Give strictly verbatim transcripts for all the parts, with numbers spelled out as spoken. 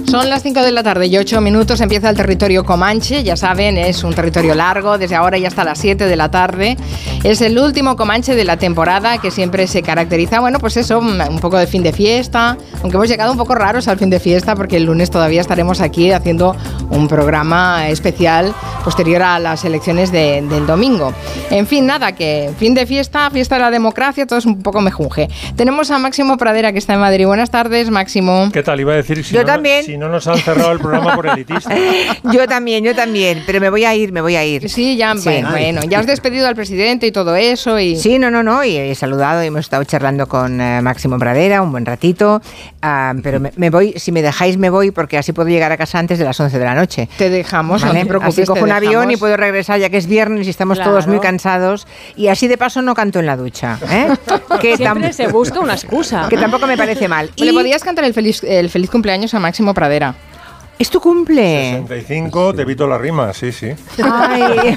Son las cinco de la tarde y ocho minutos, empieza el territorio Comanche, ya saben, es un territorio largo, desde ahora y hasta las siete de la tarde. Es el último Comanche de la temporada, que siempre se caracteriza, bueno, pues eso, un poco de fin de fiesta, aunque hemos llegado un poco raros al fin de fiesta, porque el lunes todavía estaremos aquí haciendo un programa especial posterior a las elecciones de, del domingo. En fin, nada, que fin de fiesta, fiesta de la democracia, todo es un poco mejunje. Tenemos a Máximo Pradera, que está en Madrid. Buenas tardes, Máximo. ¿Qué tal? Iba a decir, si yo no, también. Si no nos han cerrado el programa por elitista. Yo también, yo también, pero me voy a ir, me voy a ir. Sí, ya, sí. Bueno, bueno, ya has despedido al presidente y todo eso. Y... Sí, no, no, no, y he saludado y hemos estado charlando con uh, Máximo Pradera un buen ratito, uh, pero me, me voy, si me dejáis me voy, porque así puedo llegar a casa antes de las once de la noche. Te dejamos, ¿vale? No te preocupes. Así cojo un dejamos. avión y puedo regresar, ya que es viernes y estamos claro. todos muy cansados, y así de paso no canto en la ducha, ¿eh? Que siempre se busca una excusa. Que tampoco me parece mal. Y... ¿Le podías cantar el feliz, el feliz cumpleaños a Máximo Pradera? ¿Es tu cumple? sesenta y cinco, te evito la rima, sí, sí. Ay.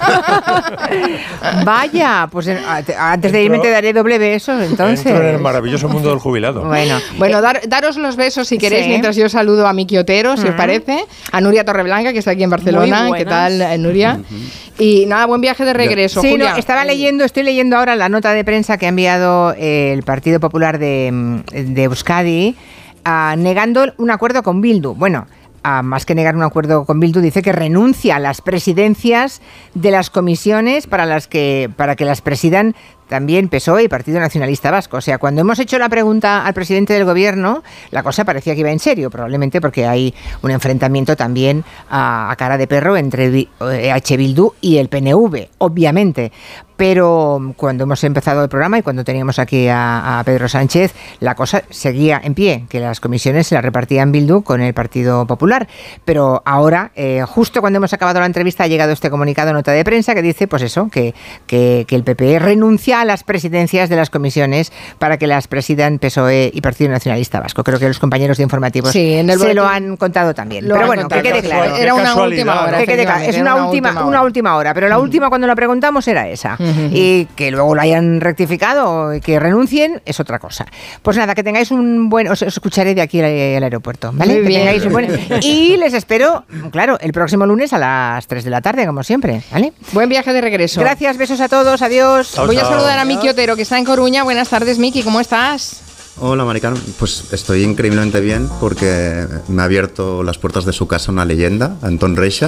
Vaya, pues antes de irme te daré doble beso, entonces. Entro en el maravilloso mundo del jubilado. Bueno, bueno dar, daros los besos si queréis, sí. Mientras yo saludo a Miki Otero, si uh-huh. os parece, a Nuria Torreblanca, que está aquí en Barcelona. ¿Qué tal, Nuria? Uh-huh. Y nada, buen viaje de regreso, sí, Julia. No, estaba leyendo, estoy leyendo ahora la nota de prensa que ha enviado el Partido Popular de, de Euskadi, uh, negando un acuerdo con Bildu. Bueno, a más que negar un acuerdo con Bildu, dice que renuncia a las presidencias de las comisiones para las que para que las presidan también P S O E y Partido Nacionalista Vasco. O sea, cuando hemos hecho la pregunta al presidente del gobierno, la cosa parecía que iba en serio, probablemente porque hay un enfrentamiento también a, a cara de perro entre H. Bildu y el P N V, obviamente. Pero cuando hemos empezado el programa y cuando teníamos aquí a, a Pedro Sánchez, la cosa seguía en pie, que las comisiones se las repartían Bildu con el Partido Popular. Pero ahora, eh, justo cuando hemos acabado la entrevista, ha llegado este comunicado, nota de prensa, que dice, pues eso, que, que, que el P P renuncia a las presidencias de las comisiones para que las presidan P S O E y Partido Nacionalista Vasco. Creo que los compañeros de informativos sí, en el se lo han contado también. Pero bueno, que quede claro. Era una última hora. Que quede claro. Es una, una, última, última una última hora, pero la mm. última cuando la preguntamos era esa. Mm-hmm. Y que luego lo hayan rectificado y que renuncien es otra cosa. Pues nada, que tengáis un buen... Os, os escucharé de aquí al, al aeropuerto, ¿vale? Muy que bien. tengáis un buen... Y les espero, claro, el próximo lunes a las tres de la tarde, como siempre, ¿vale? Buen viaje de regreso. Gracias, besos a todos, adiós. Chao, Voy chao. a saludar a Miki Otero, que está en Coruña. Buenas tardes, Miki, ¿cómo estás? Hola, Maricarmen. Pues estoy increíblemente bien porque me ha abierto las puertas de su casa una leyenda, Antón Reixa,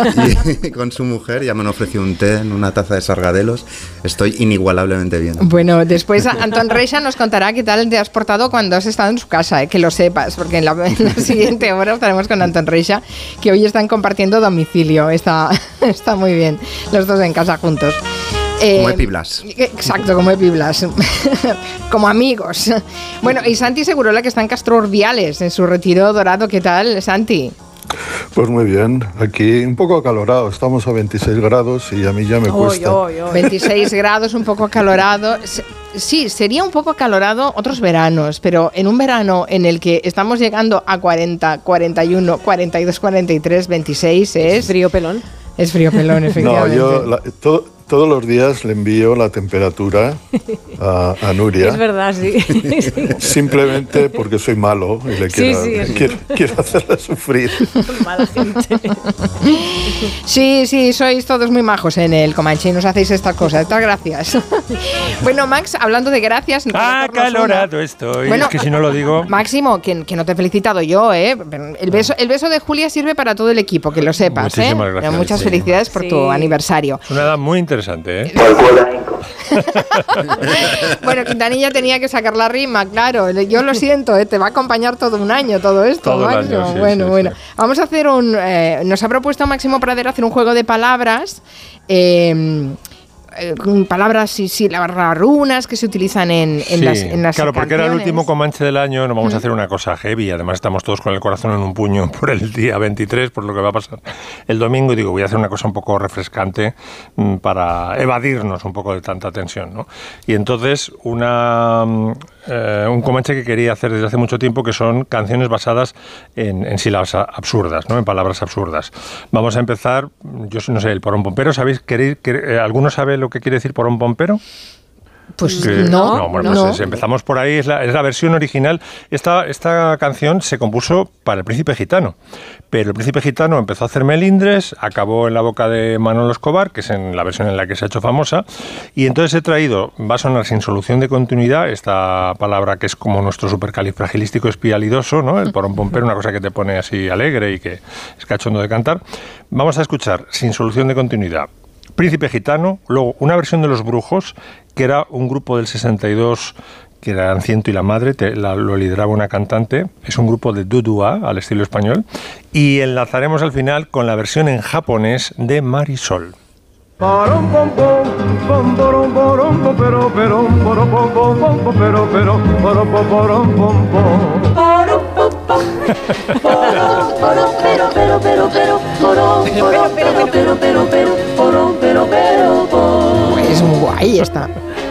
y con su mujer ya me han ofrecido un té en una taza de sargadelos. Estoy inigualablemente bien. Bueno, después Antón Reixa nos contará qué tal te has portado cuando has estado en su casa, eh, que lo sepas, porque en la, en la siguiente hora estaremos con Antón Reixa, que hoy están compartiendo domicilio. Está, está muy bien, los dos en casa juntos. Eh, como Epiblas. Exacto, como Epiblas. Como amigos. Bueno, y Santi Segurola, que está en Castro Urbiales, en su retiro dorado. ¿Qué tal, Santi? Pues muy bien, aquí un poco acalorado, estamos a veintiséis grados y a mí ya me cuesta. Oy, oy, oy. veintiséis grados, un poco acalorado. Sí, sería un poco acalorado otros veranos, pero en un verano en el que estamos llegando a cuarenta, cuarenta y uno, cuarenta y dos, cuarenta y tres, veintiséis es... ¿Es frío pelón? Es frío pelón, efectivamente. No, yo... La, todo, Todos los días le envío la temperatura a, a Nuria. Es verdad, sí. Simplemente porque soy malo y le quiero, sí, sí, quiero, quiero hacerla sufrir. Mala gente. Sí, sí, sois todos muy majos en el Comanche y nos hacéis estas cosas. Estas gracias. Bueno, Max, hablando de gracias... Acalorado una... estoy. Bueno, es que si no lo digo... Máximo, que, que no te he felicitado yo, ¿eh? El beso, el beso de Julia sirve para todo el equipo, que lo sepas, Muchísimas ¿eh? gracias. Muchas sí. felicidades por sí. tu aniversario. Es una edad muy interesante. ¿Eh? Bueno, Quintanilla tenía que sacar la rima, claro. Yo lo siento, ¿eh? Te va a acompañar todo un año todo esto. Todo Máximo. el año, sí, bueno, sí, bueno. Sí. Vamos a hacer un... Eh, nos ha propuesto Máximo Pradera hacer un juego de palabras. Eh, eh, palabras sí, sí, las runas que se utilizan en, en sí, las en las claro, porque canciones. era el último Comanche del año, no vamos mm. a hacer una cosa heavy. Además estamos todos con el corazón en un puño por el día veintitrés, por lo que va a pasar el domingo. Y digo, voy a hacer una cosa un poco refrescante mm, para evadirnos un poco de tanta tensión, ¿no? Y entonces una... Eh, un Comanche que quería hacer desde hace mucho tiempo, que son canciones basadas en, en sílabas absurdas, ¿no? En palabras absurdas. Vamos a empezar, yo no sé, el porón pompero, ¿sabéis? ¿Queréis, queréis, ¿Alguno sabe lo que quiere decir porón pompero? Pues Que- no, no, bueno, no. pues es- empezamos por ahí, es la, es la versión original. Esta, esta canción se compuso para el Príncipe Gitano, pero el Príncipe Gitano empezó a hacer melindres, acabó en la boca de Manolo Escobar, que es en la versión en la que se ha hecho famosa, y entonces he traído, va a sonar sin solución de continuidad, esta palabra que es como nuestro supercalifragilístico espialidoso, ¿no? El porompompero, una cosa que te pone así alegre y que es cachondo de cantar. Vamos a escuchar sin solución de continuidad Príncipe Gitano, luego una versión de Los Brujos, que era un grupo del sesenta y dos, que eran Ciento y la Madre, te- la- lo lideraba una cantante, es un grupo de dudua al estilo español, y enlazaremos al final con la versión en japonés de Marisol. Parom pom pom, pom porom porom pom pero pero porom pom pom pom pom pero pero porom pom porom pom pom. Es muy guay esta.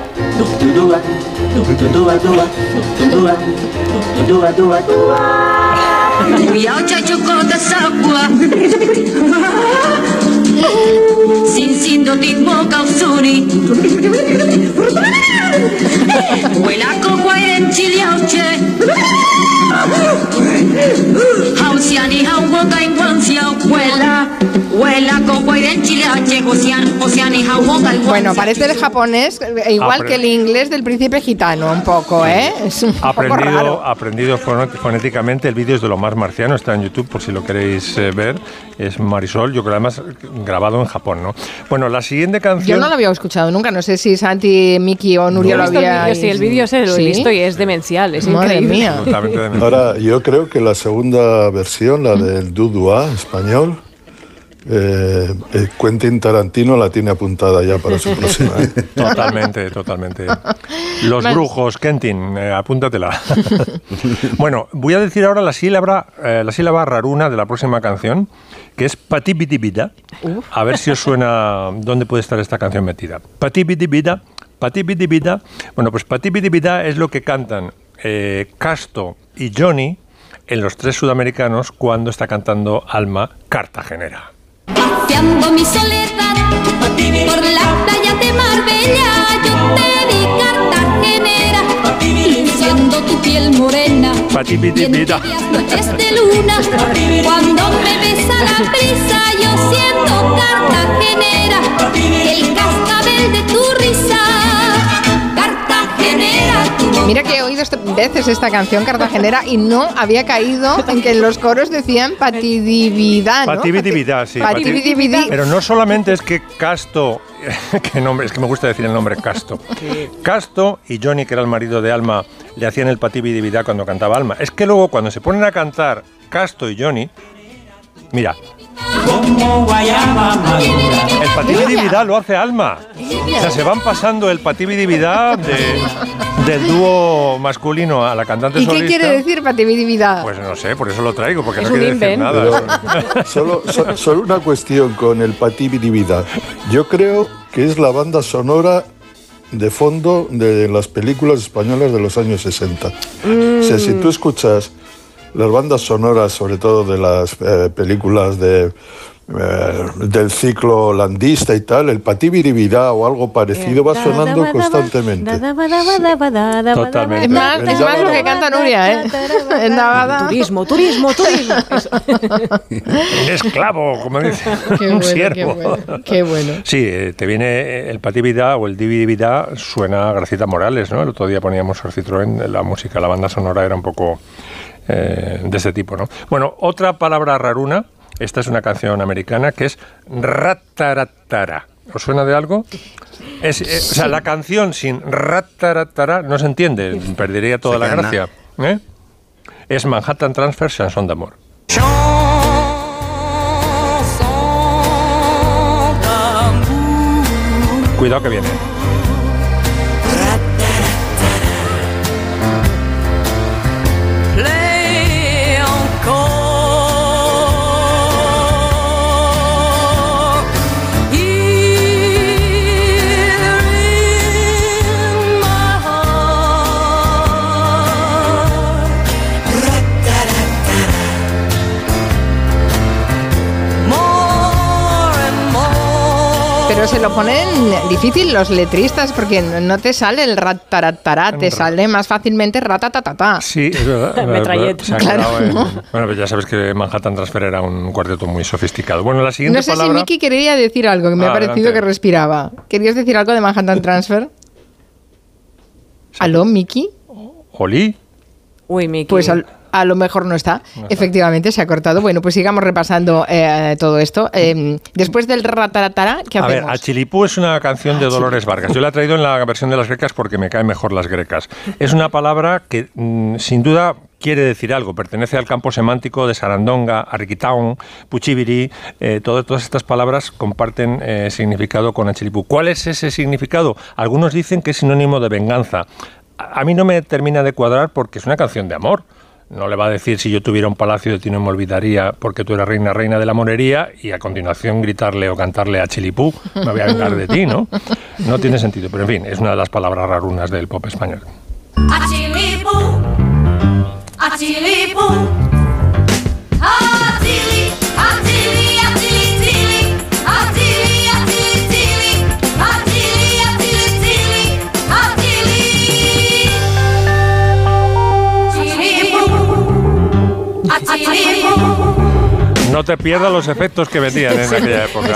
Bueno, parece el japonés, eh, igual Apre- que el inglés del Príncipe Gitano, un poco, ¿eh? Es un poco Aprendido, raro. aprendido fono- fonéticamente, el vídeo es de lo más marciano, está en YouTube por si lo queréis eh, ver, es Marisol, yo creo además grabado en Japón, ¿no? Bueno, la siguiente Yo canción... no lo había escuchado nunca, no sé si Santi, Miki o Nuria Yo lo he visto el había... vídeo, sí, el vídeo ese lo he ¿Sí? visto y es demencial, es Madre increíble. mía. Totalmente de- Ahora, yo creo que la segunda versión, la del dudua español, eh, eh, Quentin Tarantino la tiene apuntada ya para su próxima. ¿eh? Totalmente, totalmente. Los Vale. brujos, Kentin, eh, apúntatela. Bueno, voy a decir ahora la sílaba, eh, la sílaba raruna de la próxima canción, que es patibidibida. A ver si os suena dónde puede estar esta canción metida. Patibidibida, patibidibida. Bueno, pues patibidibida es lo que cantan eh, Casto y Johnny en Los Tres Sudamericanos cuando está cantando Alma Cartagenera. Paseando mi soledad por las playas de Marbella, yo te vi Cartagenera, luciendo tu piel morena. Patibidibida. Y en noches de luna, cuando me besa la brisa, yo siento Cartagenera, el cascabel de tu risa. Cartagenera, tu Mira que he oído este- veces esta canción cartagenera y no había caído en que en los coros decían patidibidad, ¿no? Patibidibidad, sí. Patibidibidí. Pero no solamente es que Casto, que nombre, es que me gusta decir el nombre Casto. Casto y Johnny, que era el marido de Alma, le hacían el patibidibidad cuando cantaba Alma. Es que luego cuando se ponen a cantar Casto y Johnny, mira, el patibidibidad lo hace Alma. O sea, se van pasando el patibidibidad de, del dúo masculino a la cantante ¿Y qué solista. quiere decir patibidibidad? Pues no sé, por eso lo traigo, porque Es no un quiere decir invent. nada. Pero solo, so- solo una cuestión con el patibidibidad. Yo creo que es la banda sonora de fondo de las películas españolas de los años sesenta. O sea, si tú escuchas las bandas sonoras, sobre todo de las eh, películas de, eh, del ciclo holandista y tal, el patibidibidad o algo parecido va sonando constantemente. Totalmente. Es más, es más lo que canta Nuria, ¿eh? En Navada. Turismo, turismo, turismo. Eso. Un esclavo, como dice. Qué un bueno, siervo. qué bueno, qué bueno. Sí, eh, te viene el patibidad o el dividibidad, suena a Gracita Morales, ¿no? El otro día poníamos a Citroën, la música, la banda sonora era un poco eh, de ese tipo, ¿no? Bueno, otra palabra raruna, esta es una canción americana que es rataratara. ¿Os suena de algo? Es, eh, o sea, la canción sin rataratara no se entiende, perdería toda Se la queda en gracia. ¿eh? Es Manhattan Transfer, Chanson d'amour. Cuidado que viene. Pero Pero se lo ponen difícil los letristas porque no te sale el rataratará, te sale más fácilmente ratatatata. Sí, es verdad. Metralleta. Se ha Claro. quedado en- bueno, pues ya sabes que Manhattan Transfer era un cuarteto muy sofisticado. Bueno, la siguiente No sé palabra... si Miki quería decir algo, que me Ah, ha parecido adelante. que respiraba. ¿Querías decir algo de Manhattan Transfer? ¿Aló, Miki? Oli. Uy, Miki. Pues al- a lo mejor no está. No está. Efectivamente, se ha cortado. Bueno, pues sigamos repasando eh, todo esto. Eh, después del rataratara, ¿qué A ver, hacemos? Achilipú es una canción de Dolores Vargas. Yo la he traído en la versión de las grecas porque me caen mejor las grecas. Es una palabra que, mm, sin duda, quiere decir algo. Pertenece al campo semántico de Sarandonga, Arriquitaón, Puchibiri. Eh, todo- todas estas palabras comparten eh, significado con Achilipú. ¿Cuál es ese significado? Algunos dicen que es sinónimo de venganza. A, a mí no me termina de cuadrar porque es una canción de amor. No le va a decir si yo tuviera un palacio de ti no me olvidaría porque tú eras reina, reina de la morería y a continuación gritarle o cantarle a Chilipú, me voy a vengar de ti, ¿no? No tiene sentido, pero en fin, es una de las palabras rarunas del pop español. Achilipú, achilipú, achili, achili, achili, chili, achili, achili, chili, achili, achili, chili, achili. Chilipú, achilipú. No te pierdas los efectos que metían en aquella época.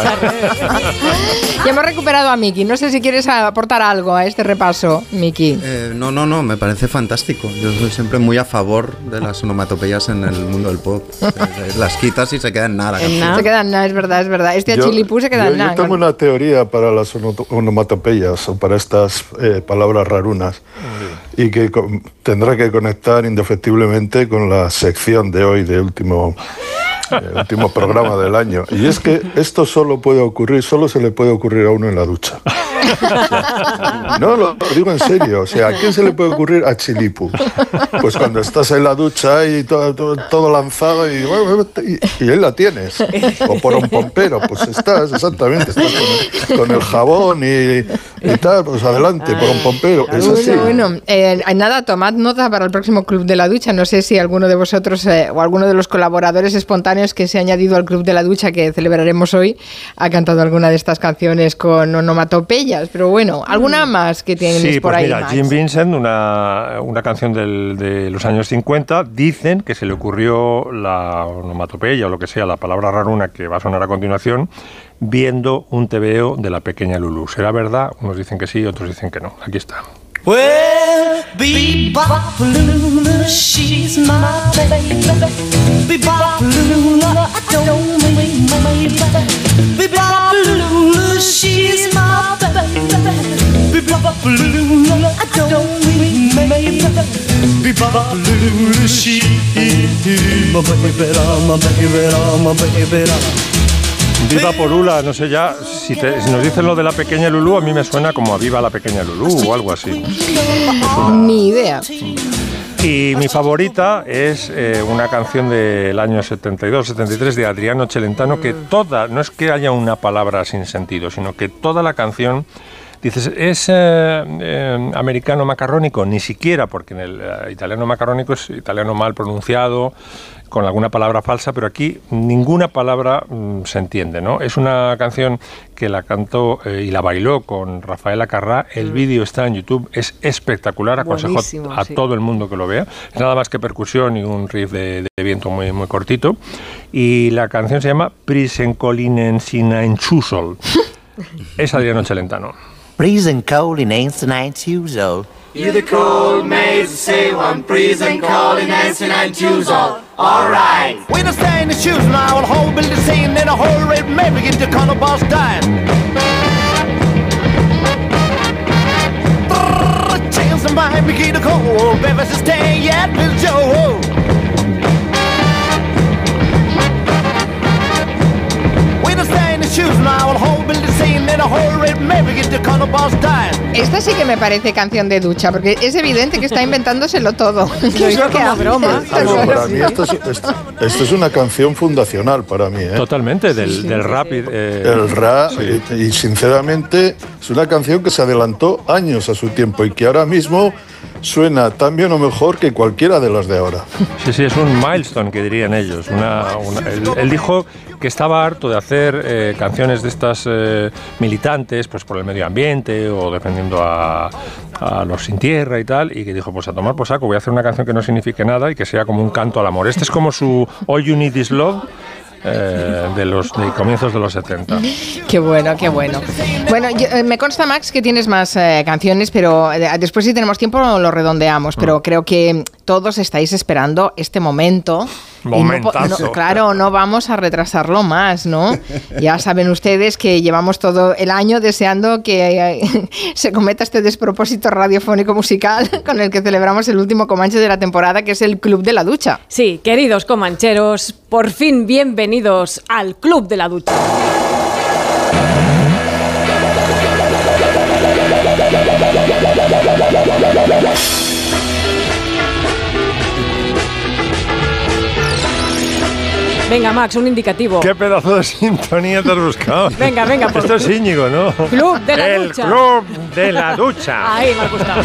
Ya hemos recuperado a Miki. No sé si quieres aportar algo a este repaso, Miki. Eh, no, no, no, me parece fantástico. Yo soy siempre muy a favor de las onomatopeyas en el mundo del pop. Eh, Las quitas y se queda en nada. En nada. Se queda en nada, es verdad, es verdad. Este Yo- achilipú se queda yo, en nada. yo tengo una teoría para las ono- onomatopeyas o para estas eh, palabras rarunas y que con- tendrá que conectar indefectiblemente con la sección de hoy, de último, eh, último programa del año. Y es que esto solo puede ocurrir, solo se le puede ocurrir a uno en la ducha. No, lo digo en serio. O sea, ¿a quién se le puede ocurrir a Chilipu? Pues cuando estás en la ducha y todo, todo, todo lanzado y, y, y ahí la tienes. O por un pompero, pues estás, exactamente, estás con el, con el jabón y, y tal, pues adelante, por un pompero. Es así. Bueno, bueno, eh, nada, tomad nota para el próximo Club de la Ducha. No sé si alguno de vosotros eh, o alguno de los colaboradores espontáneos que se ha añadido al Club de la Ducha que celebraremos hoy ha cantado alguna de estas canciones con onomatopeyas. Pero bueno, ¿alguna más que tienes Sí, por pues ahí, mira, Max? Jim Vincent, una, una canción del- de los años cincuenta, dicen que se le ocurrió la onomatopeya o lo que sea, la palabra raruna que va a sonar a continuación, viendo un tebeo de la pequeña Lulú. ¿Será verdad? Unos dicen que sí, otros dicen que no. Aquí está. Well, Bebop Lula, she's my baby. Bebop Lula, I don't mean maybe. Bebop Lula, she's my baby. Bebop Lula, I don't mean maybe. Bebop Lula, she's my baby, my baby, my baby. Viva por Lula, no sé ya, si, te- si nos dicen lo de la pequeña Lulú, a mí me suena como a Viva la pequeña Lulú o algo así. Ni idea. Y mi favorita es eh, una canción del año setenta y dos setenta y tres de Adriano Celentano, que toda, no es que haya una palabra sin sentido, sino que toda la canción, dices, ¿es eh, eh, americano macarrónico? Ni siquiera, porque en el eh, italiano macarrónico es italiano mal pronunciado, con alguna palabra falsa, pero aquí ninguna palabra mm, se entiende, ¿no? Es una canción que la cantó eh, y la bailó con Rafaela Carrà. El vídeo está en YouTube, es espectacular, aconsejo Buenísimo, a sí. todo el mundo que lo vea. Es nada más que percusión y un riff de, de viento muy, muy cortito. Y la canción se llama Prisenkolinen Sinanchusol. Es Adriano Celentano. Freezing cold in ancient usual. You're the cold maze, say one breeze and call in dancing and choose all. Alright. When I stay in the shoes now, I'll hold build the scene in a whole red maybe get the corner boss dying. Chance of mine, begin to cold, Bevis is staying yet, Bill Joe. When I stay in the shoes now, I'll hold build the scene in a whole red maybe get the corner boss dying. Esta sí que me parece canción de ducha, porque es evidente que está inventándoselo todo. Lo ¿Qué es hizo lo que como hace? broma. Pero para mí esto es, esto, esto es una canción fundacional para mí, ¿eh? Totalmente, del, del rap. y, eh, El rap, sí. y, y sinceramente es una canción que se adelantó años a su tiempo y que ahora mismo suena tan bien o mejor que cualquiera de las de ahora. Sí, sí, es un milestone, que dirían ellos. Una, una, él, él dijo que estaba harto de hacer eh, canciones de estas eh, militantes, pues por el medio ambiente o defendiendo a, a los sin tierra y tal, y que dijo, pues a tomar por saco, voy a hacer una canción que no signifique nada y que sea como un canto al amor. Este es como su All You Need Is Love, Eh, de los de comienzos de los setenta. Qué bueno, qué bueno. Bueno, yo, eh, me consta, Max, que tienes más eh, canciones, pero eh, después, si tenemos tiempo, lo redondeamos. Pero mm. creo que todos estáis esperando este momento. Momentazo. No, no, claro, no vamos a retrasarlo más, ¿no? Ya saben ustedes que llevamos todo el año deseando que eh, se cometa este despropósito radiofónico musical con el que celebramos el último Comanche de la temporada, que es el Club de la Ducha. Sí, queridos comancheros, por fin bienvenidos al Club de la Ducha. Venga, Max, un indicativo. ¿Qué pedazo de sintonía te has buscado? Venga, venga. Por... Esto es Íñigo, ¿no? Club de la El Ducha. El Club de la Ducha. Ahí me ha gustado.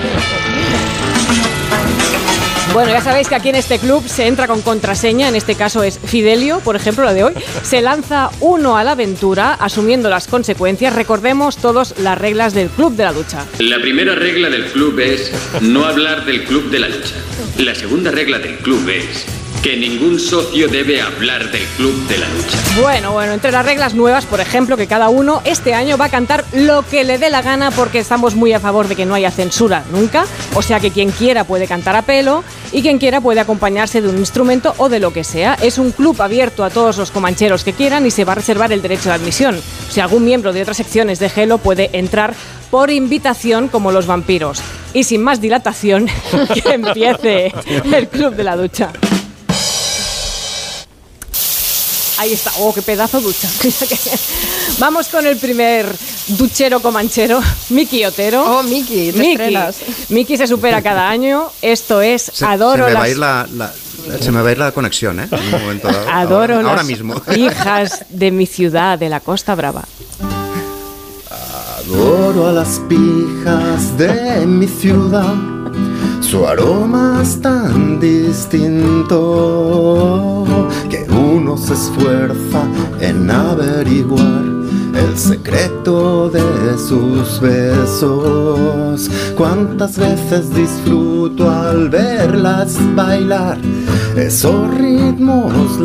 Bueno, ya sabéis que aquí en este club se entra con contraseña, en este caso es Fidelio, por ejemplo, la de hoy. Se lanza uno a la aventura, asumiendo las consecuencias. Recordemos todos las reglas del Club de la Ducha. La primera regla del club es no hablar del Club de la Ducha. La segunda regla del club es que ningún socio debe hablar del Club de la Ducha. Bueno, bueno, entre las reglas nuevas, por ejemplo, que cada uno este año va a cantar lo que le dé la gana, porque estamos muy a favor de que no haya censura nunca. O sea que quien quiera puede cantar a pelo y quien quiera puede acompañarse de un instrumento o de lo que sea. Es un club abierto a todos los comancheros que quieran y se va a reservar el derecho de admisión. Si algún miembro de otras secciones de Gelo puede entrar por invitación, como los vampiros. Y sin más dilatación, que empiece el Club de la Ducha. Ahí está. ¡Oh, qué pedazo ducha! Vamos con el primer duchero comanchero, Miki Otero. ¡Oh, Miki! Te estrenas. Miki se supera cada año. Esto es se, Adoro se me las... va a ir la, la, se me va a ir la conexión, ¿eh? En un momento dado. Adoro ahora, las ahora mismo. hijas de mi ciudad, de la Costa Brava. Adoro a las pijas de mi ciudad. Su aroma es tan distinto que uno se esfuerza en averiguar el secreto de sus besos. Cuántas veces disfruto al verlas bailar esos ritmos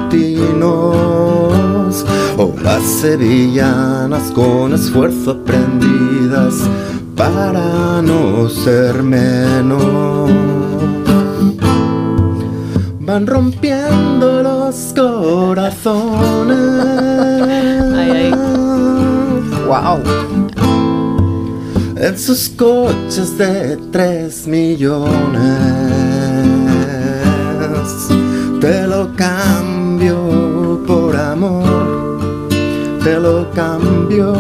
latinos, o las sevillanas con esfuerzo aprendidas para no ser menos. Van rompiendo los corazones. Ay, ay. Wow. En sus coches de tres millones. Te lo cambio por amor. Te lo cambio.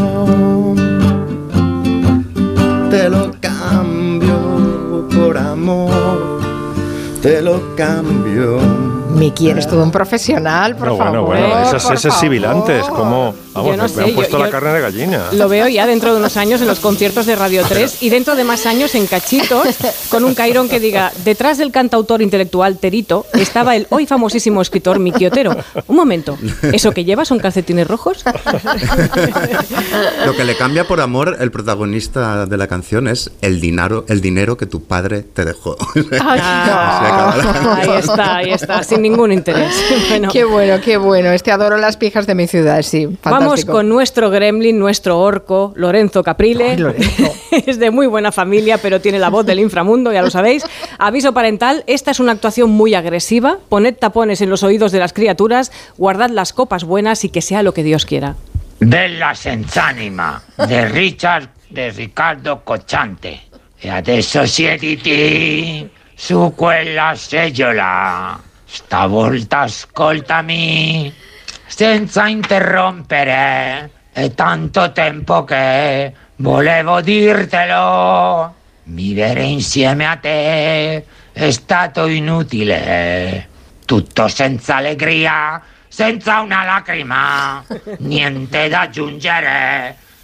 Te lo cambio por amor, te lo cambio. Miki, eres todo un profesional, por no, favor. Bueno, bueno, esas, por esas favor. sibilantes, como, vamos, no me, sé, me han puesto yo- la yo- carne de gallina. Lo veo ya dentro de unos años en los conciertos de Radio tres y dentro de más años en cachitos, con un cairón que diga: detrás del cantautor intelectual Terito estaba el hoy famosísimo escritor Miki Otero. Un momento, ¿eso que lleva son calcetines rojos? Lo que le cambia por amor el protagonista de la canción es el dinero, el dinero que tu padre te dejó. Ay, Ah, no. ahí está, ahí está, sin ningún interés. Bueno, Qué bueno, qué bueno. Este adoro las pijas de mi ciudad, sí. Fantástico. vamos con nuestro gremlin, nuestro orco, Lorenzo Caprile. Ay, Lorenzo. Es de muy buena familia, pero tiene la voz del inframundo, ya lo sabéis. Aviso parental, esta es una actuación muy agresiva. Poned tapones en los oídos de las criaturas, guardad las copas buenas y que sea lo que Dios quiera. Bella senza anima di Richard de Riccardo Cocciante. E adesso siediti su quella seggiola. Stavolta ascoltami senza interrompere. È tanto tempo che volevo dirtelo. Vivere insieme a te è stato inutile. Tutto senza allegria, senza una lacrima, niente da aggiungere,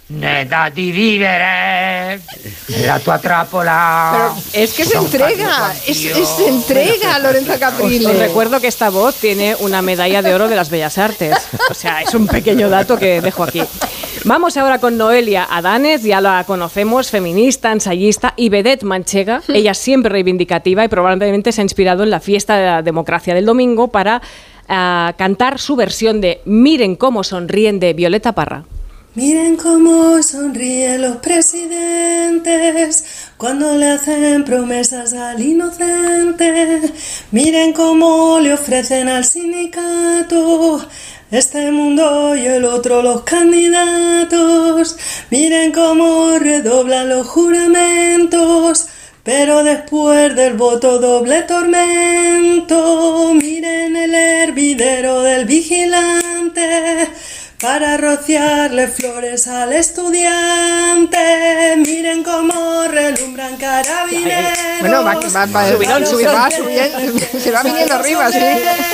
ne da di vivere, la tua trappola. Pero es que se entrega, es, es, se entrega Lorenzo Caprile. Os, os recuerdo que esta voz tiene una medalla de oro de las Bellas Artes. O sea, es un pequeño dato que dejo aquí. Vamos ahora con Noelia Adanes, ya la conocemos, feminista, ensayista y vedette manchega. Ella siempre reivindicativa y probablemente se ha inspirado en la fiesta de la democracia del domingo para uh, cantar su versión de Miren cómo sonríen de Violeta Parra. Miren cómo sonríen los presidentes cuando le hacen promesas al inocente. Miren cómo le ofrecen al sindicato este mundo y el otro los candidatos. Miren cómo redoblan los juramentos, pero después del voto doble tormento. Miren el hervidero del vigilante para rociarle flores al estudiante. Miren cómo relumbran carabineros. Bueno, va, va, va, subidón, subidón, va subiendo, se va viniendo arriba, sí.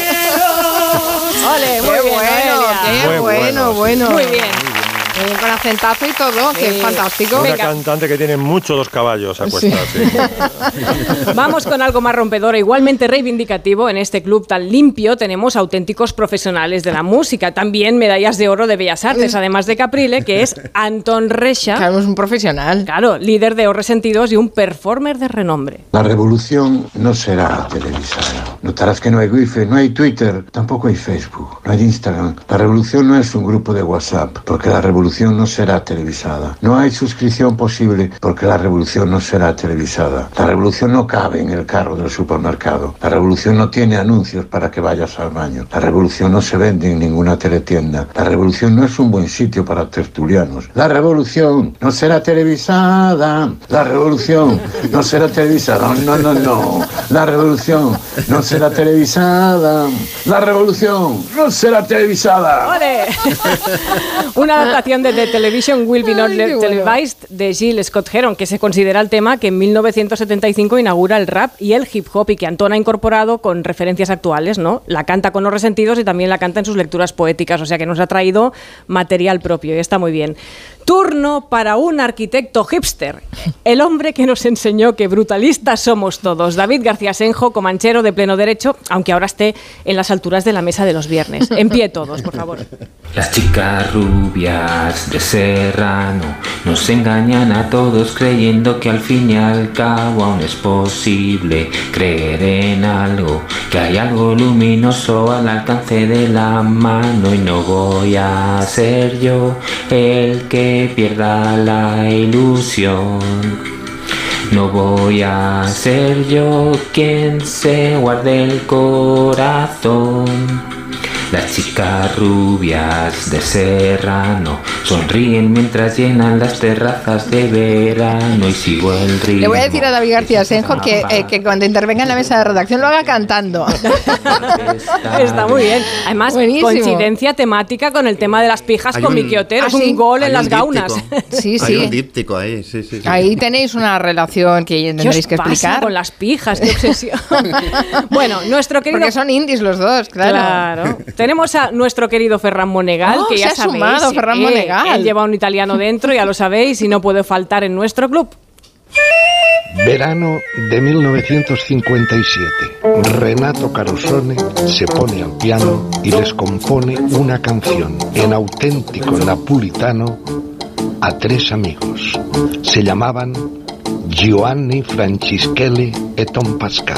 Ole, muy qué bien, bueno, qué muy bueno, bueno. Muy bien. Eh, con acentazo y todo, que es fantástico. Una Venga. cantante que tiene mucho dos caballos a cuestas. Sí. Sí. Vamos con algo más rompedor, igualmente reivindicativo. En este club tan limpio tenemos auténticos profesionales de la música, también medallas de oro de Bellas Artes, además de Caprile, que es Antón Reixa. Claro, es un profesional. Claro, líder de Os Resentidos y un performer de renombre. La revolución no será televisada. Notarás que no hay wifi, no hay Twitter, tampoco hay Facebook, no hay Instagram. La revolución no es un grupo de WhatsApp, porque la revolución no será televisada. No hay suscripción posible porque la revolución no será televisada. La revolución no cabe en el carro del supermercado. La revolución no tiene anuncios para que vayas al baño. La revolución no se vende en ninguna teletienda. La revolución no es un buen sitio para tertulianos. La revolución no será televisada. La revolución no será televisada. No, no, no. La revolución no será televisada. La revolución no será televisada. ¡Ole! Una adaptación de The Television Will Be Not Ay, qué bueno. Televised de Gil Scott Heron, que se considera el tema que en mil novecientos setenta y cinco inaugura el rap y el hip hop y que Antón ha incorporado con referencias actuales, ¿no? La canta con Los Resentidos y también la canta en sus lecturas poéticas, o sea que nos ha traído material propio y está muy bien. Turno para un arquitecto hipster, el hombre que nos enseñó que brutalistas somos todos. David García Senjo, comanchero de pleno derecho, aunque ahora esté en las alturas de la mesa de los viernes. En pie todos, por favor. Las chicas rubias de Serrano nos engañan a todos creyendo que al fin y al cabo aún es posible creer en algo, que hay algo luminoso al alcance de la mano y no voy a ser yo el que pierda la ilusión. No voy a ser yo quien se guarde el corazón. Las chicas rubias de Serrano sonríen mientras llenan las terrazas de verano y sigo el ritmo. Le voy a decir a David García Senjo que, eh, que cuando intervenga en la mesa de redacción lo haga cantando. Está muy bien. Además, buenísimo. Coincidencia temática con el tema de las pijas Hay con un- Miki Otero. ¿Ah, Es un sí? gol en Hay las un gaunas. díptico. Sí, Hay un sí. díptico ahí, sí, sí, sí. Ahí tenéis una relación que ¿Qué tendréis os que pasa explicar. con las pijas? ¡Qué obsesión! Bueno, nuestro querido... Porque son indies los dos, claro. Claro. Tenemos a nuestro querido Ferran Monegal, Oh, que se ya ha sabéis. sumado Ferran eh, Monegal. Él lleva un italiano dentro, ya lo sabéis, y no puede faltar en nuestro club. Verano de mil novecientos cincuenta y siete. Renato Carosone se pone al piano y les compone una canción en auténtico napolitano a tres amigos. Se llamaban Giovanni Francischelli e Tom Pasca.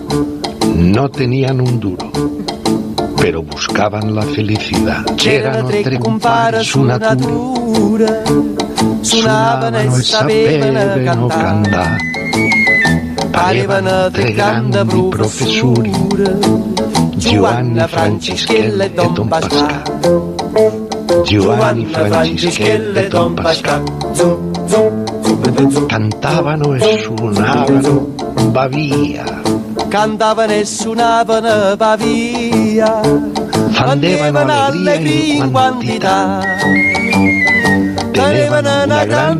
No tenían un duro, però buscaban la felicidad. C'erano tre compari su natura, suonavano e sapevano cantare. Parevano tre grandi professori, Giovanni Francischelli e Tom Pasca. Giovanni Francischelli e Tom Pasca. Cantavano e suonavano, va via. Cantavano e suonavano, va via. Vendevano allegria in quantità. Tenevano una gran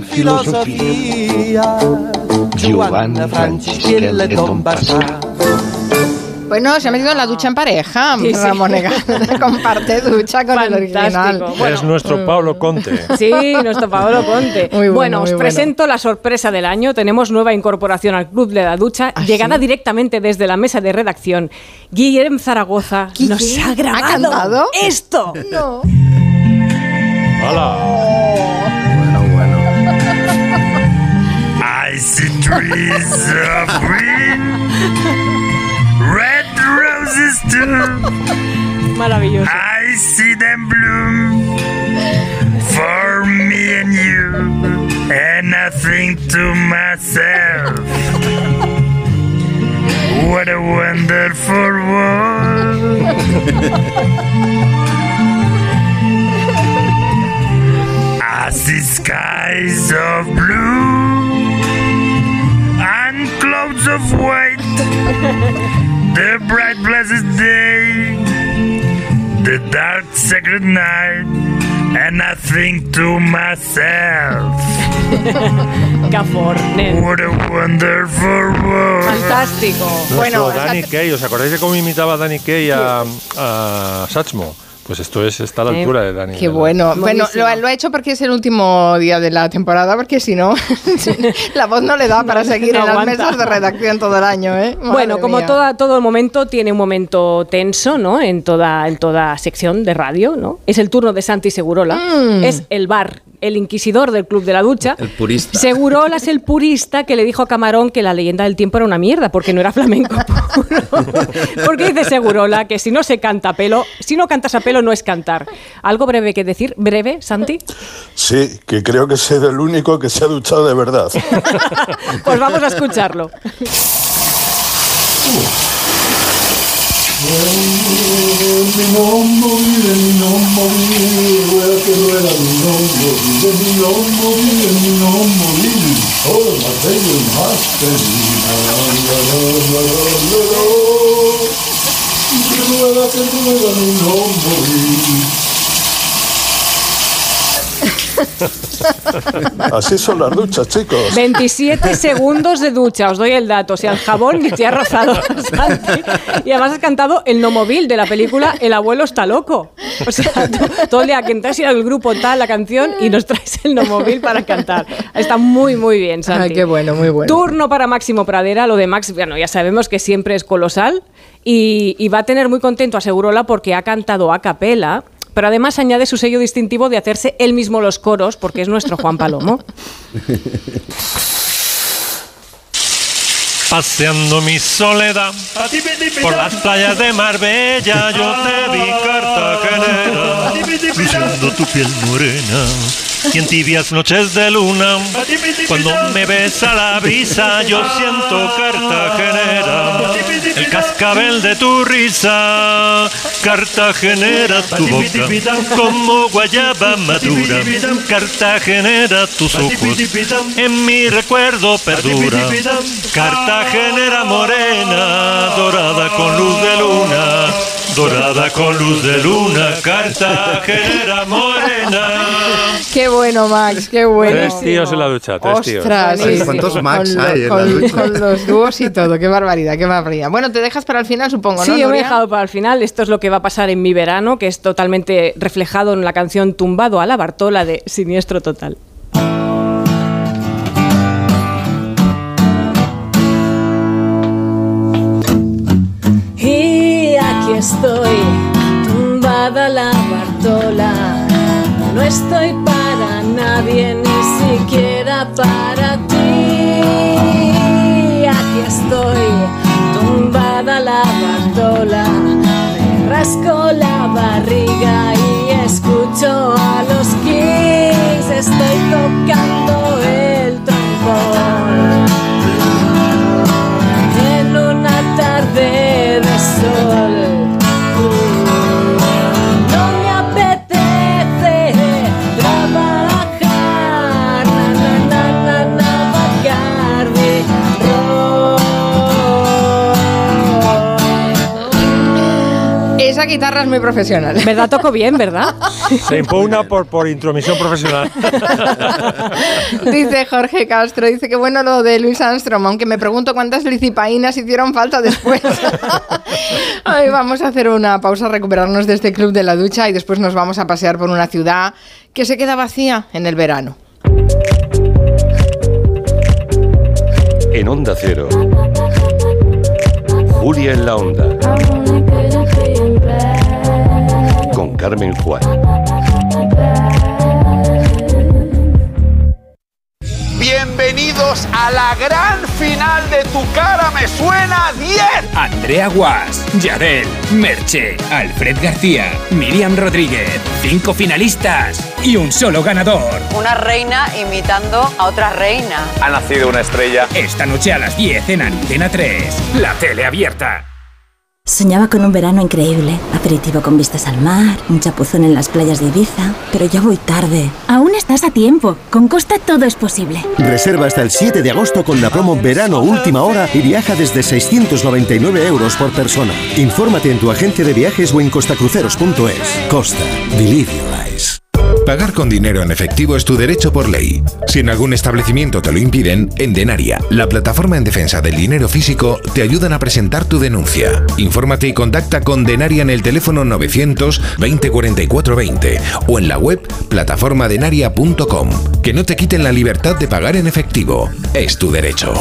filosofia. Giovanni Francischelli e Tom Pasca. Pues no, se ha metido en la ducha en pareja, Sí, sí. Ramón Negando, comparte ducha con el original. Fantástico. Bueno. Es nuestro Pablo Conte. Sí, nuestro Pablo Conte. Muy bueno, bueno, muy os bueno. presento la sorpresa del año. Tenemos nueva incorporación al Club de la Ducha, ¿Ah, llegada sí? directamente desde la mesa de redacción. Guillermo Zaragoza ¿Guillem? nos ha grabado ¿Ha cantado? esto. No. ¡Hala! Bueno, bueno. I see trees of green, red roses too. Maravilloso. I see them bloom for me and you, and I think to myself, what a wonderful world. I see skies of blue and clouds of white, the bright blessed day, the dark sacred night, and I think to myself, Cafor, nen. what a wonderful world. Fantástico. Bueno, Bueno, Danny esa- Kaye, ¿os acordáis de cómo imitaba Danny Kaye a, a Satchmo? Pues esto es, está a la Eh, altura de Danny. Qué bueno. Bueno, Buenísimo. lo, lo ha hecho porque es el último día de la temporada, porque si no, la voz no le da para seguir No en las aguanta. mesas de redacción todo el año, ¿eh? Madre Bueno, como mía. toda, todo el momento tiene un momento tenso, ¿no? En toda, en toda sección de radio, ¿no? Es el turno de Santi Segurola. Mm. Es el bar, el inquisidor del Club de la Ducha. El purista. Segurola es el purista que le dijo a Camarón que la leyenda del tiempo era una mierda, porque no era flamenco puro. Porque dice Segurola que si no se canta a pelo, si no cantas a pelo no es cantar. ¿Algo breve que decir? ¿Breve, Santi? Sí, que creo que soy el único que se ha duchado de verdad. Pues vamos a escucharlo. Así son las duchas, chicos. veintisiete segundos de ducha, os doy el dato. O sea, el jabón ni te ha rozado, Santi. Y además has cantado el no móvil de la película El abuelo está loco. O sea, tú- todo el día que entras y al grupo tal la canción y nos traes el no móvil para cantar. Está muy, muy bien, Santi. Ay, qué bueno, muy bueno. Turno para Máximo Pradera. Lo de Max, bueno, ya sabemos que siempre es colosal y, y va a tener muy contento a Segurola porque ha cantado a capela. Pero además añade su sello distintivo de hacerse él mismo los coros, porque es nuestro Juan Palomo. Paseando mi soledad por las playas de Marbella, yo te vi cartagenera, luciendo tu piel morena. Y en tibias noches de luna, cuando me besa la brisa, yo siento cartagenera, el cascabel de tu risa. Cartagenera, tu boca como guayaba madura. Cartagenera, tus ojos en mi recuerdo perdura. Cartagenera morena, dorada con luz de luna, dorada con luz de luna. Cartagenera morena. Qué bueno, Max, qué bueno. Tres tíos en la ducha, tres tíos. Ostras, sí, sí. ¿Cuántos Max Con lo- hay en la con- ducha? Con los dúos y todo, qué barbaridad, qué barbaridad. Bueno, te dejas para el final, supongo, ¿no? Sí, yo me he Nuria? dejado para el final. Esto es lo que va a pasar en mi verano, que es totalmente reflejado en la canción Tumbado a la Bartola de Siniestro Total. Y aquí estoy, tumbada a la Bartola. No estoy para nadie, ni siquiera para ti. Aquí estoy, tumbada a la Bartola. Me rasco la barriga y escucho a los Kings. Estoy tocando el trombón en una tarde de sol. No me apetece trabajar, na, na, na, na, na, Bacardi, ron. esa guitarra es muy profesional. ¿Verdad? Toco bien, ¿verdad? Se impugna por, por intromisión profesional. Dice Jorge Castro, dice que bueno lo de Louis Armstrong, aunque me pregunto cuántas licipaínas hicieron falta después. Ay, vamos a hacer una pausa, recuperarnos de este club de la ducha y después nos vamos a pasear por una ciudad que se queda vacía en el verano. En Onda Cero, Julia en la Onda, con Carmen Juan. Bienvenidos a la gran final de Tu cara me suena diez. Andrea Guas, Yadel, Merche, Alfred García, Miriam Rodríguez. Cinco finalistas y un solo ganador. Una reina imitando a otra reina. Ha nacido una estrella. Esta noche a las diez en Antena tres. La tele abierta. Soñaba con un verano increíble, aperitivo con vistas al mar, un chapuzón en las playas de Ibiza, pero ya voy tarde. Aún estás a tiempo, con Costa todo es posible. Reserva hasta el siete de agosto con la promo Verano Última Hora y viaja desde seiscientos noventa y nueve euros por persona. Infórmate en tu agencia de viajes o en costacruceros punto es. Costa, believe your eyes. Pagar con dinero en efectivo es tu derecho por ley. Si en algún establecimiento te lo impiden, en Denaria, la plataforma en defensa del dinero físico, te ayudan a presentar tu denuncia. Infórmate y contacta con Denaria en el teléfono novecientos veinte cuarenta y cuatro veinte o en la web plataforma denaria punto com. Que no te quiten la libertad de pagar en efectivo. Es tu derecho.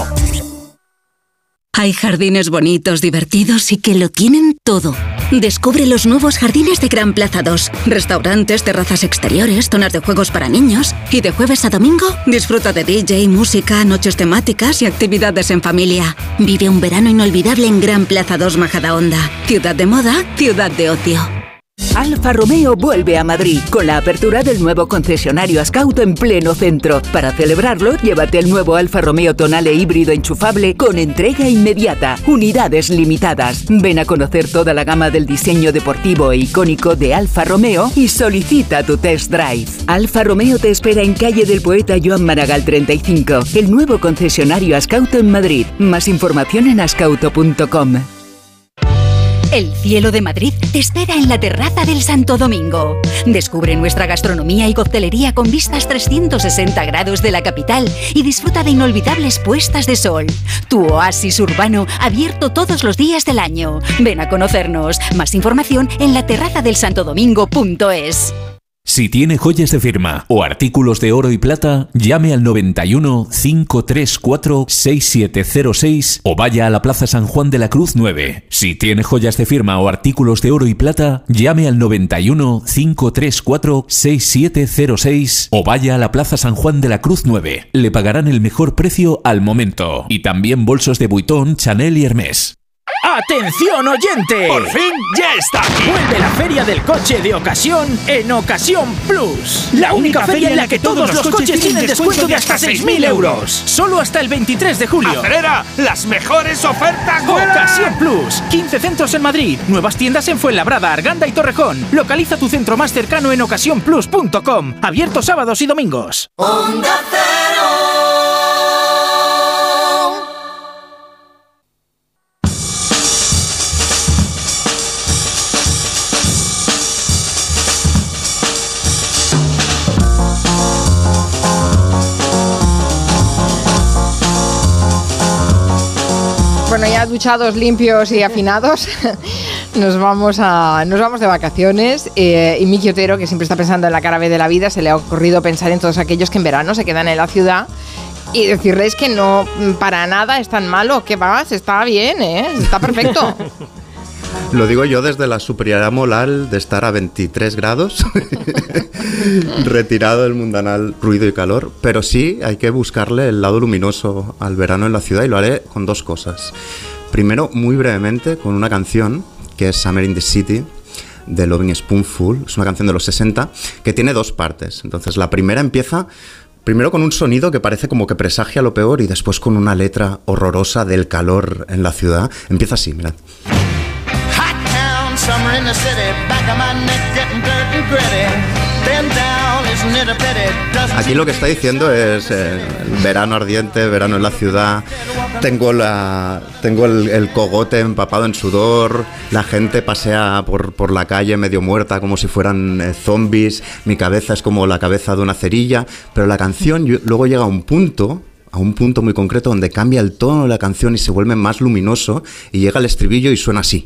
Hay jardines bonitos, divertidos y que lo tienen todo. Descubre los nuevos jardines de Gran Plaza dos. Restaurantes, terrazas exteriores, zonas de juegos para niños. Y de jueves a domingo, disfruta de D J, música, noches temáticas y actividades en familia. Vive un verano inolvidable en Gran Plaza dos Majadahonda. Ciudad de moda, ciudad de ocio. Alfa Romeo vuelve a Madrid con la apertura del nuevo concesionario Ascauto en pleno centro. Para celebrarlo, llévate el nuevo Alfa Romeo Tonale híbrido enchufable con entrega inmediata. Unidades limitadas. Ven a conocer toda la gama del diseño deportivo e icónico de Alfa Romeo y solicita tu test drive. Alfa Romeo te espera en calle del Poeta Joan Maragall treinta y cinco. El nuevo concesionario Ascauto en Madrid. Más información en ascauto punto com. El cielo de Madrid te espera en la terraza del Santo Domingo. Descubre nuestra gastronomía y coctelería con vistas trescientos sesenta grados de la capital y disfruta de inolvidables puestas de sol. Tu oasis urbano abierto todos los días del año. Ven a conocernos. Más información en la terraza del santo domingo punto es. Si tiene joyas de firma o artículos de oro y plata, llame al noventa y uno, cinco tres cuatro, seis siete cero seis o vaya a la Plaza San Juan de la Cruz nueve. Si tiene joyas de firma o artículos de oro y plata, llame al noventa y uno, cinco tres cuatro, seis siete cero seis o vaya a la Plaza San Juan de la Cruz nueve. Le pagarán el mejor precio al momento. Y también bolsos de Vuitton, Chanel y Hermès. ¡Atención oyente! ¡Por fin ya está aquí! Vuelve la Feria del Coche de Ocasión en Ocasión Plus. La única feria en la que todos los coches tienen descuento de hasta seis mil euros. Solo hasta el veintitrés de julio. ¡Acelera! ¡Las mejores ofertas! Ocasión Plus. quince centros en Madrid. Nuevas tiendas en Fuenlabrada, Arganda y Torrejón. Localiza tu centro más cercano en ocasión plus punto com. Abierto sábados y domingos. Onda Cero. Bueno, ya duchados, limpios y afinados, nos vamos a nos vamos de vacaciones eh, y Miki Otero, que siempre está pensando en la cara B de la vida, se le ha ocurrido pensar en todos aquellos que en verano se quedan en la ciudad y decirles que no para nada es tan malo, que vas, está bien, ¿eh? Está perfecto. Lo digo yo desde la superioridad moral de estar a veintitrés grados, retirado del mundanal ruido y calor, pero sí hay que buscarle el lado luminoso al verano en la ciudad y lo haré con dos cosas. Primero, muy brevemente, con una canción que es Summer in the City, de Loving Spoonful, es una canción de los sesenta, que tiene dos partes. Entonces la primera empieza primero con un sonido que parece como que presagia lo peor y después con una letra horrorosa del calor en la ciudad. Empieza así, mirad. Summer in the city, back of my neck getting dirt and gritty. Aquí lo que está diciendo es eh, verano ardiente, verano en la ciudad, tengo, la, tengo el, el cogote empapado en sudor, la gente pasea por, por la calle medio muerta como si fueran eh, zombies, mi cabeza es como la cabeza de una cerilla, pero la canción yo, luego llega a un punto... a un punto muy concreto donde cambia el tono de la canción y se vuelve más luminoso y llega el estribillo y suena así.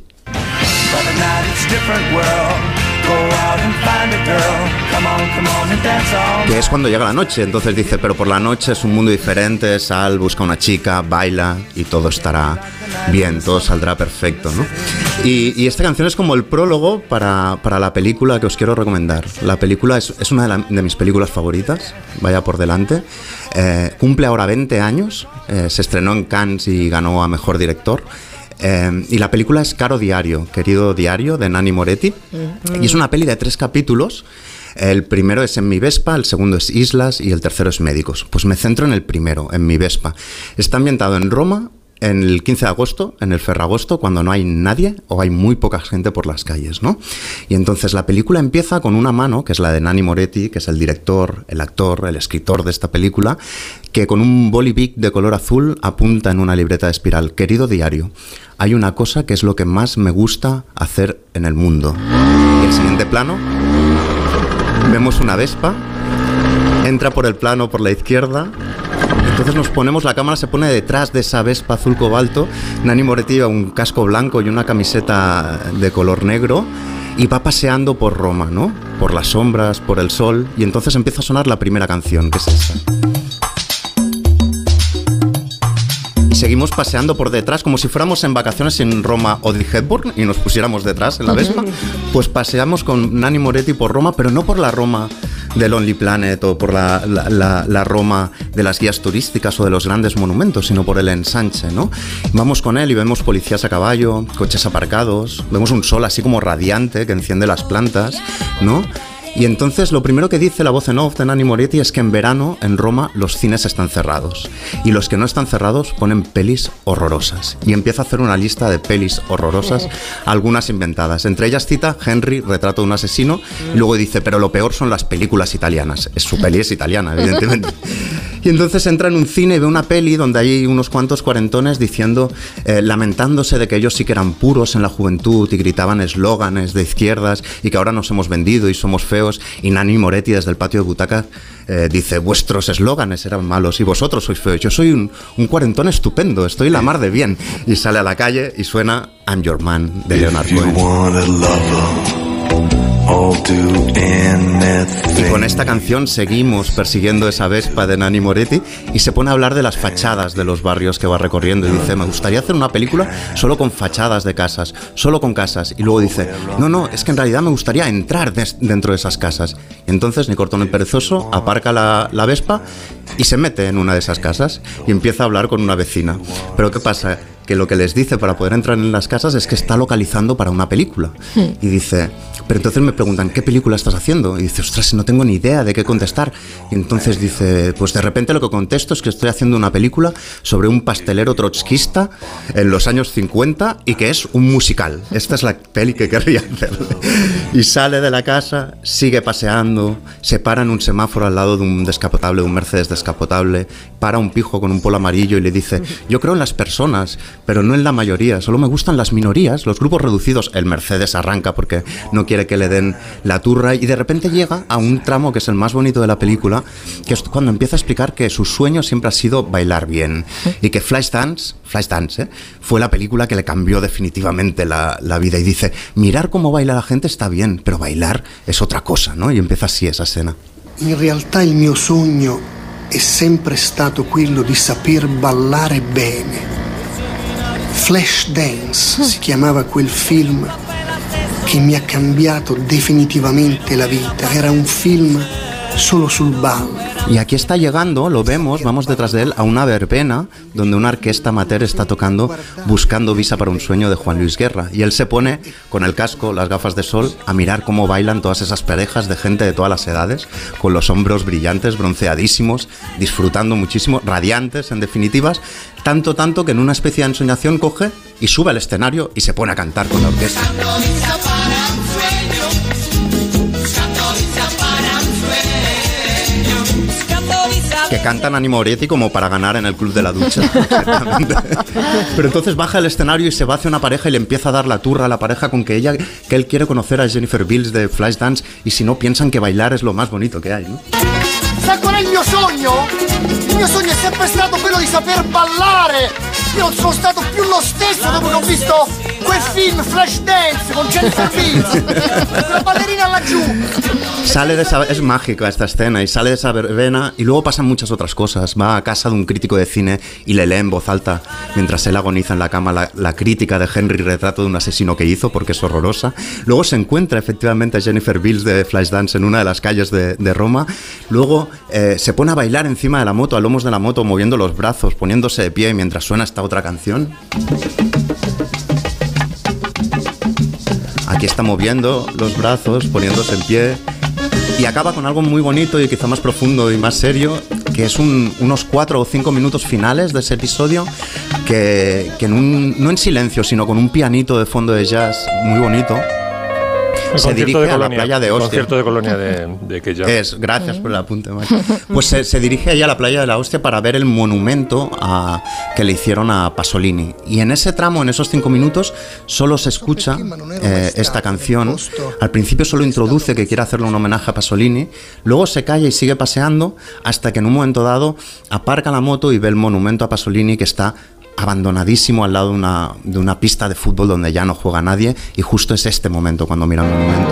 Que es cuando llega la noche, entonces dice, pero por la noche es un mundo diferente, sal, busca una chica, baila y todo estará bien, todo saldrá perfecto, ¿no? Y, y esta canción es como el prólogo para, para la película que os quiero recomendar. La película es, es una de, la, de mis películas favoritas, vaya por delante. Eh, cumple ahora veinte años, eh, se estrenó en Cannes y ganó a Mejor Director. Eh, y la película es Caro Diario, querido diario, de Nanni Moretti. Mm-hmm. Y es una peli de tres capítulos. El primero es En mi Vespa, el segundo es Islas y el tercero es Médicos. Pues me centro en el primero, En mi Vespa. Está ambientado en Roma, en el quince de agosto, en el Ferragosto, cuando no hay nadie o hay muy poca gente por las calles, ¿no? Y entonces la película empieza con una mano, que es la de Nanni Moretti, que es el director, el actor, el escritor de esta película, que con un boli bic de color azul apunta en una libreta de espiral: querido diario, hay una cosa que es lo que más me gusta hacer en el mundo. Y el siguiente plano, vemos una Vespa, entra por el plano por la izquierda. Entonces nos ponemos, la cámara se pone detrás de esa Vespa azul cobalto. Nanni Moretti lleva un casco blanco y una camiseta de color negro y va paseando por Roma, ¿no? Por las sombras, por el sol, y entonces empieza a sonar la primera canción, que es esta. Y seguimos paseando por detrás como si fuéramos en vacaciones en Roma o de Hepburn y nos pusiéramos detrás en la Vespa. Pues paseamos con Nanni Moretti por Roma, pero no por la Roma de Lonely Planet o por la, la, la, la Roma de las guías turísticas o de los grandes monumentos, sino por el ensanche, ¿no? Vamos con él y vemos policías a caballo, coches aparcados, vemos un sol así como radiante que enciende las plantas, ¿no? Y entonces lo primero que dice la voz en off de Nanni Moretti es que en verano en Roma los cines están cerrados y los que no están cerrados ponen pelis horrorosas, y empieza a hacer una lista de pelis horrorosas, algunas inventadas. Entre ellas cita Henry, retrato de un asesino, y luego dice, pero lo peor son las películas italianas. Es su peli es italiana, evidentemente. Y entonces entra en un cine y ve una peli donde hay unos cuantos cuarentones diciendo, eh, lamentándose de que ellos sí que eran puros en la juventud y gritaban eslóganes de izquierdas y que ahora nos hemos vendido y somos feos. Y Nanni Moretti desde el patio de butacas eh, dice, vuestros eslóganes eran malos y vosotros sois feos. Yo soy un, un cuarentón estupendo, estoy la mar de bien. Y sale a la calle y suena I'm Your Man de Leonard Cohen. Y con esta canción seguimos persiguiendo esa Vespa de Nanni Moretti y se pone a hablar de las fachadas de los barrios que va recorriendo y dice, me gustaría hacer una película solo con fachadas de casas, solo con casas. Y luego dice, no, no, es que en realidad me gustaría entrar des- dentro de esas casas. Y entonces ni corto ni perezoso aparca la, la Vespa y se mete en una de esas casas y empieza a hablar con una vecina. Pero ¿qué pasa? Que lo que les dice para poder entrar en las casas es que está localizando para una película. Hmm. Y dice, pero entonces me preguntan, ¿qué película estás haciendo? Y dice, ostras, no tengo ni idea de qué contestar. Y entonces dice, pues de repente lo que contesto es que estoy haciendo una película sobre un pastelero trotskista en los años cincuenta y que es un musical. Esta es la peli que querría hacer. Y sale de la casa, sigue paseando, se para en un semáforo al lado de un descapotable, de un Mercedes descapotable, para un pijo con un polo amarillo y le dice, yo creo en las personas, pero no en la mayoría, solo me gustan las minorías, los grupos reducidos. El Mercedes arranca porque no quiere que le den la turra y de repente llega a un tramo que es el más bonito de la película, que es cuando empieza a explicar que su sueño siempre ha sido bailar bien y que Flashdance, Flashdance ¿eh? fue la película que le cambió definitivamente la, la vida, y dice, mirar cómo baila la gente está bien, pero bailar es otra cosa, ¿no? Y empieza así esa escena. In realtà il mio sogno è sempre stato quello di saper ballare bene. Flashdance si chiamava quel film che mi ha cambiato definitivamente la vita. Era un film solo sul ballo. Y aquí está llegando, lo vemos, vamos detrás de él, a una verbena donde una orquesta amateur está tocando Buscando Visa para un Sueño de Juan Luis Guerra. Y él se pone con el casco, las gafas de sol, a mirar cómo bailan todas esas parejas de gente de todas las edades, con los hombros brillantes, bronceadísimos, disfrutando muchísimo, radiantes en definitivas, tanto, tanto que en una especie de ensoñación coge y sube al escenario y se pone a cantar con la orquesta. cantan Ánimo Moretti como para ganar en el club de la ducha. Pero entonces baja al escenario y se va hacia una pareja y le empieza a dar la turra a la pareja con que ella, que él quiere conocer a Jennifer Beals de Flashdance y si no piensan que bailar es lo más bonito que hay, ¿no? Sa qual è il mio sogno? Il mio sogno è sempre stato quello di saper ballare. Io non sono stato più lo stesso dopo che ho visto quel film Flashdance con Jennifer Beals, la ballerina laggiù. Sale de esa, es mágica esta escena y sale de esa verbena y luego pasan muchas otras cosas. Va a casa de un crítico de cine y le lee en voz alta mientras él agoniza en la cama la, la crítica de Henry, retrato de un asesino que hizo, porque es horrorosa. Luego se encuentra efectivamente a Jennifer Beals de Flashdance en una de las calles de, de Roma. Luego eh, se pone a bailar encima de la moto, a lomos de la moto, moviendo los brazos, poniéndose de pie mientras suena esta otra canción. Aquí está moviendo los brazos, poniéndose en pie. Y acaba con algo muy bonito y quizá más profundo y más serio, que es un, unos cuatro o cinco minutos finales de ese episodio que, que en un, no en silencio, sino con un pianito de fondo de jazz muy bonito. El se dirige de Colonia, a la playa de el Ostia. concierto de Colonia de, de que ya. Es, gracias por el apunte, Mario. Pues se, se dirige allá a la playa de la Ostia para ver el monumento a, que le hicieron a Pasolini. Y en ese tramo, en esos cinco minutos, solo se escucha eh, esta canción. Al principio solo introduce que quiere hacerle un homenaje a Pasolini, luego se calla y sigue paseando hasta que en un momento dado aparca la moto y ve el monumento a Pasolini que está abandonadísimo al lado de una, de una pista de fútbol donde ya no juega nadie, y justo es este momento cuando mira el monumento.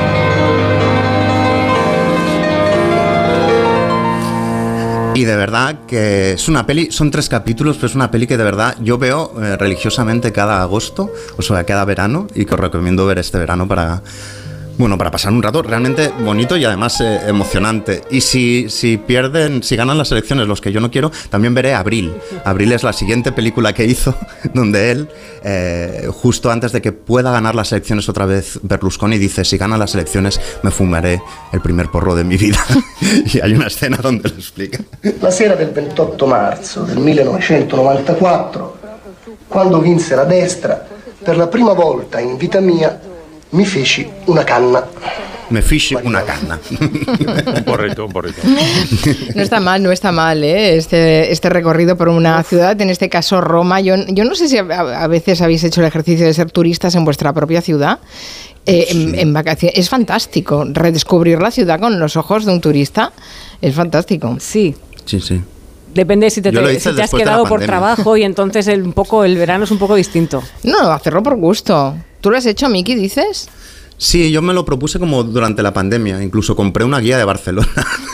Y de verdad que es una peli, son tres capítulos, pero es una peli que de verdad yo veo eh, religiosamente cada agosto, o sea, cada verano, y que os recomiendo ver este verano para... Bueno, para pasar un rato realmente bonito y además eh, emocionante. Y si, si pierden, si ganan las elecciones, los que yo no quiero, también veré Abril. Abril es la siguiente película que hizo, donde él, eh, justo antes de que pueda ganar las elecciones otra vez Berlusconi, dice: si ganan las elecciones me fumaré el primer porro de mi vida. Y hay una escena donde lo explica. La sera del ventotto marzo del millenovecentonovantaquattro, quando vinse la destra, per la prima volta in vita mia mi feci una canna. Me feci una canna. Un porrito, un porrito. No está mal, no está mal, ¿eh? Este, este recorrido por una ciudad, en este caso Roma. Yo, yo no sé si a, a veces habéis hecho el ejercicio de ser turistas en vuestra propia ciudad. Eh, sí. en, en vacaciones. Es fantástico. Redescubrir la ciudad con los ojos de un turista es fantástico. Sí. Sí, sí. Depende si te, te, si te has quedado por trabajo y entonces el, un poco, el verano es un poco distinto. No, hacerlo por gusto. ¿Tú lo has hecho, Miki, dices? Sí, yo me lo propuse como durante la pandemia. Incluso compré una guía de Barcelona.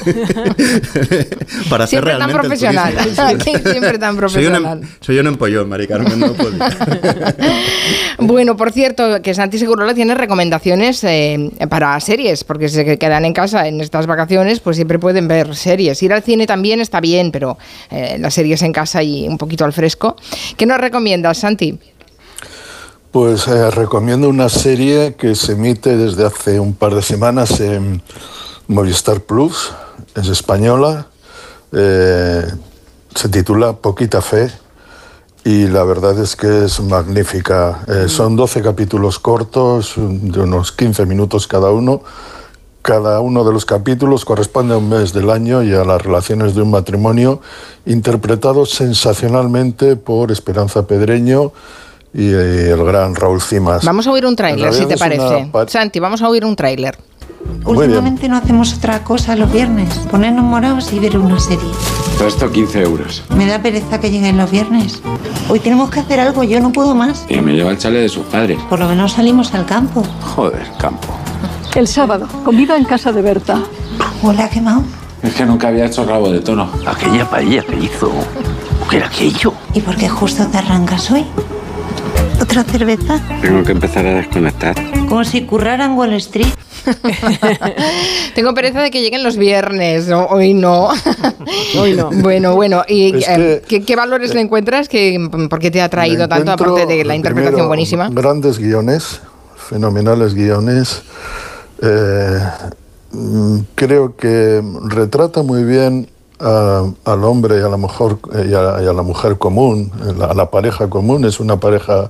Para hacer siempre realmente tan profesional. Sí, siempre tan profesional. Soy un, soy un empollón, Mari Carmen, no podía. Bueno, por cierto, que Santi Segurola tiene recomendaciones eh, para series, porque si se quedan en casa en estas vacaciones, pues siempre pueden ver series. Ir al cine también está bien, pero eh, las series en casa y un poquito al fresco. ¿Qué nos recomiendas, Santi? Pues eh, recomiendo una serie que se emite desde hace un par de semanas en Movistar Plus, es española, eh, se titula Poquita Fe y la verdad es que es magnífica. Eh, son doce capítulos cortos, de unos quince minutos cada uno. Cada uno de los capítulos corresponde a un mes del año y a las relaciones de un matrimonio, interpretados sensacionalmente por Esperanza Pedreño y el gran Raúl Cimas. Vamos a oír un tráiler, si te parece. Una... Santi, vamos a oír un tráiler. Últimamente no hacemos otra cosa los viernes, ponernos morados y ver una serie. Esto quince euros. Me da pereza que lleguen los viernes. Hoy tenemos que hacer algo, yo no puedo más. Y me lleva el chale de sus padres. Por lo menos salimos al campo. Joder, campo. El sábado, comida en casa de Berta. Hola, quemado. Es que nunca había hecho rabo de tono. Aquella paella que hizo, ¿qué era aquello? ¿Y por qué justo te arrancas hoy? ¿Otra cerveza? Tengo que empezar a desconectar. Como si currara en Wall Street. Tengo pereza de que lleguen los viernes. No, hoy no. Hoy no. Bueno, bueno. ¿Y es eh, que, ¿qué, qué valores le encuentras? ¿Qué, ¿Por qué te ha atraído tanto, aparte de la interpretación primero, buenísima? Grandes guiones, fenomenales guiones. Eh, creo que retrata muy bien a, al hombre y a la mujer, y a, y a la mujer común, a la, a la pareja común. Es una pareja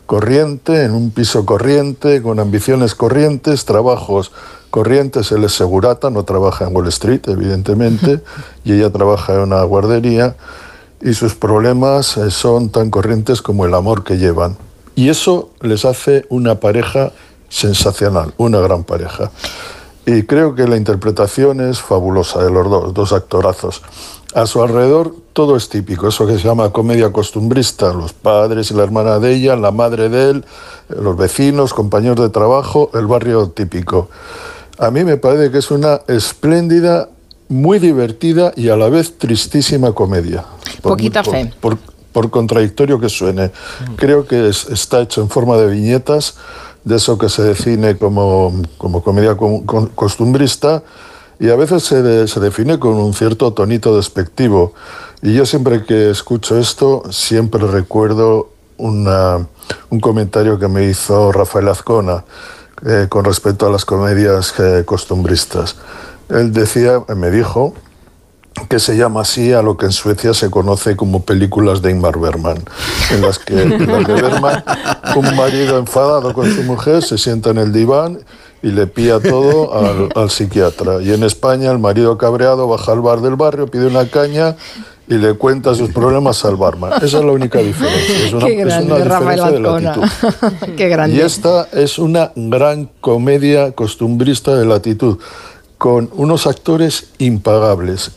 corriente, en un piso corriente, con ambiciones corrientes, trabajos corrientes. Él es segurata, no trabaja en Wall Street, evidentemente, y ella trabaja en una guardería, y sus problemas son tan corrientes como el amor que llevan. Y eso les hace una pareja sensacional, una gran pareja. Y creo que la interpretación es fabulosa de los dos, dos actorazos. A su alrededor todo es típico, eso que se llama comedia costumbrista, los padres y la hermana de ella, la madre de él, los vecinos, compañeros de trabajo, el barrio típico. A mí me parece que es una espléndida, muy divertida y a la vez tristísima comedia. Por, Poquita por, fe. Por, por contradictorio que suene. Creo que es, está hecho en forma de viñetas, de eso que se define como, como comedia com, com, costumbrista, y a veces se, de, se define con un cierto tonito despectivo. Y yo siempre que escucho esto, siempre recuerdo una, un comentario que me hizo Rafael Azcona eh, con respecto a las comedias eh, costumbristas. Él decía, me dijo, que se llama así a lo que en Suecia se conoce como películas de Ingmar Bergman, en las que, en las de Bergman, un marido enfadado con su mujer se sienta en el diván y le pía todo al, al psiquiatra. Y en España el marido cabreado baja al bar del barrio, pide una caña y le cuenta sus problemas al barman. Esa es la única diferencia. Es una, Qué grande, es una diferencia de Azcona. latitud. Qué grande. Y esta es una gran comedia costumbrista de latitud, con unos actores impagables.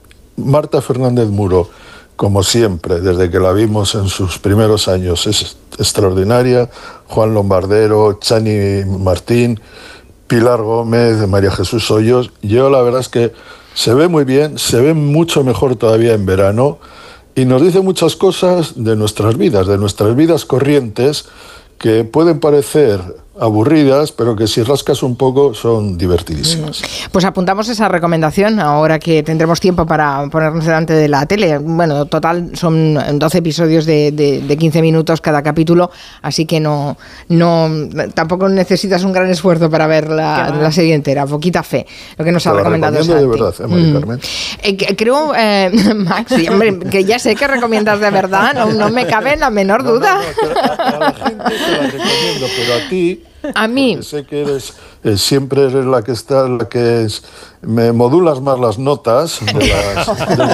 Marta Fernández Muro, como siempre, desde que la vimos en sus primeros años, es extraordinaria. Juan Lombardero, Chani Martín, Pilar Gómez, María Jesús Hoyos. Yo la verdad es que se ve muy bien, se ve mucho mejor todavía en verano y nos dice muchas cosas de nuestras vidas, de nuestras vidas corrientes, que pueden parecer aburridas, pero que si rascas un poco son divertidísimas. Pues apuntamos esa recomendación ahora que tendremos tiempo para ponernos delante de la tele. Bueno, total son doce episodios de, de, de quince minutos cada capítulo, así que no, no tampoco necesitas un gran esfuerzo para ver la, la serie entera. Poquita fe, lo que nos ha recomendado Santi. De verdad, ¿eh, Mari Carmen? Eh, creo, eh, Max, hombre, que ya sé que recomiendas de verdad, no, no me cabe la menor duda. No, no, no, a la gente se la recomiendo, pero a ti, a mí sé que eres eh, siempre eres la que está, la que es, me modulas más las notas de las, de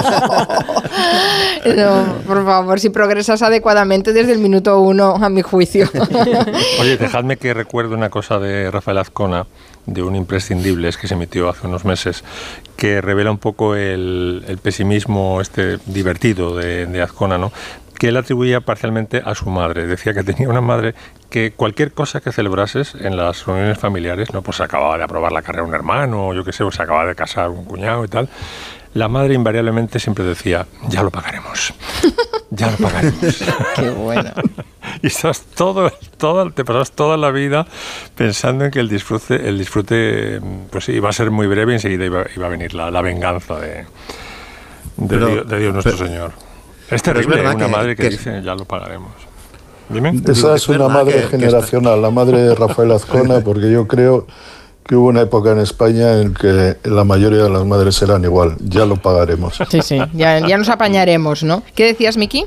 los... No, por favor, si progresas adecuadamente desde el minuto uno, a mi juicio. Oye, dejadme que recuerde una cosa de Rafael Azcona, de un Imprescindibles que se emitió hace unos meses, que revela un poco el, el pesimismo este divertido de, de Azcona, ¿no? Que él atribuía parcialmente a su madre. Decía que tenía una madre que cualquier cosa que celebrases en las reuniones familiares, no, pues se acababa de aprobar la carrera un hermano, o yo qué sé, o se acababa de casar un cuñado y tal, la madre invariablemente siempre decía, ya lo pagaremos, ya lo pagaremos. Qué bueno. Y estás todo, todo, te pasas toda la vida pensando en que el disfrute, el disfrute pues sí, iba a ser muy breve y enseguida iba, iba a venir la, la venganza de, de, pero, Dios, de Dios nuestro pero, Señor. Es terrible, es una que, madre que, que dice, ya lo pagaremos. Dime. Esa es, es una madre que, generacional, que la madre de Rafael Azcona, porque yo creo que hubo una época en España en que la mayoría de las madres eran igual, ya lo pagaremos. Sí, sí, ya, ya nos apañaremos, ¿no? ¿Qué decías, Miki?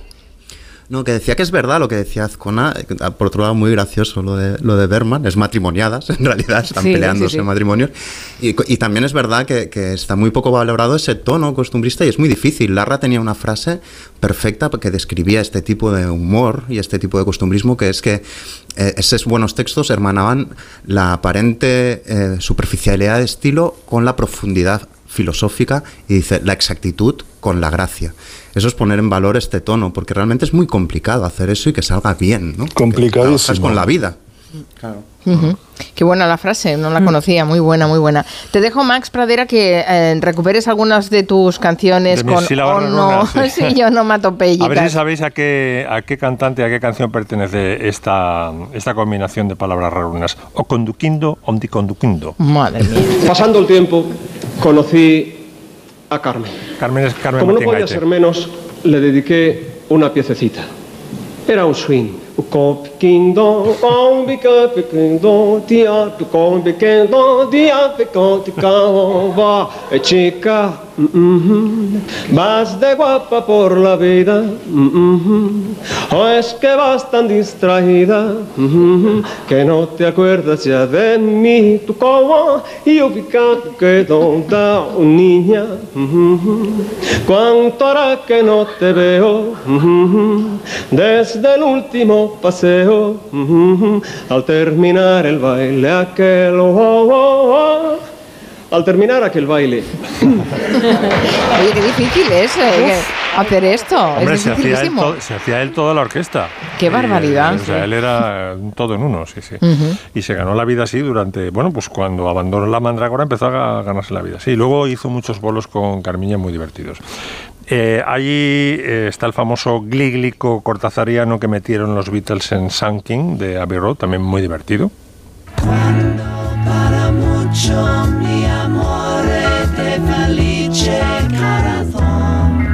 No, que decía que es verdad lo que decía Azcona, por otro lado muy gracioso lo de, lo de Bergman, es matrimoniadas, en realidad están sí, peleándose sí, sí. matrimonios, y, y también es verdad que, que está muy poco valorado ese tono costumbrista y es muy difícil. Larra tenía una frase perfecta que describía este tipo de humor y este tipo de costumbrismo, que es que eh, esos buenos textos hermanaban la aparente eh, superficialidad de estilo con la profundidad filosófica y dice la exactitud con la gracia. Eso es poner en valor este tono, porque realmente es muy complicado hacer eso y que salga bien, ¿no? Complicadísimo. Con la vida. Claro. Uh-huh. Qué buena la frase, no la conocía, muy buena, muy buena. Te dejo, Max Pradera, que eh, recuperes algunas de tus canciones de con Oh no, sí. sí, yo no matopellitas. A ver si sabéis a qué, a qué cantante, a qué canción pertenece esta, esta combinación de palabras rarunas. O conduquindo, omdiconduquindo. Madre mía. Pasando el tiempo, conocí a Carmen. Carmen es Carmen Como Martín no podía Gaite. ser menos, le dediqué una piececita. Era un swing. pequeno, com bica pequeno, tia tu com pequeno, dia pequeno, va e chica, vas de guapa por la vida, o es que vas tan distraída que no te acuerdas ya de mí, tu como yo bica pequeno, da niña, cuánto hará que no te veo desde el último paseo al terminar el baile aquel oh, oh, oh, al terminar aquel baile. Oye, qué difícil es eh, hacer esto. Hombre, es se hacía, él dificilísimo. to- se hacía él toda la orquesta. Qué Y, barbaridad. eh, o sea, Sí. él era todo en uno, sí, sí. Ujú. Y se ganó la vida así durante, bueno, pues cuando abandonó la Mandrágora empezó a ganarse la vida. Sí, luego hizo muchos bolos con Carmiña muy divertidos. Eh, allí eh, está el famoso glíglico cortazariano que metieron los Beatles en Sunking de Abbey Road, también muy divertido. Para mucho mi amore de felice corazón.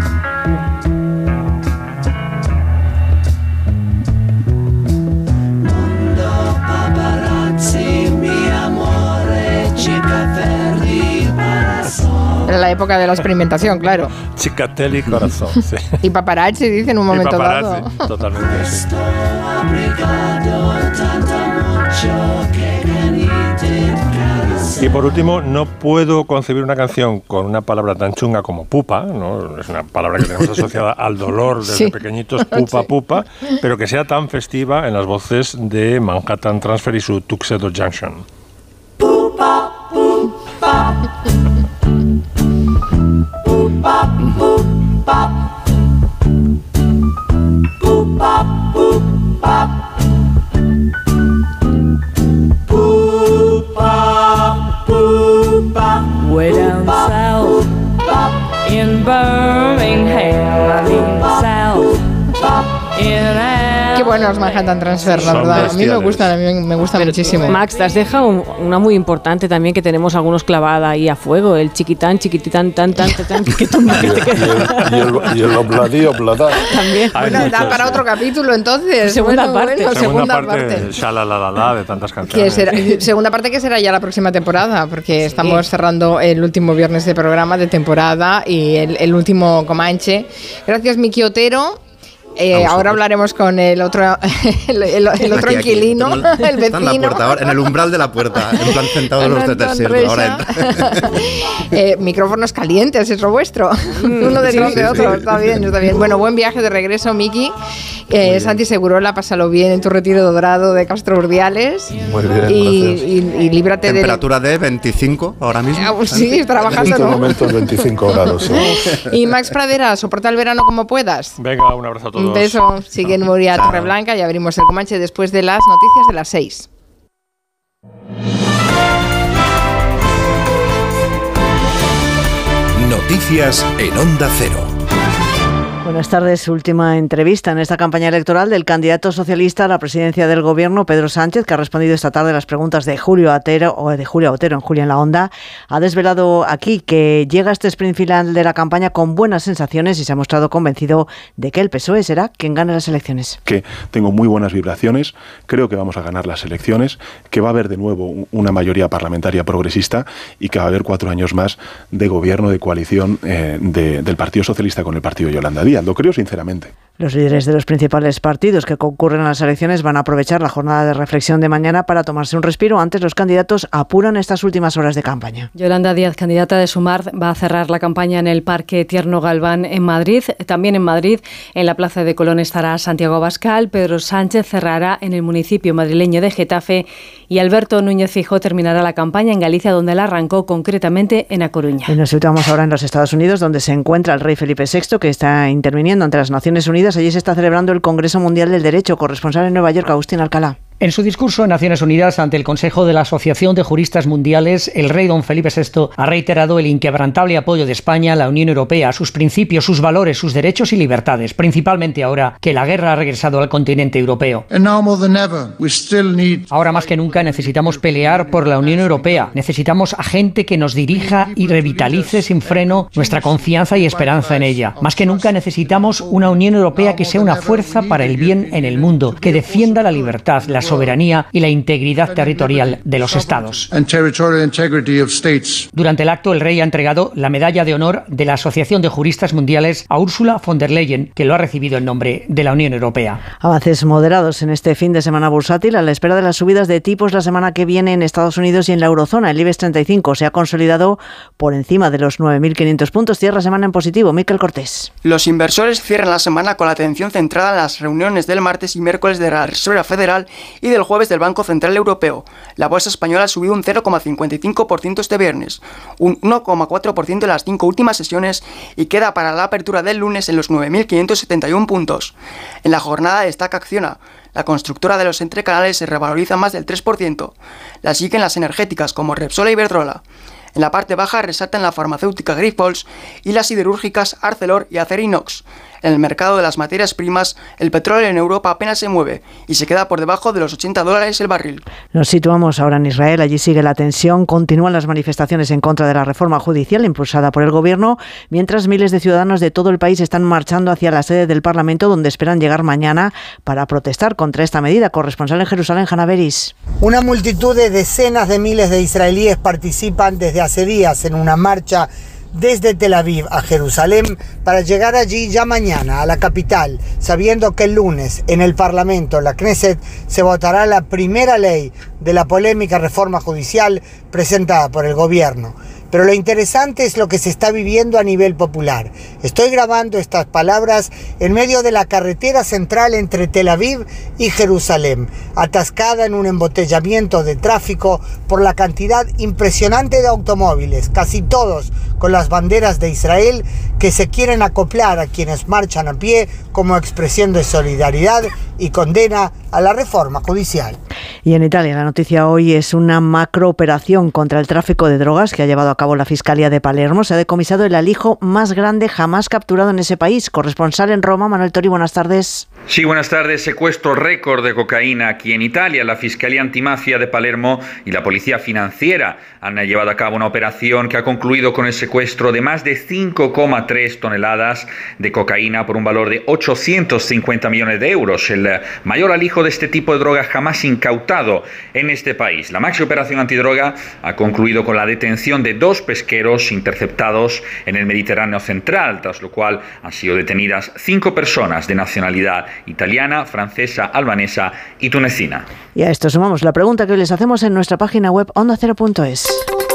Mundo paparazzi mi amore chica perdi corazón. Era la época de la experimentación, claro. Chicatelli corazón, sí. Y paparazzi dice en un momento Y paparazzi, dado. totalmente, sí. Obrigado tanto mucho que canite corazón. Y por último, no puedo concebir una canción con una palabra tan chunga como pupa, ¿no? Es una palabra que tenemos asociada al dolor desde Sí. pequeñitos, pupa, Sí. pupa, pero que sea tan festiva en las voces de Manhattan Transfer y su Tuxedo Junction. Pupa, pupa. Pupa, pupa. Pupa, pupa. Pupa, pupa. Way down south in Birmingham, I mean south in Qué bueno es Manhattan Transfer, la Son verdad. A mí me bestiales. gustan, a mí me gusta muchísimo. Max, te has dejado un- una muy importante también que tenemos algunos clavada ahí a fuego, el chiquitán, chiquititán, tan, tan, tan, tan, que tú Y el, y el, y el obladí, obladá. también. Hay Bueno, da muchos, para sí. otro capítulo entonces. Segunda Bueno, parte. bueno, Segunda, segunda parte, parte. shalalalala, de tantas Que canciones. será, segunda parte que será ya la próxima temporada, porque estamos cerrando el último viernes de programa de temporada y el, el último Comanche. Gracias, Miki Otero. Eh, ahora hablaremos con el otro, el, el- el otro Aquí, aquí, inquilino, tengo- el está en la vecino. puerta ahora, en el umbral de la puerta, en plan sentado en los Fernando del desierto. Ahora entra. eh, micrófonos calientes, es lo vuestro. Uno detrás sí, de sí, otro. sí. Está bien, está bien. Bueno, buen viaje de regreso, Miki. Eh, Santi Segurola, pásalo bien en tu retiro dorado de Castro Urdiales. Muy bien, y, gracias. y, y líbrate de. Temperatura de veinticinco ahora mismo. Ah, sí, trabajando, En este ¿no? momento es veinticinco grados. sí. Y Max Pradera, soporta el verano como puedas. Venga, un abrazo a todos. Un beso. Sigue en Nuria Chao. Torreblanca y abrimos el Comanche después de las noticias de las seis. Noticias en Onda Cero. Buenas tardes. Última entrevista en esta campaña electoral del candidato socialista a la presidencia del Gobierno, Pedro Sánchez, que ha respondido esta tarde a las preguntas de Julio Otero, o de Julio Otero en Julia en la Onda. Ha desvelado aquí que llega a este sprint final de la campaña con buenas sensaciones y se ha mostrado convencido de que el P S O E será quien gane las elecciones. Que tengo muy buenas vibraciones, creo que vamos a ganar las elecciones, que va a haber de nuevo una mayoría parlamentaria progresista y que va a haber cuatro años más de gobierno, de coalición eh, de, del Partido Socialista con el Partido Yolanda Díaz. Lo creo sinceramente. Los líderes de los principales partidos que concurren a las elecciones van a aprovechar la jornada de reflexión de mañana para tomarse un respiro. Antes, los candidatos apuran estas últimas horas de campaña. Yolanda Díaz, candidata de Sumar, va a cerrar la campaña en el Parque Tierno Galván en Madrid. También en Madrid, en la Plaza de Colón, estará Santiago Abascal. Pedro Sánchez cerrará en el municipio madrileño de Getafe y Alberto Núñez Feijóo terminará la campaña en Galicia, donde la arrancó concretamente en A Coruña. Y nos situamos ahora en los Estados Unidos, donde se encuentra el rey Felipe sexto, que está interviniendo ante las Naciones Unidas. Allí se está celebrando el Congreso Mundial del Derecho. Corresponsal en Nueva York, Agustín Alcalá. En su discurso en Naciones Unidas ante el Consejo de la Asociación de Juristas Mundiales, el rey don Felipe sexto ha reiterado el inquebrantable apoyo de España a la Unión Europea, sus principios, sus valores, sus derechos y libertades, principalmente ahora que la guerra ha regresado al continente europeo. Ahora más que nunca necesitamos pelear por la Unión Europea. Necesitamos a gente que nos dirija y revitalice sin freno nuestra confianza y esperanza en ella. Más que nunca necesitamos una Unión Europea que sea una fuerza para el bien en el mundo, que defienda la libertad, la soberanía y la integridad territorial de los Estados. Durante el acto, el rey ha entregado la medalla de honor de la Asociación de Juristas Mundiales a Ursula von der Leyen, que lo ha recibido en nombre de la Unión Europea. Avances moderados en este fin de semana bursátil a la espera de las subidas de tipos la semana que viene en Estados Unidos y en la eurozona. El IBEX treinta y cinco se ha consolidado por encima de los nueve mil quinientos puntos. Cierra semana en positivo. Miquel Cortés. Los inversores cierran la semana con la atención centrada en las reuniones del martes y miércoles de la Reserva Federal y del jueves del Banco Central Europeo. La bolsa española ha subido un cero coma cincuenta y cinco por ciento este viernes, un uno coma cuatro por ciento en las cinco últimas sesiones y queda para la apertura del lunes en los nueve mil quinientos setenta y uno puntos. En la jornada destaca Acciona. La constructora de los entrecanales se revaloriza más del tres por ciento. La siguen las energéticas como Repsol e Iberdrola. En la parte baja resaltan la farmacéutica Grifols y las siderúrgicas Arcelor y Acerinox. En el mercado de las materias primas, el petróleo en Europa apenas se mueve y se queda por debajo de los ochenta dólares el barril. Nos situamos ahora en Israel. Allí sigue la tensión. Continúan las manifestaciones en contra de la reforma judicial impulsada por el gobierno, mientras miles de ciudadanos de todo el país están marchando hacia la sede del Parlamento, donde esperan llegar mañana para protestar contra esta medida. Corresponsal en Jerusalén, Hanna Beris. Una multitud de decenas de miles de israelíes participan desde hace días en una marcha desde Tel Aviv a Jerusalén para llegar allí ya mañana a la capital, sabiendo que el lunes en el Parlamento, la Knesset, se votará la primera ley de la polémica reforma judicial presentada por el gobierno. Pero lo interesante es lo que se está viviendo a nivel popular. Estoy grabando estas palabras en medio de la carretera central entre Tel Aviv y Jerusalén, atascada en un embotellamiento de tráfico por la cantidad impresionante de automóviles, casi todos con las banderas de Israel, que se quieren acoplar a quienes marchan a pie como expresión de solidaridad y condena a la reforma judicial. Y en Italia, la noticia hoy es una macrooperación contra el tráfico de drogas que ha llevado a cabo la Fiscalía de Palermo. Se ha decomisado el alijo más grande jamás capturado en ese país. Corresponsal en Roma, Manuel Tori, buenas tardes. Sí, buenas tardes. Secuestro récord de cocaína aquí en Italia. La Fiscalía Antimafia de Palermo y la Policía Financiera han llevado a cabo una operación que ha concluido con el secuestro de más de cinco coma tres toneladas de cocaína por un valor de ochocientos cincuenta millones de euros. El mayor alijo de este tipo de droga jamás incautado en este país. La maxi operación antidroga ha concluido con la detención de dos pesqueros interceptados en el Mediterráneo central, tras lo cual han sido detenidas cinco personas de nacionalidad italiana, francesa, albanesa y tunecina. Y a esto sumamos la pregunta que hoy les hacemos en nuestra página web onda cero punto es.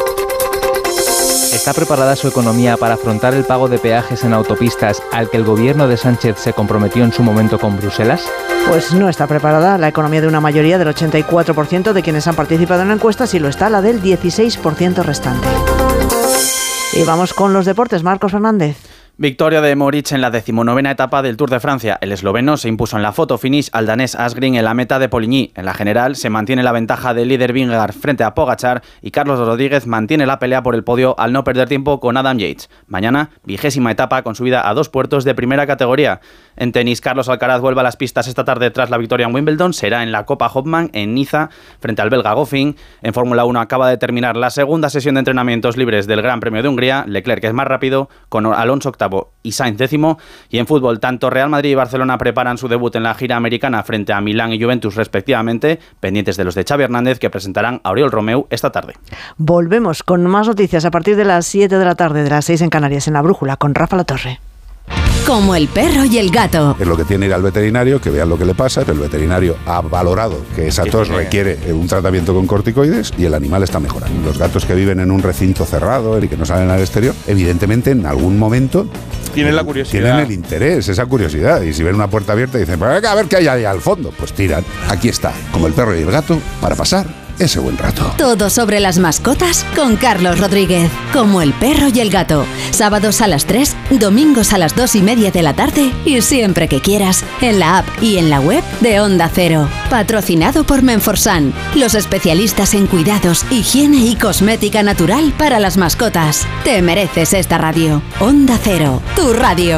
¿Está preparada su economía para afrontar el pago de peajes en autopistas al que el gobierno de Sánchez se comprometió en su momento con Bruselas? Pues no está preparada. La economía de una mayoría del ochenta y cuatro por ciento de quienes han participado en la encuesta, sí lo está la del dieciséis por ciento restante. Y vamos con los deportes. Marcos Fernández. Victoria de Moritz en la decimonovena etapa del Tour de Francia. El esloveno se impuso en la foto finish al danés Asgreen en la meta de Poligny. En la general se mantiene la ventaja del líder Vingegaard frente a Pogačar y Carlos Rodríguez mantiene la pelea por el podio al no perder tiempo con Adam Yates. Mañana, vigésima etapa con subida a dos puertos de primera categoría. En tenis, Carlos Alcaraz vuelve a las pistas esta tarde tras la victoria en Wimbledon. Será en la Copa Hopman en Niza frente al belga Goffin. En Fórmula uno acaba de terminar la segunda sesión de entrenamientos libres del Gran Premio de Hungría. Leclerc es más rápido con Alonso octavo y Sainz décimo. Y en fútbol, tanto Real Madrid y Barcelona preparan su debut en la gira americana frente a Milán y Juventus respectivamente, pendientes de los de Xavi Hernández, que presentarán a Oriol Romeu esta tarde. Volvemos con más noticias a partir de las siete de la tarde, de las seis en Canarias, en La Brújula, con Rafa Latorre. Como el perro y el gato. Es lo que tiene ir al veterinario, que vean lo que le pasa, pero el veterinario ha valorado que esa tos requiere un tratamiento con corticoides y el animal está mejorando. Los gatos que viven en un recinto cerrado y que no salen al exterior, evidentemente en algún momento tienen la curiosidad. Tienen el interés, esa curiosidad. Y si ven una puerta abierta y dicen, a ver qué hay ahí al fondo, pues tiran. Aquí está, como el perro y el gato, para pasar ese buen rato. Todo sobre las mascotas con Carlos Rodríguez. Como el perro y el gato. Sábados a las tres, domingos a las dos y media de la tarde y siempre que quieras en la app y en la web de Onda Cero. Patrocinado por Menforsan, los especialistas en cuidados, higiene y cosmética natural para las mascotas. Te mereces esta radio. Onda Cero, tu radio.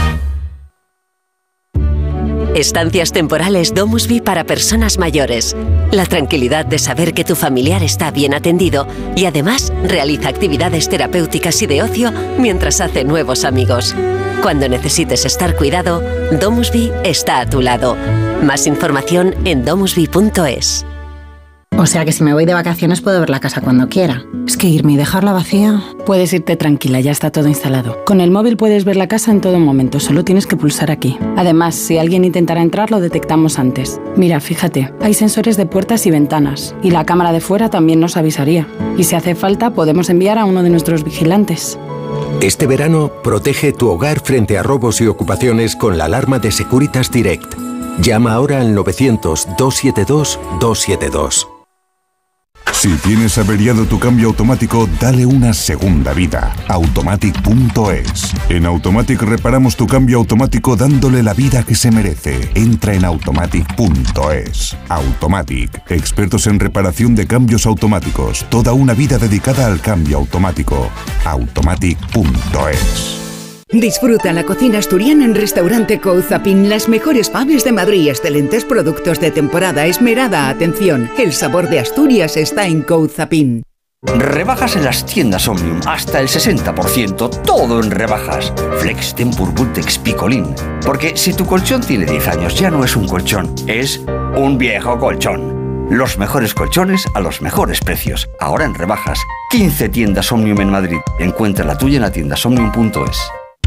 Estancias temporales DomusVi para personas mayores. La tranquilidad de saber que tu familiar está bien atendido y además realiza actividades terapéuticas y de ocio mientras hace nuevos amigos. Cuando necesites estar cuidado, DomusVi está a tu lado. Más información en domusvi punto es. O sea que si me voy de vacaciones puedo ver la casa cuando quiera. Es que irme y dejarla vacía... Puedes irte tranquila, ya está todo instalado. Con el móvil puedes ver la casa en todo momento, solo tienes que pulsar aquí. Además, si alguien intentara entrar, lo detectamos antes. Mira, fíjate, hay sensores de puertas y ventanas. Y la cámara de fuera también nos avisaría. Y si hace falta, podemos enviar a uno de nuestros vigilantes. Este verano, protege tu hogar frente a robos y ocupaciones con la alarma de Securitas Direct. Llama ahora al novecientos, doscientos setenta y dos, doscientos setenta y dos. Si tienes averiado tu cambio automático, dale una segunda vida. Automatic punto es. En Automatic reparamos tu cambio automático dándole la vida que se merece. Entra en automatic punto es. Automatic, expertos en reparación de cambios automáticos. Toda una vida dedicada al cambio automático. automatic punto es. Disfruta la cocina asturiana en Restaurante Couzapin. Las mejores faves de Madrid, excelentes productos de temporada, esmerada atención. El sabor de Asturias está en Couzapin. Rebajas en las tiendas Omnium, hasta el sesenta por ciento, todo en rebajas. Flex, Tempur, Bultex, Picolín. Porque si tu colchón tiene diez años, ya no es un colchón, es un viejo colchón. Los mejores colchones a los mejores precios. Ahora en rebajas. quince tiendas Omnium en Madrid. Encuentra la tuya en la tienda omnium punto es.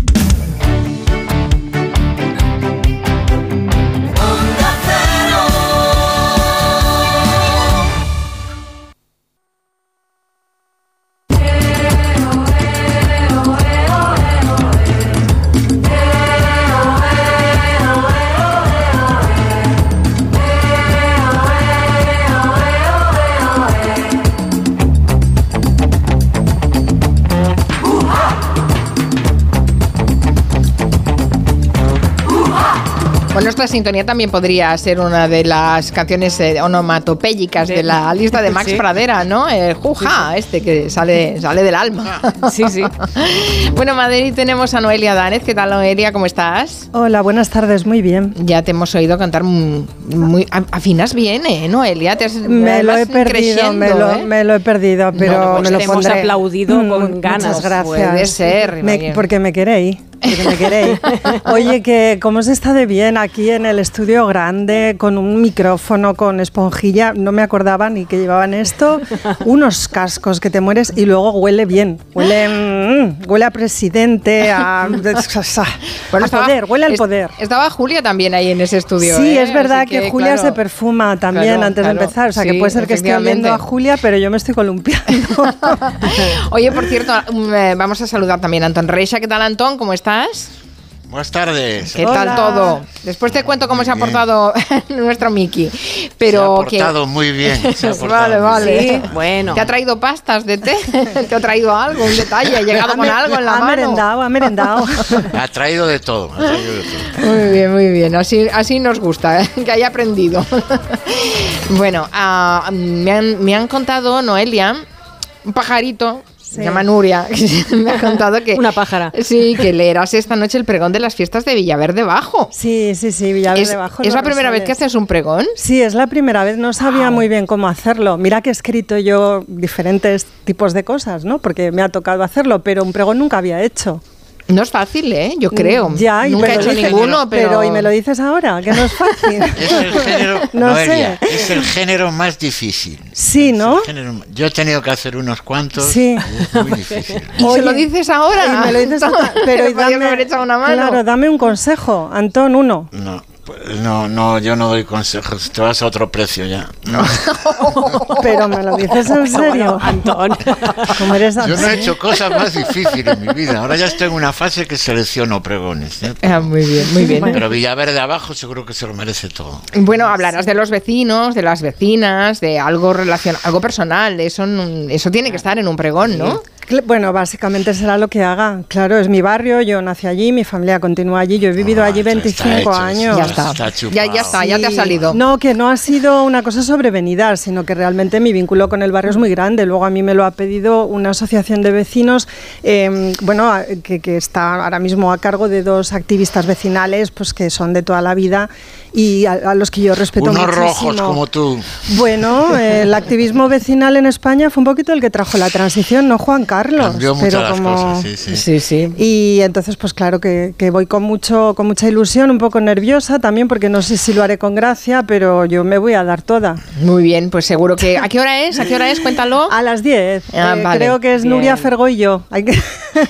Nuestra sintonía también podría ser una de las canciones eh, onomatopéyicas de, de la lista de Max sí. Pradera, ¿no? El juja, sí, sí. este que sale, sale del alma. Sí, sí. Bueno, Madrid tenemos a Noelia Danez. ¿Qué tal, Noelia? ¿Cómo estás? Hola, buenas tardes, muy bien. Ya te hemos oído cantar muy... muy afinas bien, ¿eh, Noelia? Te has, me lo he perdido, me lo, ¿eh? me lo he perdido, pero no, pues me lo te pondré. Hemos aplaudido mm, con ganas. Muchas gracias. Puede ser. Me, porque me queréis. Porque me queréis. Oye, que cómo se está de bien aquí en el estudio grande, con un micrófono, con esponjilla, no me acordaba ni que llevaban esto, unos cascos que te mueres y luego huele bien, huele, mmm, huele a presidente, a, bueno, a estaba, poder, huele al poder. Estaba Julia también ahí en ese estudio. Sí, ¿eh? es verdad que, que Julia claro, se perfuma también claro, antes claro, de empezar, o sea sí, que puede ser que esté oyendo a Julia, pero yo me estoy columpiando. Oye, por cierto, vamos a saludar también a Antón Reixa. ¿Qué tal, Antón? ¿Cómo estás? Buenas tardes. ¿Qué Hola. tal todo? Después te cuento cómo muy se ha portado nuestro Miki. Pero se ha portado que... muy bien. Se ha portado vale, vale. Bien. Sí, bueno. ¿Te ha traído pastas de té? ¿Te ha traído algo, un detalle? ¿Ha llegado con algo en la ha mano? Merendado, ha merendado. Ha traído de todo. Ha traído de todo. Muy bien, muy bien. Así, así nos gusta, ¿eh? Que haya aprendido. Bueno, uh, me, han, me han contado, Noelia, un pajarito... Sí. Se llama Nuria, me ha contado que... Una pájara. Sí, que leerás esta noche el pregón de las fiestas de Villaverde Bajo. Sí, sí, sí, Villaverde ¿Es, Bajo. ¿Es la primera vez que haces un pregón? Sí, es la primera vez, no sabía wow. muy bien cómo hacerlo. Mira que he escrito yo diferentes tipos de cosas, ¿no? Porque me ha tocado hacerlo, pero un pregón nunca había hecho. No es fácil, ¿eh? Yo creo. Ya, Nunca he hecho ninguno, pero... pero... ¿Y me lo dices ahora? Que no es fácil. Es el género... no Noelia, sé. Es el género más difícil. Sí, ¿no? Género, yo he tenido que hacer unos cuantos. Sí. Es muy difícil. ¿Y Oye, se lo dices ahora? Y me lo dices ahora. Pero y dame, haber echado una mano. Claro, dame un consejo. Antón, uno. No. No, no, yo no doy consejos, te vas a otro precio ya. No. Pero me lo dices en serio, Antón. ¿Cómo eres Yo no he hecho cosas más difíciles en mi vida. Ahora ya estoy en una fase que selecciono pregones. ¿eh? Ah, muy bien, muy bien. Pero Villaverde abajo seguro que se lo merece todo. Bueno, hablarás de los vecinos, de las vecinas, de algo relacionado, algo personal. Eso, eso tiene que estar en un pregón, ¿no? Bueno, básicamente será lo que haga. Claro, es mi barrio, yo nací allí, mi familia continúa allí, yo he vivido oh, allí veinticinco años. Ya está, está ya, ya está, sí. ya te ha salido. No, que no ha sido una cosa sobrevenida, sino que realmente mi vínculo con el barrio es muy grande. Luego a mí me lo ha pedido una asociación de vecinos, eh, bueno, que, que está ahora mismo a cargo de dos activistas vecinales, pues que son de toda la vida y a, a los que yo respeto Unos muchísimo. Unos rojos como tú. Bueno, eh, el activismo vecinal en España fue un poquito el que trajo la transición, no Juan Carlos. Cambió muchas pero las como... cosas, sí, sí. sí, sí. Y entonces, pues claro que, que voy con mucho, con mucha ilusión, un poco nerviosa también, porque no sé si lo haré con gracia, pero yo me voy a dar toda. Muy bien, pues seguro que... ¿A qué hora es? ¿A qué hora es? Cuéntalo. A las diez. Ah, eh, vale. Creo que es bien. Nuria Fergó y yo. Hay que...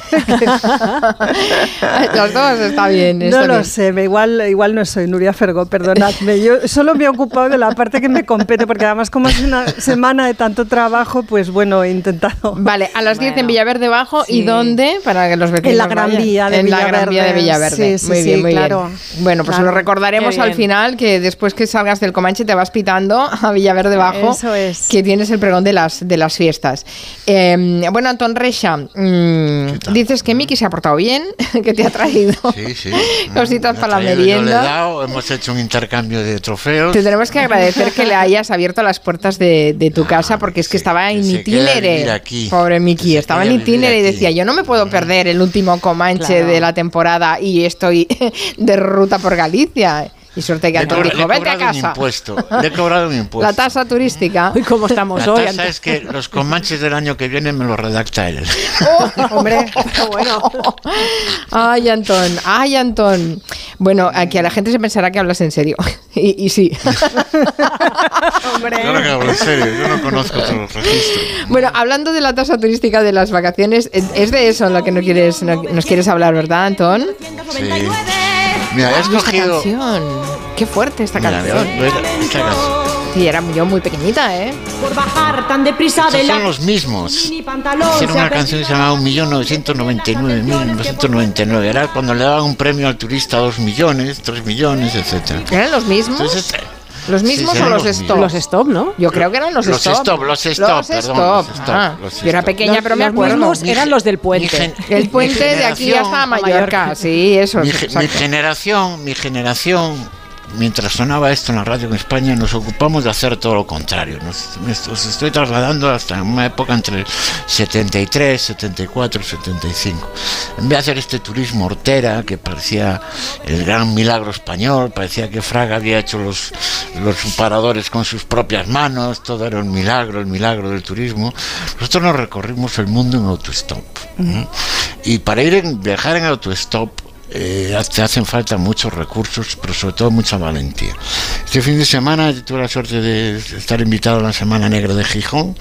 Los dos está bien. Está no lo bien. sé, me, igual, igual no soy Nuria Fergó, perdonadme. Yo solo me he ocupado de la parte que me compete, porque además como es una semana de tanto trabajo, pues bueno, he intentado. Vale, a las diez bueno, en Villaverde Bajo. Sí. ¿Y dónde? Para que los vecinos En la Gran vayan. Vía de en Villaverde. la Gran Vía de Villaverde. Sí, sí, muy bien, sí, muy claro. bien. Bueno, pues claro. lo recordaremos al final, que después que salgas del Comanche te vas pitando a Villaverde Bajo. Eso es. Que tienes el pregón de las, de las fiestas. Eh, bueno, Antón Reixa, mmm, dices que Miki se ha portado bien, que te ha traído sí, sí. cositas para la traído, merienda. Yo le he dado, hemos hecho un intercambio de trofeos. Te tenemos que agradecer que le hayas abierto las puertas de, de tu casa, porque es que sí, estaba en itinere. Pobre Miki, estaba en itinere y decía, yo no me puedo perder el último Comanche claro. de la temporada y estoy de ruta por Galicia. Y suerte que Antón dijo, vete a casa. Impuesto. Le he cobrado un impuesto. La tasa turística. Uy, ¿cómo estamos la hoy? La tasa es que los Comanches del año que viene me lo redacta él. Oh, hombre, qué bueno. Ay, Antón, ay, Antón. Bueno, aquí a la gente se pensará que hablas en serio. Y, y sí. Hombre. Claro que hablo en serio, yo no conozco todos los registros. Bueno, hablando de la tasa turística de las vacaciones, es de eso en lo que nos quieres, nos quieres hablar, ¿verdad, Antón? Sí. Mira, he escogido... Esta canción. Qué fuerte esta Mira, canción. Esta canción. Sí, era yo muy pequeñita, ¿eh? Por bajar tan deprisa Estos de la... son los mismos. Hicieron una canción que se llamaba un millón novecientos noventa y nueve mil novecientos noventa y nueve. Era cuando le daban un premio al turista a dos millones, tres millones, etcétera. ¿Eran los mismos? Entonces, ¿Los mismos sí, o los, los stop? Los stop, ¿no? Yo creo que eran los, los stop. stop. Los stop, los perdón, stop. Los stop. Ah, los yo era pequeña, los, pero me acuerdo. Los mismos eran los del puente. Gen, el puente de aquí hasta Mallorca. Mallorca. Sí, eso. Mi, mi generación, mi generación... Mientras sonaba esto en la radio en España, nos ocupamos de hacer todo lo contrario. Nos, os estoy trasladando hasta una época entre el setenta y tres, setenta y cuatro, setenta y cinco. En vez de hacer este turismo hortera, que parecía el gran milagro español, parecía que Fraga había hecho los, los paradores con sus propias manos, todo era un milagro, el milagro del turismo. Nosotros nos recorrimos el mundo en autostop. ¿eh? Y para ir en, viajar en autostop, Eh, te hacen falta muchos recursos, pero sobre todo mucha valentía. Este fin de semana yo tuve la suerte de estar invitado a la Semana Negra de Gijón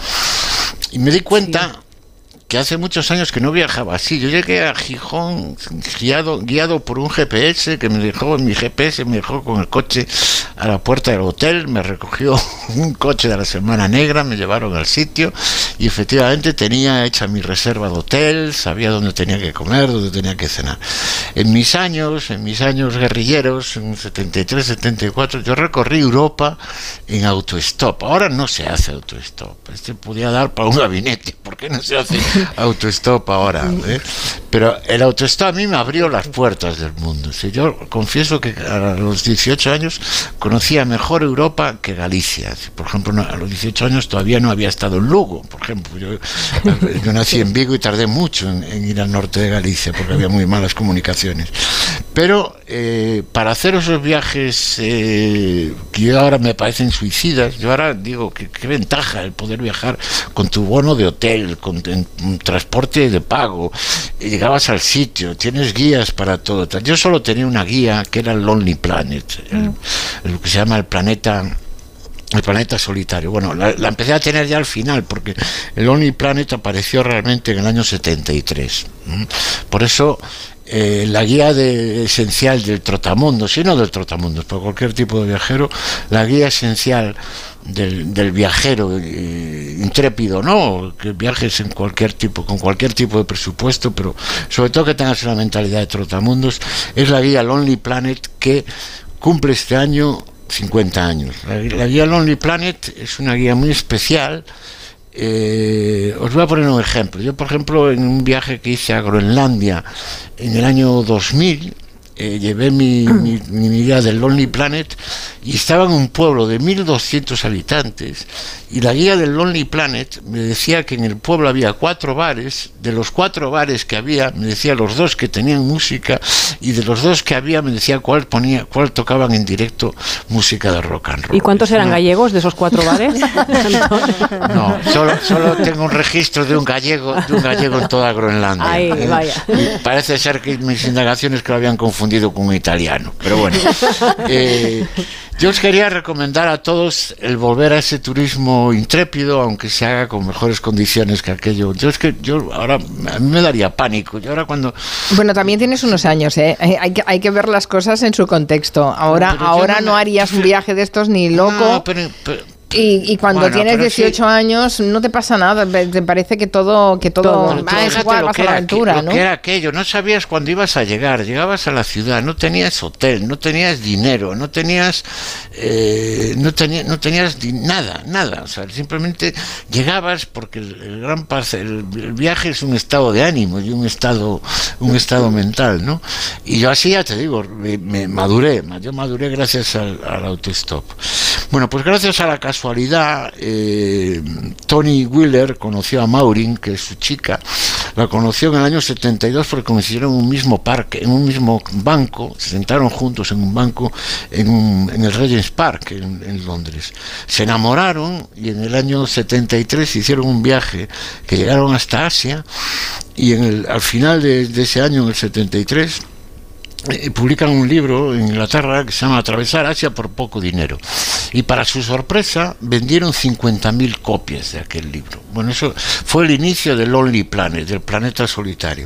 y me di cuenta sí. que hace muchos años que no viajaba así. Yo llegué a Gijón guiado, guiado por un G P S que me dejó, en mi G P S me dejó con el coche a la puerta del hotel, me recogió un coche de la Semana Negra, me llevaron al sitio y efectivamente tenía hecha mi reserva de hotel, sabía dónde tenía que comer, dónde tenía que cenar. En mis años, en mis años guerrilleros, en setenta y tres, setenta y cuatro, yo recorrí Europa en autostop. Ahora no se hace autostop. Este podía dar para un gabinete. ¿Por qué no se hace autostop ahora? ¿eh? Pero el autostop a mí me abrió las puertas del mundo. ¿sí? Yo confieso que a los dieciocho años conocía mejor Europa que Galicia. Por ejemplo, no, a los dieciocho años todavía no había estado en Lugo. Por ejemplo, yo, yo nací en Vigo y tardé mucho en, en ir al norte de Galicia porque había muy malas comunicaciones. Pero eh, para hacer esos viajes eh, que ahora me parecen suicidas, yo ahora digo que qué ventaja el poder viajar con tu bono de hotel, con en, un transporte de pago, llegabas al sitio, tienes guías para todo. Yo solo tenía una guía que era el Lonely Planet, el, el que se llama el planeta El planeta solitario. Bueno, la, la empecé a tener ya al final, porque el Lonely Planet apareció realmente en el año setenta y tres. Por eso eh, la guía de, esencial del trotamundos, y no del trotamundos, para cualquier tipo de viajero, la guía esencial del, del viajero eh, intrépido, ¿no? Que viajes en cualquier tipo, con cualquier tipo de presupuesto, pero sobre todo que tengas una mentalidad de trotamundos, es la guía Lonely Planet, que cumple este año cincuenta años. La, la guía Lonely Planet es una guía muy especial. Eh, os voy a poner un ejemplo. Yo, por ejemplo, en un viaje que hice a Groenlandia en el año dos mil, eh, llevé mi, mi, mi guía del Lonely Planet y estaba en un pueblo de mil doscientos habitantes, y la guía del Lonely Planet me decía que en el pueblo había cuatro bares. De los cuatro bares que había, me decía los dos que tenían música, y de los dos que había me decía cuál ponía, cuál tocaban en directo música de rock and roll. ¿Y cuántos eran gallegos de esos cuatro bares? No, solo, solo tengo un registro de un gallego, de un gallego en toda Groenlandia. Ay, ¿eh? vaya. Y parece ser que mis indagaciones que lo habían confundido con un italiano, pero bueno. Eh, yo os quería recomendar a todos el volver a ese turismo intrépido, aunque se haga con mejores condiciones que aquello. Yo es que yo ahora, a mí me daría pánico. Yo ahora cuando... Bueno, también tienes unos años, ¿eh? Hay que, hay que ver las cosas en su contexto. Ahora, ahora no, no harías un viaje de estos ni loco. No, pero, pero, Y, y cuando bueno, tienes dieciocho sí. años no te pasa nada, te parece que todo que todo, todo ah, es igual, vas a la aventura, lo ¿no? que era aquello, no sabías cuándo ibas a llegar, llegabas a la ciudad, no tenías hotel, no tenías dinero, no tenías eh, no, tenía, no tenías di- nada, nada, o sea, simplemente llegabas porque el, el gran parte, el, el viaje es un estado de ánimo y un estado un estado mental, ¿no? Y yo así ya te digo, me, me maduré, yo maduré gracias al, al autostop. Bueno, pues gracias a la casualidad, eh, Tony Wheeler conoció a Maureen, que es su chica. La conoció en el año setenta y dos porque coincidieron en un mismo parque, en un mismo banco, se sentaron juntos en un banco en, un, en el Regent's Park, en, en Londres. Se enamoraron y en el año setenta y tres hicieron un viaje que llegaron hasta Asia, y en el, al final de, de ese año, en el setenta y tres, Eh, publican un libro en Inglaterra que se llama Atravesar Asia por poco dinero, y para su sorpresa vendieron cincuenta mil copias de aquel libro. Bueno, eso fue el inicio del Lonely Planet, del planeta solitario.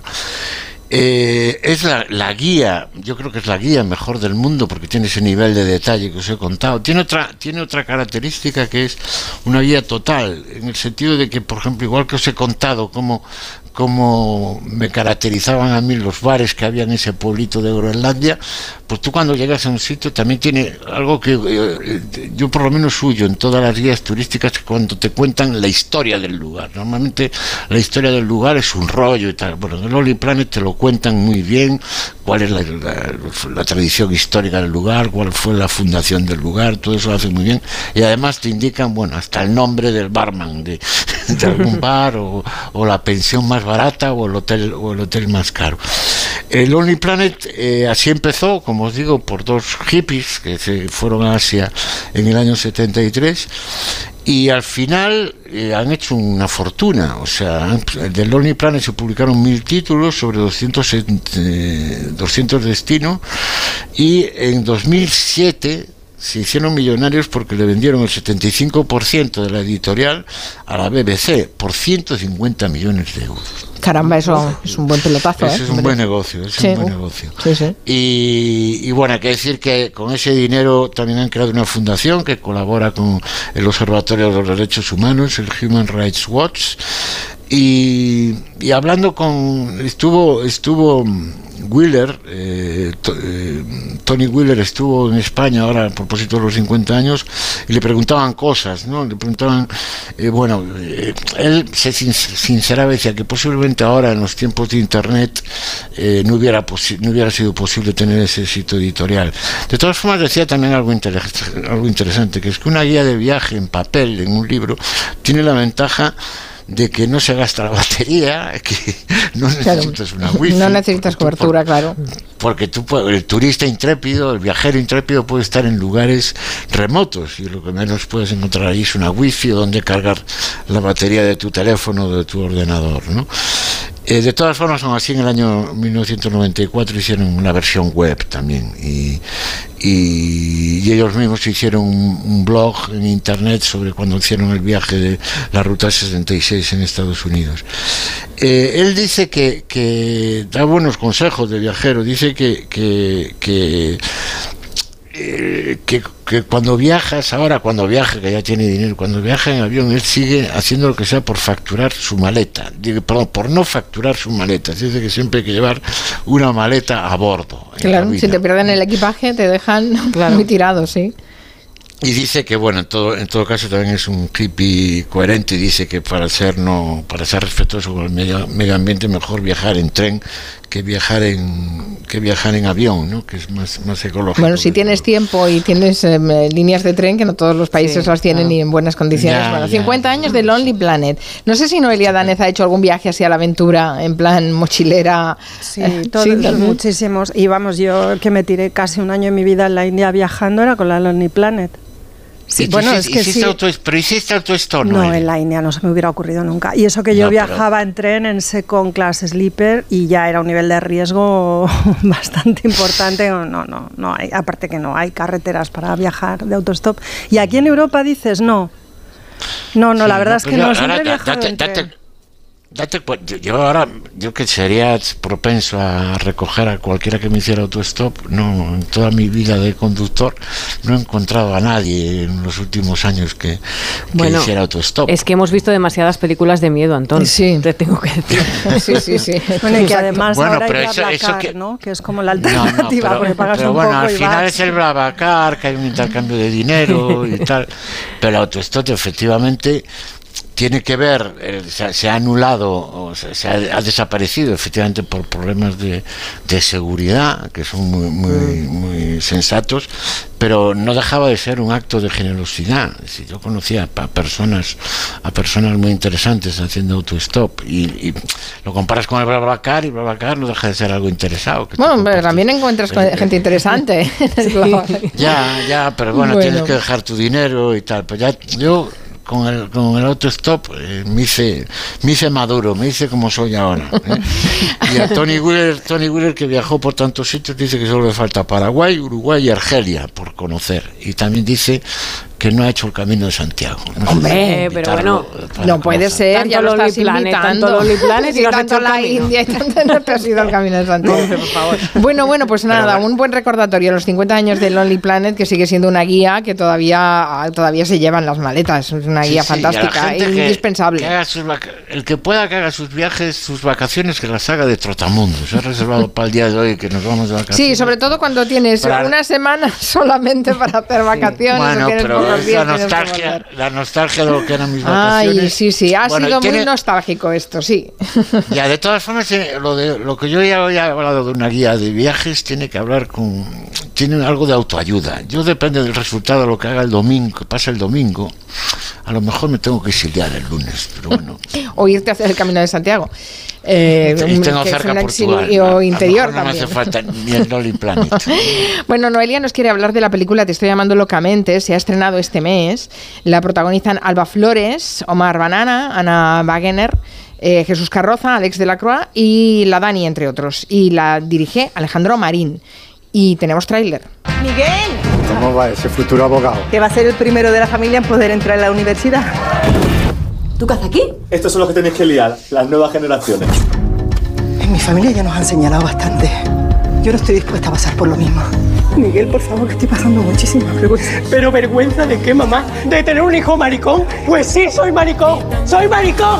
Eh, es la, la guía, yo creo que es la guía mejor del mundo porque tiene ese nivel de detalle que os he contado. Tiene otra, tiene otra característica, que es una guía total, en el sentido de que, por ejemplo, igual que os he contado cómo cómo me caracterizaban a mí los bares que había en ese pueblito de Groenlandia, pues tú cuando llegas a un sitio también tiene algo que eh, yo por lo menos huyo en todas las guías turísticas, cuando te cuentan la historia del lugar. Normalmente la historia del lugar es un rollo y tal. Bueno, en el Lonely Planet te lo cuentan muy bien, cuál es la, la, la tradición histórica del lugar, cuál fue la fundación del lugar, todo eso lo hacen muy bien, y además te indican, bueno, hasta el nombre del barman de, de algún bar, o, o la pensión más barata, o el hotel o el hotel más caro. El Lonely Planet eh, así empezó, como os digo, por dos hippies que se fueron a Asia en el año setenta y tres, y al final eh, han hecho una fortuna. O sea, han, del Lonely Planet se publicaron mil títulos sobre doscientos, eh, doscientos destinos, y en dos mil siete se hicieron millonarios porque le vendieron el setenta y cinco por ciento de la editorial a la B B C por ciento cincuenta millones de euros. Caramba, eso es un buen pelotazo. Eso ¿eh? es un buen negocio, es sí. un buen negocio. Sí, sí. Y, y bueno, hay que decir que con ese dinero también han creado una fundación que colabora con el Observatorio de los Derechos Humanos, el Human Rights Watch. Y, y hablando con estuvo estuvo Wheeler, eh, to, eh, Tony Wheeler estuvo en España ahora a propósito de los cincuenta años, y le preguntaban cosas, ¿no? Le preguntaban, eh, bueno, eh, él se sinceraba y decía que posiblemente ahora en los tiempos de internet eh, no hubiera posi- no hubiera sido posible tener ese éxito editorial. De todas formas decía también algo, inter- algo interesante, que es que una guía de viaje en papel, en un libro, tiene la ventaja de que no se gasta la batería, que no necesitas claro, una wifi. No necesitas cobertura, por, claro. Porque tú, el turista intrépido, el viajero intrépido puede estar en lugares remotos, y lo que menos puedes encontrar ahí es una wifi o donde cargar la batería de tu teléfono o de tu ordenador, ¿no? Eh, de todas formas, aún así, en el año mil novecientos noventa y cuatro hicieron una versión web también, y, y, y ellos mismos hicieron un, un blog en internet sobre cuando hicieron el viaje de la Ruta sesenta y seis en Estados Unidos. Eh, él dice que, que da buenos consejos de viajero, dice que, que, que Eh, que, que cuando viajas, ahora cuando viaja, que ya tiene dinero, cuando viaja en avión, él sigue haciendo lo que sea por facturar su maleta, digo, perdón, por no facturar su maleta. Dice que siempre hay que llevar una maleta a bordo. Claro, si te pierden el equipaje te dejan claro. muy tirado, sí. Y dice que, bueno, en todo, en todo caso también es un hippie coherente, y dice que para ser, no, para ser respetuoso con el medio, medio ambiente, mejor viajar en tren que viajar en que viajar en avión, ¿no? Que es más, más ecológico. Bueno, si tienes tiempo y tienes eh, líneas de tren, que no todos los países sí, las tienen ni no. en buenas condiciones. Ya, bueno, ya, cincuenta años de Lonely Planet. No sé si Noelia Danez ha hecho algún viaje así a la aventura, en plan mochilera. Sí, eh, todos, sí, muchísimos. Y vamos, yo que me tiré casi un año en mi vida en la India viajando era con la Lonely Planet. Sí, bueno, hiciste, es que hiciste sí. auto, pero hiciste autostop, ¿no? No, en la India no se me hubiera ocurrido nunca. Y eso que yo no, viajaba pero... en tren, en second class sleeper, y ya era un nivel de riesgo bastante importante. No, no, no hay. Aparte que no hay carreteras para viajar de autostop. Y aquí en Europa dices no. No, no, sí, la verdad no, es que no, siempre he viajado date, en date, tren. Date, yo, yo ahora, yo que sería propenso a recoger a cualquiera que me hiciera autostop, no, en toda mi vida de conductor no he encontrado a nadie en los últimos años que, que bueno, hiciera autostop. Es que hemos visto demasiadas películas de miedo, Antón. Sí. Te tengo que decir. Sí, sí, sí. Bueno, y que además bueno, ahora hay BlaBlaCar, que... ¿no? Que es como la alternativa, no, no, pero, porque pagas pero un bueno, poco al y final vas. Es el BlaBlaCar, que hay un intercambio de dinero y tal, pero el autostop efectivamente tiene que ver, eh, se, se ha anulado, o se, se ha, ha desaparecido efectivamente por problemas de, de seguridad, que son muy, muy, muy sensatos, pero no dejaba de ser un acto de generosidad. Si yo conocía a personas, a personas muy interesantes haciendo autostop, y, y lo comparas con el BlaBlaCar, y BlaBlaCar no deja de ser algo interesado. Bueno, pero también encuentras pero, gente interesante. Sí. Ya, ya, pero bueno, bueno, tienes que dejar tu dinero y tal, pues ya yo... Con el, con el autostop eh, me hice me hice maduro, me hice como soy ahora, ¿eh? Y a Tony Wheeler, Tony Wheeler, que viajó por tantos sitios, dice que solo le falta Paraguay, Uruguay y Argelia por conocer, y también dice que no ha hecho el Camino de Santiago. No Hombre, pero bueno, no puede ser, tanto ya lo estás Planet, invitando. Tanto Lonely Planet y, y tanto la India y tanto no te has ido al Camino de Santiago. No, por favor. Bueno, bueno, pues nada, bueno. Un buen recordatorio, los cincuenta años de Lonely Planet, que sigue siendo una guía que todavía todavía se llevan las maletas, es una guía sí, sí, fantástica e indispensable. Que haga sus vaca- el que pueda que haga sus viajes, sus vacaciones, que las haga de trotamundos. Se ha reservado para el día de hoy que nos vamos de vacaciones. Sí, sobre todo cuando tienes para... una semana solamente para hacer vacaciones. Sí. Bueno, o tienes pero días, la nostalgia, la nostalgia de lo que eran mis vacaciones. Ay, sí, sí, ha bueno, sido tiene... muy nostálgico esto, sí. Ya, de todas formas, lo, de, lo que yo ya he hablado de una guía de viajes tiene que hablar con... Tiene algo de autoayuda. Yo depende del resultado de lo que haga el domingo, que pasa el domingo. A lo mejor me tengo que exiliar el lunes, pero bueno. O irte a hacer el Camino de Santiago. Eh, y tengo que cerca es un Portugal. interior no también. me hace falta ni el Lonely Planet. Bueno, Noelia nos quiere hablar de la película Te estoy llamando locamente. Se ha estrenado este mes. La protagonizan Alba Flores, Omar Banana, Ana Wagener, eh, Jesús Carroza, Alex de la Croix y la Dani, entre otros. Y la dirige Alejandro Marín. Y tenemos tráiler. Miguel. ¿Cómo va ese futuro abogado? Que va a ser el primero de la familia en poder entrar a la universidad. ¿Tú qué haces aquí? Estos son los que tenéis que liar, las nuevas generaciones. En mi familia ya nos han señalado bastante. Yo no estoy dispuesta a pasar por lo mismo. Miguel, por favor, que estoy pasando muchísima vergüenza. ¿Pero vergüenza de qué, mamá? ¿De tener un hijo maricón? Pues sí, soy maricón. ¡Soy maricón!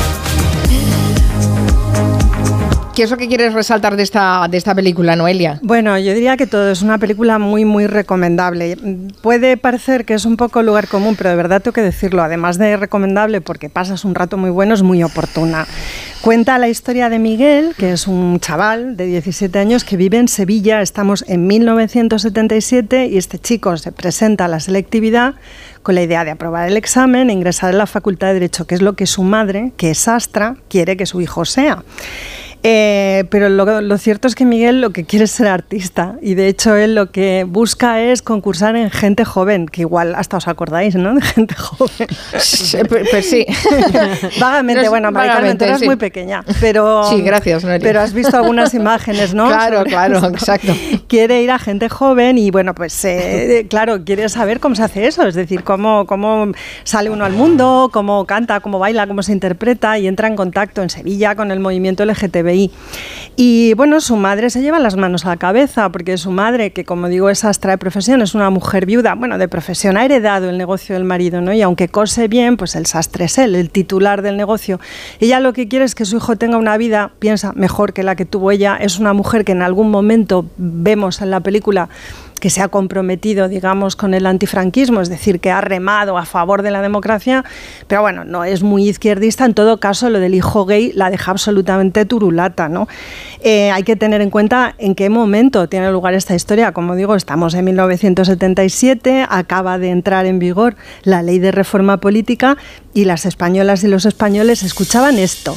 ¿Qué es lo que quieres resaltar de esta, de esta película, Noelia? Bueno, yo diría que todo es una película muy, muy recomendable. Puede parecer que es un poco lugar común, pero de verdad tengo que decirlo. Además de recomendable, porque pasas un rato muy bueno, es muy oportuna. Cuenta la historia de Miguel, que es un chaval de diecisiete años que vive en Sevilla. Estamos en mil novecientos setenta y siete y este chico se presenta a la selectividad con la idea de aprobar el examen e ingresar en la Facultad de Derecho, que es lo que su madre, que es sastra, quiere que su hijo sea. Eh, pero lo, lo cierto es que Miguel lo que quiere es ser artista y de hecho él lo que busca es concursar en gente joven, que igual hasta os acordáis, ¿no? De gente joven. Pues sí. Vagamente, bueno, Mari Carmen, tú eras sí. muy pequeña, pero... Sí, gracias, Noelia. Pero has visto algunas imágenes, ¿no? Claro, Sobre claro, esto. Exacto. Quiere ir a gente joven y bueno, pues eh, claro, quiere saber cómo se hace eso, es decir, cómo, cómo sale uno al mundo, cómo canta, cómo baila, cómo se interpreta y entra en contacto en Sevilla con el movimiento L G T B I. Y bueno, su madre se lleva las manos a la cabeza porque su madre, que como digo es sastra de profesión, es una mujer viuda, bueno, de profesión, ha heredado el negocio del marido, ¿no? Y aunque cose bien, pues el sastre es él, el titular del negocio. Ella lo que quiere es que su hijo tenga una vida, piensa, mejor que la que tuvo ella. Es una mujer que en algún momento vemos en la película que se ha comprometido, digamos, con el antifranquismo, es decir, que ha remado a favor de la democracia, pero bueno, no es muy izquierdista. En todo caso, lo del hijo gay la deja absolutamente turulata, ¿no? Eh, hay que tener en cuenta en qué momento tiene lugar esta historia. Como digo, estamos en mil novecientos setenta y siete, acaba de entrar en vigor la ley de reforma política y las españolas y los españoles escuchaban esto.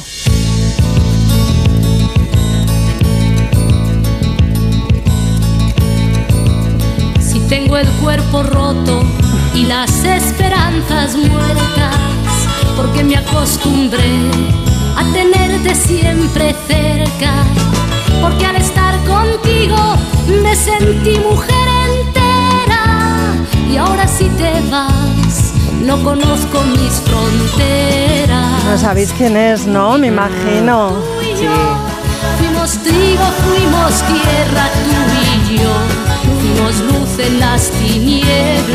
Tengo el cuerpo roto y las esperanzas muertas, porque me acostumbré a tenerte siempre cerca, porque al estar contigo me sentí mujer entera, y ahora si te vas no conozco mis fronteras. No sabéis quién es, ¿no? Me imagino. Tú y yo fuimos trigo, fuimos tierra, tú y yo. Fuimos luz en las tinieblas,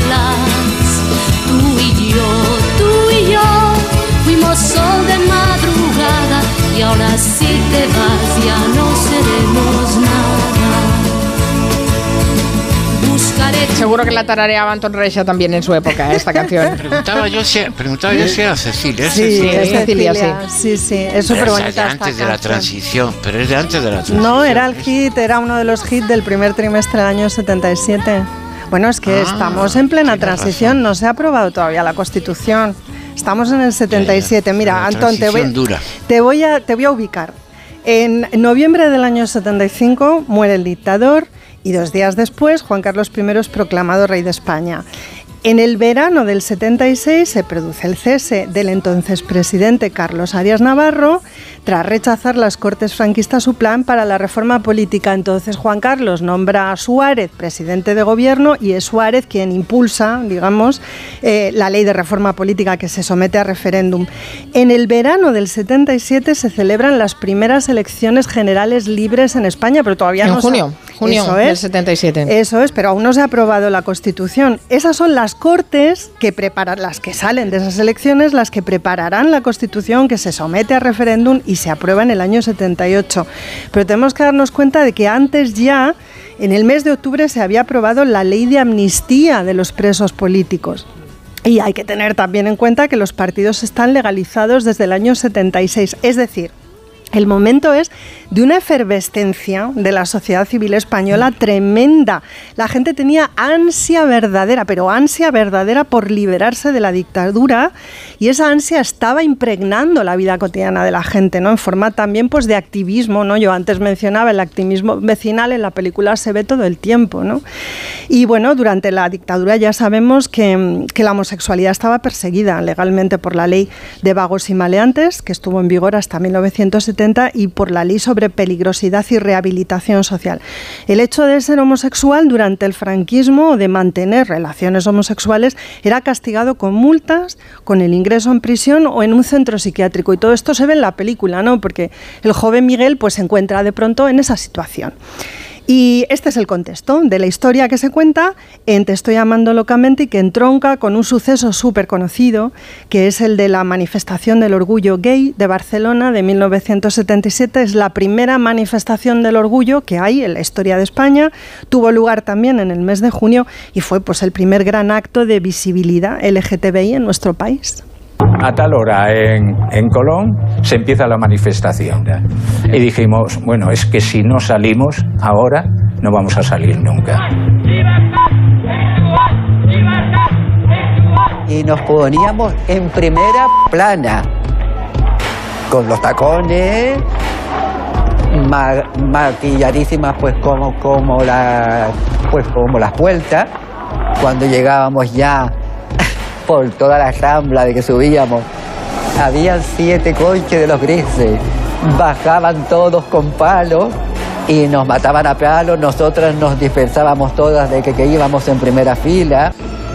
tú y yo, tú y yo, fuimos sol de madrugada y ahora si te vas ya no seremos nada. Buscaré. Seguro que la tarareaba Anton Reixa también en su época, esta canción. Preguntaba yo si, preguntaba yo si era Cecilia. ¿Es sí, Cecilia? es Cecilia, sí. Sí, sí, es súper bonita. Es de antes de la transición, pero es de antes de la transición. No, era el hit, era uno de los hits del primer trimestre del año setenta y siete. Bueno, es que ah, estamos en plena transición, razón. No se ha aprobado todavía la Constitución. Estamos en el setenta y siete. Mira, Antón, te voy, te, voy a, te voy a ubicar. En noviembre del año setenta y cinco muere el dictador y dos días después Juan Carlos primero es proclamado rey de España. En el verano del setenta y seis se produce el cese del entonces presidente Carlos Arias Navarro tras rechazar las Cortes franquistas su plan para la reforma política. Entonces Juan Carlos nombra a Suárez presidente de gobierno y es Suárez quien impulsa, digamos, eh, la ley de reforma política que se somete a referéndum. En el verano del setenta y siete se celebran las primeras elecciones generales libres en España, pero todavía en no junio, se... junio Eso del es, setenta y siete. Eso es, pero aún no se ha aprobado la Constitución. Esas son las Cortes que preparan, las que salen de esas elecciones, las que prepararán la Constitución que se somete a referéndum y se aprueba en el año setenta y ocho. Pero tenemos que darnos cuenta de que antes ya, en el mes de octubre, se había aprobado la ley de amnistía de los presos políticos. Y hay que tener también en cuenta que los partidos están legalizados desde el año setenta y seis, es decir, el momento es de una efervescencia de la sociedad civil española tremenda. La gente tenía ansia verdadera, pero ansia verdadera por liberarse de la dictadura y esa ansia estaba impregnando la vida cotidiana de la gente, ¿no? En forma también pues, de activismo, ¿no? Yo antes mencionaba el activismo vecinal, en la película se ve todo el tiempo, ¿no? Y bueno, durante la dictadura ya sabemos que, que la homosexualidad estaba perseguida legalmente por la ley de vagos y maleantes, que estuvo en vigor hasta mil novecientos setenta, y por la ley sobre peligrosidad y rehabilitación social. El hecho de ser homosexual durante el franquismo o de mantener relaciones homosexuales era castigado con multas, con el ingreso en prisión o en un centro psiquiátrico. Y todo esto se ve en la película, ¿no? Porque el joven Miguel pues, se encuentra de pronto en esa situación. Y este es el contexto de la historia que se cuenta en Te estoy amando locamente y que entronca con un suceso súper conocido, que es el de la manifestación del orgullo gay de Barcelona de mil novecientos setenta y siete. Es la primera manifestación del orgullo que hay en la historia de España. Tuvo lugar también en el mes de junio y fue pues, el primer gran acto de visibilidad L G T B I en nuestro país. A tal hora en, en Colón se empieza la manifestación y dijimos, bueno, es que si no salimos ahora no vamos a salir nunca. Y nos poníamos en primera plana, con los tacones, ma maquilladísimas pues como, como, la, pues como las puertas. Cuando llegábamos ya por toda la rambla de que subíamos, habían siete coches de los grises, bajaban todos con palos y nos mataban a palos. Nosotras nos dispersábamos todas de que, que íbamos en primera fila.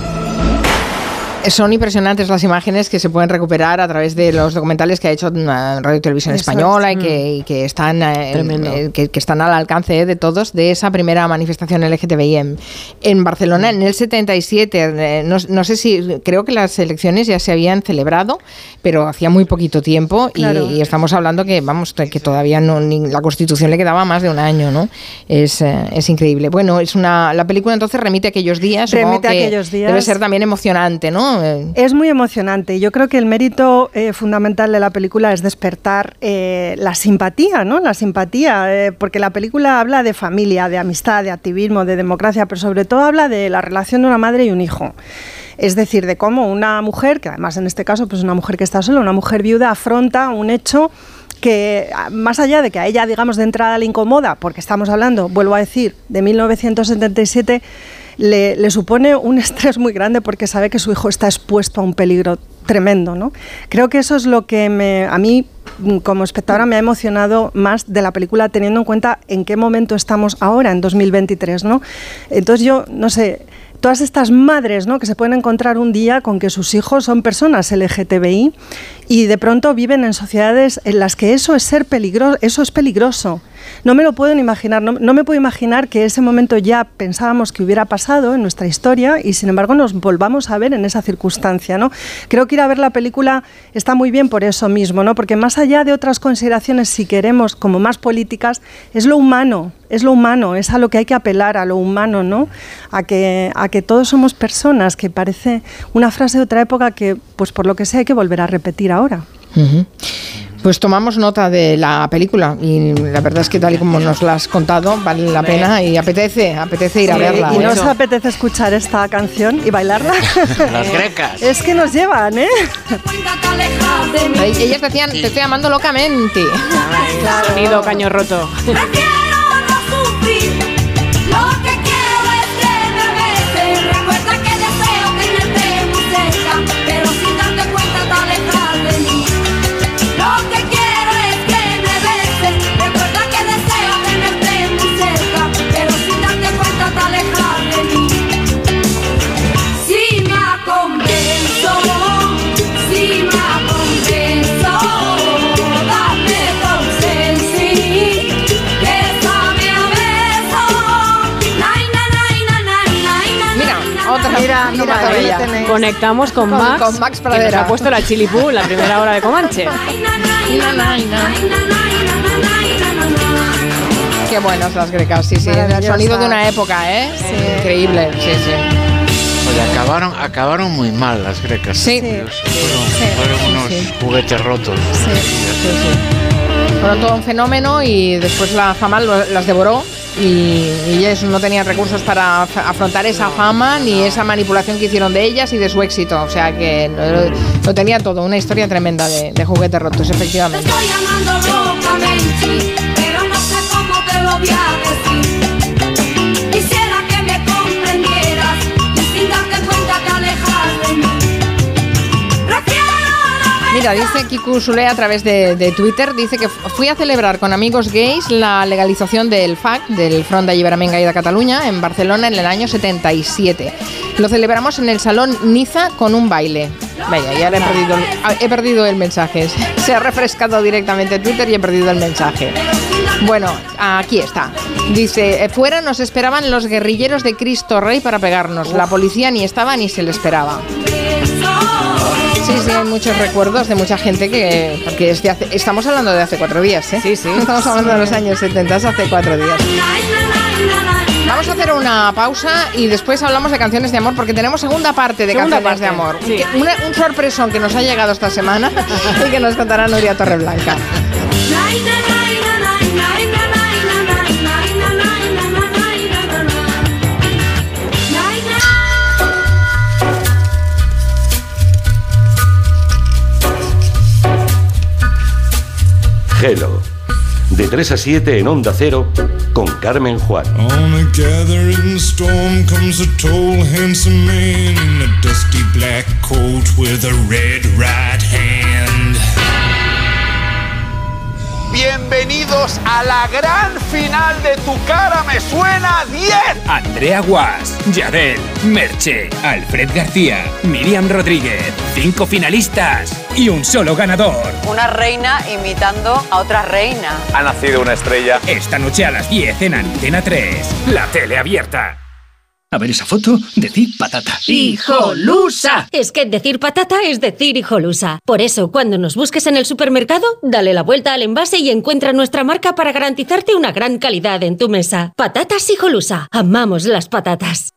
Son impresionantes las imágenes que se pueden recuperar a través de los documentales que ha hecho Radio Televisión Eso Española es. y, que, y que, están, eh, que, que están al alcance de todos, de esa primera manifestación L G T B I en, en Barcelona en el setenta y siete. Eh, no, no sé si, creo que las elecciones ya se habían celebrado, pero hacía muy poquito tiempo claro. y, y estamos hablando que, vamos, que todavía no, ni la Constitución le quedaba más de un año, ¿no? Es, eh, es increíble. Bueno, es una, la película entonces remite a aquellos días, remite a que aquellos días. Debe ser también emocionante, ¿no? Es muy emocionante. Yo creo que el mérito eh, fundamental de la película es despertar eh, la simpatía, ¿no? La simpatía, eh, porque la película habla de familia, de amistad, de activismo, de democracia, pero sobre todo habla de la relación de una madre y un hijo. Es decir, de cómo una mujer, que además en este caso pues una mujer que está sola, una mujer viuda, afronta un hecho que más allá de que a ella, digamos, de entrada le incomoda, porque estamos hablando, vuelvo a decir, de mil novecientos setenta y siete, Le, le supone un estrés muy grande porque sabe que su hijo está expuesto a un peligro tremendo, ¿no? Creo que eso es lo que me, a mí como espectadora me ha emocionado más de la película, teniendo en cuenta en qué momento estamos ahora, en dos mil veintitrés, ¿no? Entonces yo, no sé, todas estas madres, ¿no?, que se pueden encontrar un día con que sus hijos son personas L G T B I y de pronto viven en sociedades en las que eso es ser peligroso, eso es peligroso. No me lo puedo ni imaginar, no, no me puedo imaginar que ese momento ya pensábamos que hubiera pasado en nuestra historia y sin embargo nos volvamos a ver en esa circunstancia, ¿no? Creo que ir a ver la película está muy bien por eso mismo, ¿no? Porque más allá de otras consideraciones, si queremos, como más políticas, es lo humano, es lo humano, es a lo que hay que apelar, a lo humano, ¿no? A que, a que todos somos personas, que parece una frase de otra época que, pues por lo que sea, hay que volver a repetir ahora. Uh-huh. Pues tomamos nota de la película y la verdad es que tal y como nos la has contado vale la pena y apetece, apetece ir sí, a verla. ¿Y no os apetece escuchar esta canción y bailarla? Las grecas. Es que nos llevan, ¿eh? Ellas decían, te estoy amando locamente. Claro. Sonido caño roto. Mira, mira, mira, mira. Conectamos con, con Max, con Max que nos ha puesto la chilipú la primera hora de Comanche. Qué buenas las grecas, sí, sí. El sonido de una época, ¿eh? Sí. Increíble, sí, sí. Oye, acabaron, acabaron muy mal las grecas. Sí. Fueron, sí. fueron unos sí. juguetes rotos. Sí, sí, sí. Fueron todo un fenómeno y después la fama las devoró. Y, y ellas no tenían recursos para afrontar esa fama ni esa manipulación que hicieron de ellas y de su éxito, o sea que lo, lo tenía todo, una historia tremenda de, de juguetes rotos, efectivamente. Te estoy amando locamente, pero no sé cómo te lo voy a decir. Quisiera que me comprendieras y sin darte cuenta te alejas de mí. Mira, dice Kiku Sule a través de, de Twitter, dice que fui a celebrar con amigos gays la legalización del F A C, del Front d'Alliberament Gay de Cataluña, en Barcelona en el año setenta y siete. Lo celebramos en el Salón Niza con un baile. Vaya, ya he perdido, he perdido el mensaje. Se ha refrescado directamente Twitter y he perdido el mensaje. Bueno, aquí está. Dice, fuera nos esperaban los guerrilleros de Cristo Rey para pegarnos. La policía ni estaba ni se le esperaba. Sí, sí, hay muchos recuerdos de mucha gente que... Porque es de hace, estamos hablando de hace cuatro días, ¿eh? Sí, sí. Estamos hablando de los años setenta, hace cuatro días. Vamos a hacer una pausa y después hablamos de canciones de amor porque tenemos segunda parte de segunda canciones parte. de amor. Sí. Una, un sorpresón que nos ha llegado esta semana y que nos contará Nuria Torreblanca. Hello, de tres a siete en Onda Cero con Carmen Juan. On a gathering storm comes a tall, handsome man in a dusty black coat with a red right hand. Bienvenidos a la gran final de Tu cara me suena diez. Andrea Guas, Yadel, Merche, Alfred García, Miriam Rodríguez. Cinco finalistas y un solo ganador. Una reina imitando a otra reina. Ha nacido una estrella. Esta noche a las diez en Antena tres. La tele abierta. A ver esa foto, decir patata. ¡Hijolusa! Es que decir patata es decir hijolusa. Por eso, cuando nos busques en el supermercado, dale la vuelta al envase y encuentra nuestra marca para garantizarte una gran calidad en tu mesa. Patatas Hijolusa. Amamos las patatas.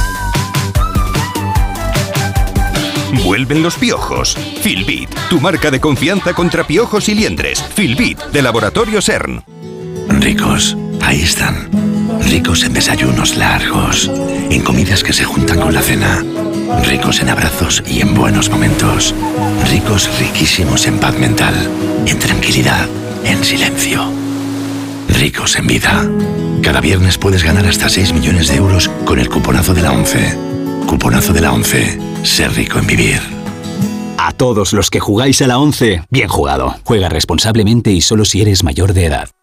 Vuelven los piojos. Filbit, tu marca de confianza contra piojos y liendres. Filbit, de Laboratorio CERN. Ricos, ahí están. Ricos en desayunos largos, en comidas que se juntan con la cena. Ricos en abrazos y en buenos momentos. Ricos riquísimos en paz mental, en tranquilidad, en silencio. Ricos en vida. Cada viernes puedes ganar hasta seis millones de euros con el cuponazo de la ONCE. Cuponazo de la ONCE. Ser rico en vivir. A todos los que jugáis a la ONCE, bien jugado. Juega responsablemente y solo si eres mayor de edad.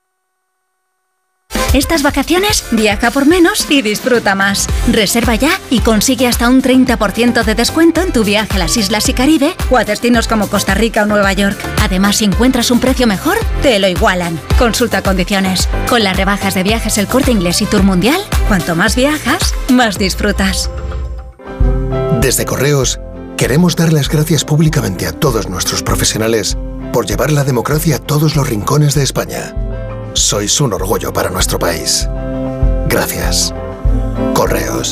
Estas vacaciones, viaja por menos y disfruta más. Reserva ya y consigue hasta un treinta por ciento de descuento en tu viaje a las Islas y Caribe o a destinos como Costa Rica o Nueva York. Además, si encuentras un precio mejor, te lo igualan. Consulta condiciones. Con las rebajas de Viajes El Corte Inglés y Tour Mundial, cuanto más viajas, más disfrutas. Desde Correos, queremos dar las gracias públicamente a todos nuestros profesionales por llevar la democracia a todos los rincones de España. Sois un orgullo para nuestro país. Gracias. Correos.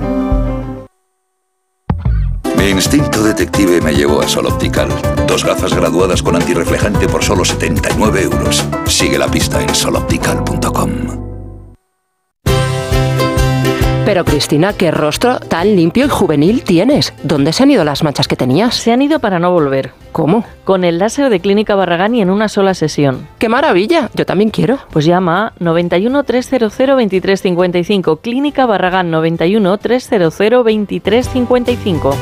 Mi instinto detective me llevó a Sol Optical. Dos gafas graduadas con antirreflejante por solo setenta y nueve euros. Sigue la pista en sol optical punto com. Pero Cristina, qué rostro tan limpio y juvenil tienes. ¿Dónde se han ido las manchas que tenías? Se han ido para no volver. ¿Cómo? Con el láser de Clínica Barragán y en una sola sesión. ¡Qué maravilla! Yo también quiero. Pues llama a noventa y uno, trescientos veintitrés cincuenta y cinco. Clínica Barragán noventa y uno, trescientos veintitrés cincuenta y cinco.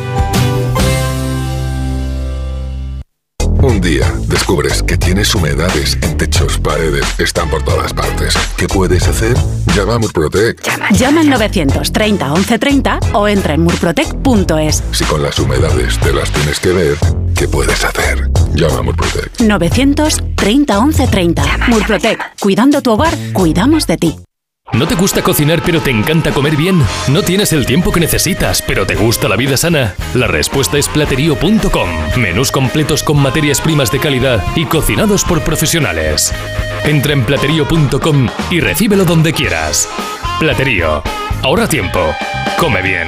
Un día descubres que tienes humedades en techos, paredes, están por todas partes. ¿Qué puedes hacer? Llama a Murprotec. Llama, llama al novecientos treinta once treinta o entra en murprotec punto es. Si con las humedades te las tienes que ver, ¿qué puedes hacer? Llama a Murprotec. novecientos treinta once treinta. Llama, Murprotec. Llama, llama. Cuidando tu hogar, cuidamos de ti. ¿No te gusta cocinar pero te encanta comer bien? ¿No tienes el tiempo que necesitas pero te gusta la vida sana? La respuesta es platerío punto com. Menús completos con materias primas de calidad y cocinados por profesionales. Entra en platerío punto com y recíbelo donde quieras. Platerío. Ahorra tiempo. Come bien.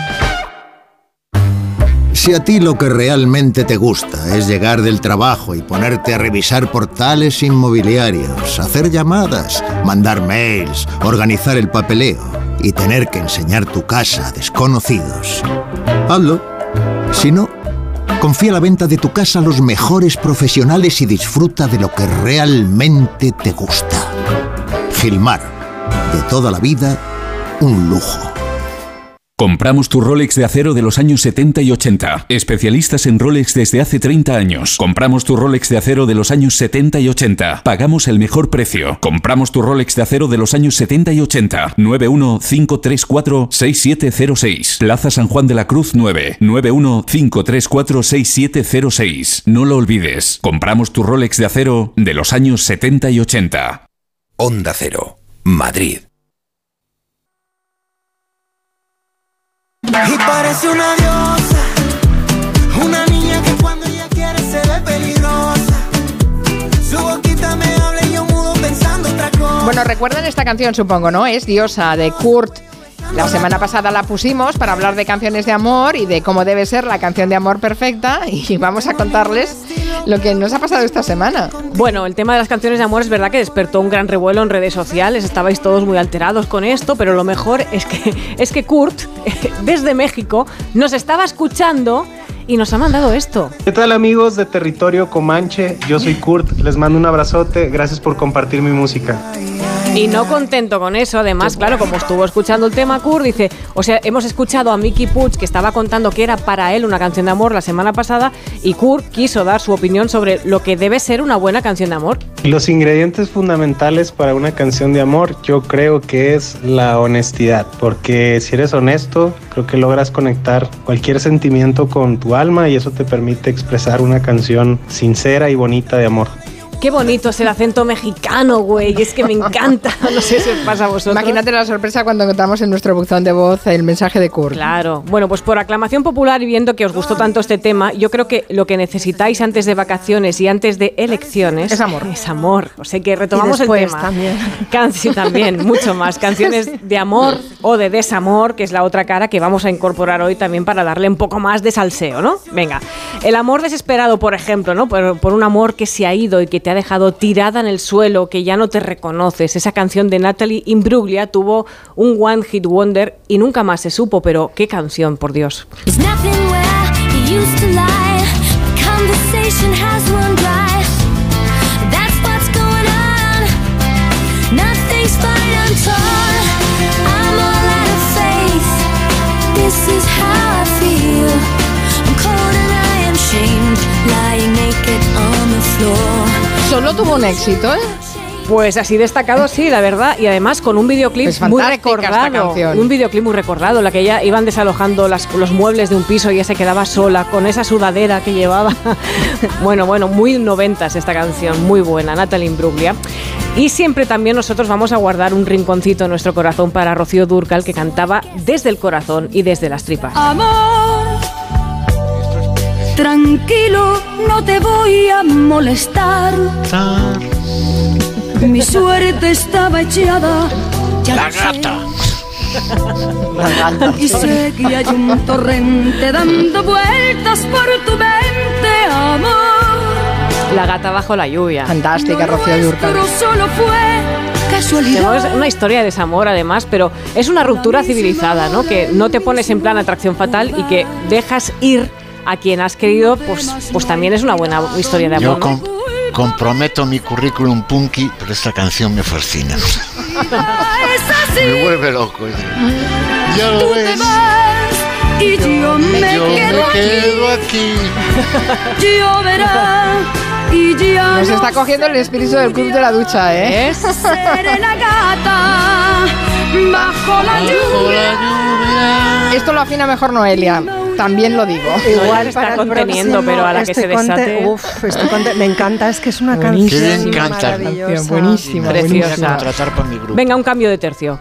Si a ti lo que realmente te gusta es llegar del trabajo y ponerte a revisar portales inmobiliarios, hacer llamadas, mandar mails, organizar el papeleo y tener que enseñar tu casa a desconocidos, hazlo. Si no, confía la venta de tu casa a los mejores profesionales y disfruta de lo que realmente te gusta. Gilmar, de toda la vida, un lujo. Compramos tu Rolex de acero de los años setenta y ochenta. Especialistas en Rolex desde hace treinta años. Compramos tu Rolex de acero de los años setenta y ochenta. Pagamos el mejor precio. Compramos tu Rolex de acero de los años setenta y ochenta. nueve uno cinco tres cuatro seis siete cero seis. Plaza San Juan de la Cruz nueve. nueve uno cinco tres cuatro seis siete cero seis. No lo olvides. Compramos tu Rolex de acero de los años setenta y ochenta. Onda Cero, Madrid. Y parece una diosa, una niña que cuando ella quiere se ve peligrosa. Su boquita me habla y yo mudo pensando otra cosa. Bueno, recuerdan esta canción, supongo, ¿no? Es Diosa, de Kurt. La semana pasada la pusimos para hablar de canciones de amor y de cómo debe ser la canción de amor perfecta, y vamos a contarles lo que nos ha pasado esta semana. Bueno, el tema de las canciones de amor es verdad que despertó un gran revuelo en redes sociales, estabais todos muy alterados con esto, pero lo mejor es que, es que Kurt, desde México, nos estaba escuchando y nos ha mandado esto. ¿Qué tal, amigos de Territorio Comanche? Yo soy Kurt, les mando un abrazote, gracias por compartir mi música. Y no contento con eso, además, claro, como estuvo escuchando el tema, Kurt dice, o sea, hemos escuchado a Miki Puig, que estaba contando que era para él una canción de amor la semana pasada, y Kurt quiso dar su opinión sobre lo que debe ser una buena canción de amor. Los ingredientes fundamentales para una canción de amor, yo creo que es la honestidad, porque si eres honesto, creo que logras conectar cualquier sentimiento con tu alma y eso te permite expresar una canción sincera y bonita de amor. Qué bonito es el acento mexicano, güey, es que me encanta, no sé si os pasa a vosotros. Imagínate la sorpresa cuando encontramos en nuestro buzón de voz el mensaje de Kurt. Claro, bueno, pues por aclamación popular y viendo que os gustó tanto este tema, yo creo que lo que necesitáis antes de vacaciones y antes de elecciones es amor. Es amor, o sea que retomamos el tema. También. Can- sí, también, mucho más. Canciones de amor o de desamor, que es la otra cara que vamos a incorporar hoy también para darle un poco más de salseo, ¿no? Venga, el amor desesperado, por ejemplo, ¿no? Por, por un amor que se ha ido y que te ha dejado tirada en el suelo, que ya no te reconoces. Esa canción de Natalie Imbruglia tuvo un one hit wonder y nunca más se supo, pero qué canción, por Dios. Solo tuvo un éxito, ¿eh? Pues así destacado, sí, la verdad, y además con un videoclip es muy recordado, un videoclip muy recordado, la que ya iban desalojando las, los muebles de un piso y ella se quedaba sola con esa sudadera que llevaba. Bueno, bueno, muy noventas esta canción, muy buena, Natalie Imbruglia. Y siempre también nosotros vamos a guardar un rinconcito en nuestro corazón para Rocío Dúrcal, que cantaba desde el corazón y desde las tripas. Amor, tranquilo, no te voy a molestar. Mi suerte estaba echada. La gata. La gata. Y sé que hay un torrente dando vueltas por tu mente, amor. La gata bajo la lluvia. Fantástica, Rocío Dúrcal. Pero solo fue casualidad. Es una historia de desamor, además, pero es una ruptura civilizada, ¿no? Que no te pones en plan atracción fatal y que dejas ir a quien has querido, pues, pues también es una buena historia de amor, Yo ¿no? com- comprometo mi currículum punky, pero esta canción me fascina. Me vuelve loco. Ya lo Tú ves. te vas y yo me Yo quedo, me quedo aquí. Yo verá y ya Nos no está cogiendo el espíritu del club de la ducha, ¿eh? seré la gata bajo la lluvia. Esto lo afina mejor Noelia, también lo digo. Igual está conteniendo, pero a la que se desate. Conte, uf, estoy conte, me encanta, es que es una Qué canción bien canta. maravillosa. Buenísima, Preciosa. Voy a contratar para mi grupo. Venga, un cambio de tercio.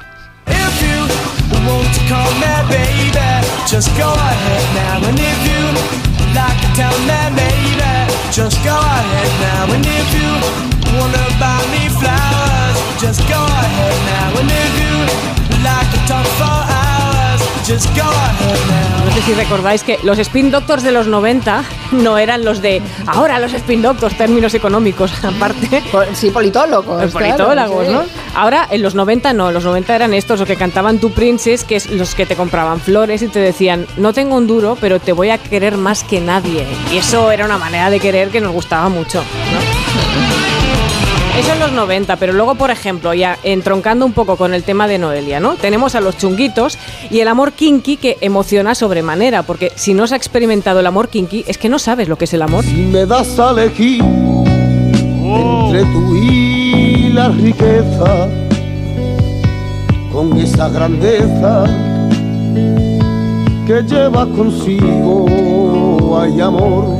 No sé si recordáis que los Spin Doctors de los noventa no eran los de ahora los Spin Doctors, términos económicos, aparte. Sí, politólogos. Politólogos, claro, ¿no? sí. Ahora, en los noventa no, los noventa eran estos, los que cantaban Tu Princess, que es los que te compraban flores y te decían, no tengo un duro, pero te voy a querer más que nadie. Y eso era una manera de querer que nos gustaba mucho, ¿no? Eso en los noventa, pero luego, por ejemplo, ya entroncando un poco con el tema de Noelia, ¿no? Tenemos a los chunguitos y el amor kinky que emociona sobremanera, porque si no se ha experimentado el amor kinky, es que no sabes lo que es el amor. Si me das a elegir entre tú y la riqueza, con esa grandeza que lleva consigo, hay amor,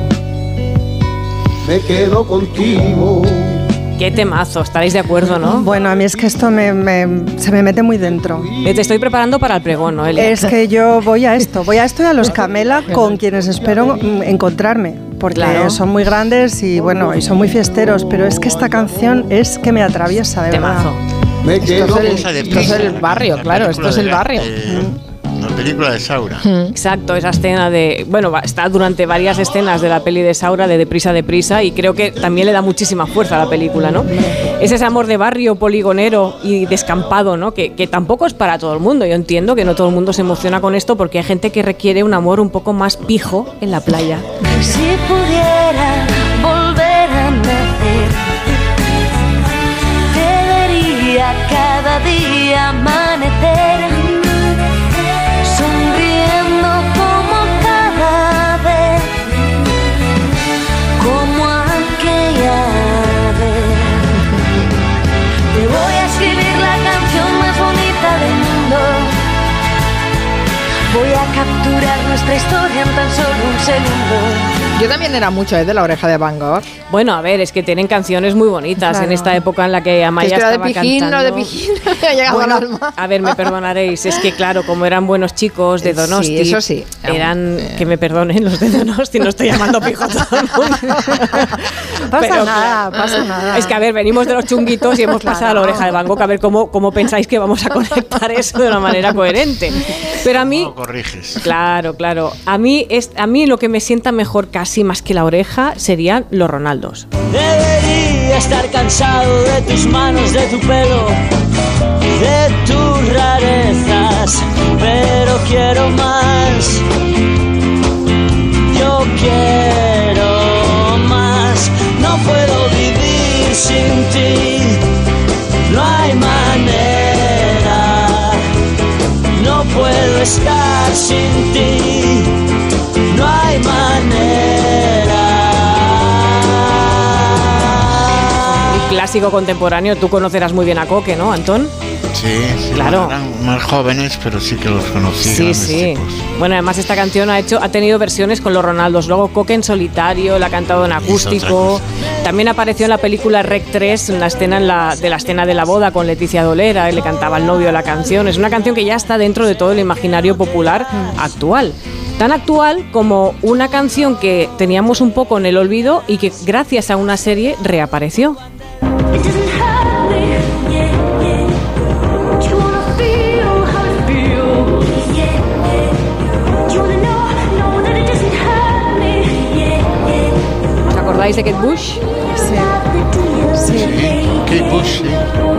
me quedo contigo. Qué temazo, estaréis de acuerdo, ¿no? Bueno, a mí es que esto me, me, se me mete muy dentro. Te estoy preparando para el pregón, Noelia. Es que yo voy a esto, voy a esto y a los Camela, con quienes espero encontrarme, porque Claro. son muy grandes y bueno, y son muy fiesteros, pero es que esta canción es que me atraviesa, de Temazo. verdad. Esto es, el, esto es el barrio, claro, esto es el barrio. ¿No película de Saura. Exacto, esa escena de... Bueno, está durante varias escenas de la peli de Saura, de Deprisa, Deprisa, y creo que también le da muchísima fuerza a la película, ¿no? Es ese amor de barrio, poligonero y descampado, ¿no? Que, que tampoco es para todo el mundo. Yo entiendo que no todo el mundo se emociona con esto porque hay gente que requiere un amor un poco más pijo en la playa. Si pudiera volver a nacer, te vería cada día amanecer, sonriendo como cada vez, como aquella vez. Te voy a escribir la canción más bonita del mundo. Voy a capturar nuestra historia en tan solo un segundo. Yo también era mucho ¿eh? de La Oreja de Van Gogh. Bueno, a ver, es que tienen canciones muy bonitas claro. en esta época en la que Amaya que es que estaba de Pijín, cantando. No de Pijín, ha llegado bueno, al alma. A ver, me perdonaréis, es que claro, como eran buenos chicos de Donosti, sí, eso sí. eran, que me perdonen los de Donosti, no estoy llamando pijo a todo el mundo. Pasa Pero, nada, claro, pasa nada. Es que a ver, venimos de los chunguitos y hemos Claro. pasado a La Oreja de Van Gogh, a ver cómo, cómo pensáis que vamos a conectar eso de una manera coherente. Pero a mí... No corriges. Claro, claro. A mí, es, a mí lo que me sienta mejor casi más que La Oreja serían los Ronaldos. Debería estar cansado de tus manos, de tu pelo, de tus rarezas, pero quiero más. Yo quiero más. No puedo vivir sin ti. No hay manera. No puedo estar sin ti. No hay manera. Clásico contemporáneo, tú conocerás muy bien a Coque, ¿no, Antón? Sí, sí, claro. Bueno, eran más jóvenes, pero sí que los conocí. Sí, sí. Tipos. Bueno, además esta canción ha hecho, ha tenido versiones con los Ronaldos. Luego Coque en solitario, la ha cantado en acústico. También apareció en la película Rec tres, en la escena en la, de la escena de la boda con Leticia Dolera, y le cantaba al novio la canción. Es una canción que ya está dentro de todo el imaginario popular actual. Tan actual como una canción que teníamos un poco en el olvido y que gracias a una serie reapareció. ¿Os acordáis de Kate Bush? Sí. Sí. Kate Bush, sí.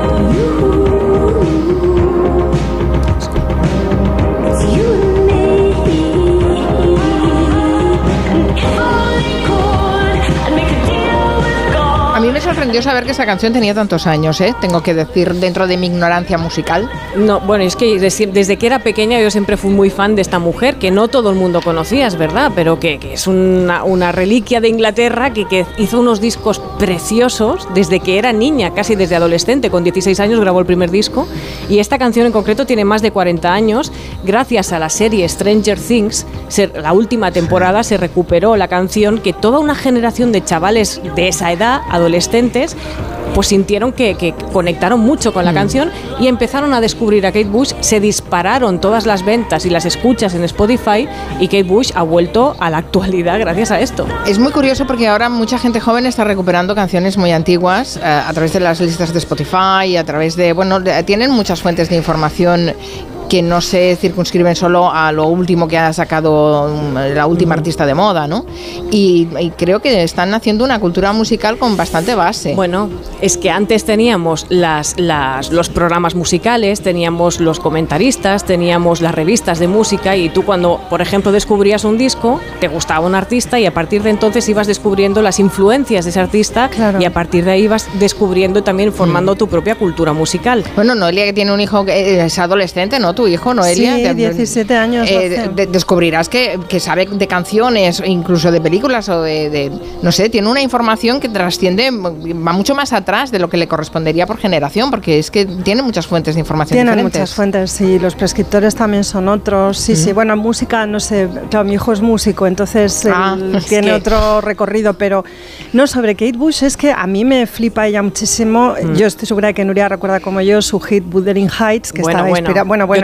A mí me sorprendió saber que esa canción tenía tantos años, ¿eh? Tengo que decir, dentro de mi ignorancia musical. No, bueno, es que desde, desde que era pequeña yo siempre fui muy fan de esta mujer, que no todo el mundo conocía, es verdad, pero que, que es una, una reliquia de Inglaterra, que, que hizo unos discos preciosos desde que era niña, casi desde adolescente, con dieciséis años grabó el primer disco, y esta canción en concreto tiene más de cuarenta años. Gracias a la serie Stranger Things, se, la última temporada se recuperó la canción que toda una generación de chavales de esa edad, adolescentes, pues sintieron que, que conectaron mucho con la mm. canción y empezaron a descubrir a Kate Bush. Se dispararon todas las ventas y las escuchas en Spotify y Kate Bush ha vuelto a la actualidad gracias a esto. Es muy curioso porque ahora mucha gente joven está recuperando canciones muy antiguas eh, a través de las listas de Spotify, a través de, bueno, de, tienen muchas fuentes de información que no se circunscriben solo a lo último que ha sacado la última artista de moda, ¿no? Y, y creo que están haciendo una cultura musical con bastante base. Bueno, es que antes teníamos las, las, los programas musicales, teníamos los comentaristas, teníamos las revistas de música, y tú cuando, por ejemplo, descubrías un disco, te gustaba un artista y a partir de entonces ibas descubriendo las influencias de ese artista, claro. Y a partir de ahí ibas descubriendo también, formando mm. tu propia cultura musical. Bueno, Noelia, que tiene un hijo que es adolescente, ¿no? Tu hijo, Noelia. Sí, de, diecisiete años. Eh, de, descubrirás que, que sabe de canciones, incluso de películas o de, de, no sé, tiene una información que trasciende, va mucho más atrás de lo que le correspondería por generación, porque es que tiene muchas fuentes de información Tienen diferentes. muchas fuentes, y los prescriptores también son otros. Sí, mm. sí, bueno, música, no sé, claro, mi hijo es músico, entonces ah, él tiene que... otro recorrido, pero no, sobre Kate Bush es que a mí me flipa ella muchísimo. Mm. Yo estoy segura de que Nuria recuerda como yo su hit Wuthering Heights, que bueno, estaba bueno. inspirada. Bueno, bueno,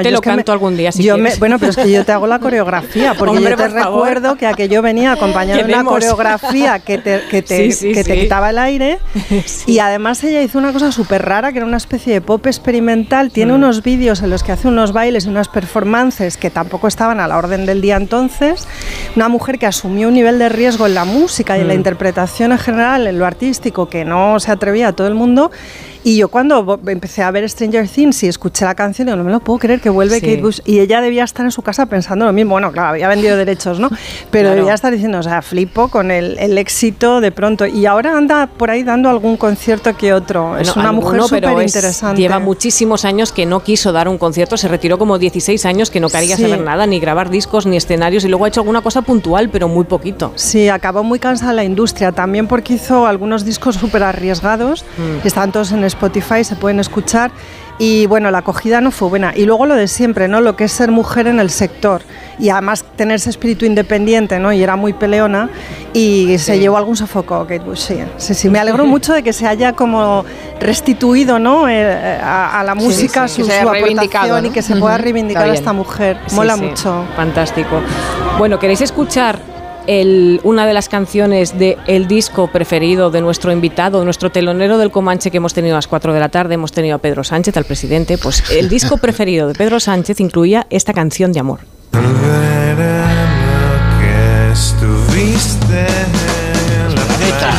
yo te yo lo es que canto me, algún día si yo quieres. Me, bueno, pero es que yo te hago la coreografía, porque Hombre, yo te por favor. recuerdo que aquello venía acompañado de una Queremos. coreografía que te, que te, Sí, sí, que te sí. quitaba el aire. Sí. Y además ella hizo una cosa súper rara, que era una especie de pop experimental. Tiene mm. unos vídeos en los que hace unos bailes y unas performances que tampoco estaban a la orden del día entonces. Una mujer que asumió un nivel de riesgo en la música y en mm. la interpretación en general, en lo artístico, que no se atrevía a todo el mundo. Y yo cuando empecé a ver Stranger Things y escuché la canción, digo, no me lo puedo creer que vuelve sí. Kate Bush. Y ella debía estar en su casa pensando lo mismo. Bueno, claro, había vendido derechos, ¿no? Pero claro. debía estar diciendo, o sea, flipo con el, el éxito de pronto. Y ahora anda por ahí dando algún concierto que otro. Bueno, es una alguno, mujer súper interesante. Lleva muchísimos años que no quiso dar un concierto. Se retiró como dieciséis años que no quería sí. saber nada, ni grabar discos, ni escenarios. Y luego ha hecho alguna cosa puntual, pero muy poquito. Sí, acabó muy cansada la industria. También porque hizo algunos discos súper arriesgados. Mm. Están todos en Spotify, se pueden escuchar y bueno, la acogida no fue buena. Y luego lo de siempre, ¿no? Lo que es ser mujer en el sector y además tener ese espíritu independiente, ¿no? Y era muy peleona y sí. se llevó algún sofoco Kate Bush, sí. Sí, sí. Me alegro mucho de que se haya como restituido, ¿no? Eh, a, a la música sí, sí, su, que su aportación, ¿no? y que se pueda reivindicar a esta mujer. Sí, Mola sí. mucho. Fantástico. Bueno, ¿queréis escuchar El, una de las canciones del disco preferido de nuestro invitado, nuestro telonero del Comanche que hemos tenido a las cuatro de la tarde? Hemos tenido a Pedro Sánchez, al presidente. Pues el disco preferido de Pedro Sánchez incluía esta canción de amor. El verano que estuviste en la playa,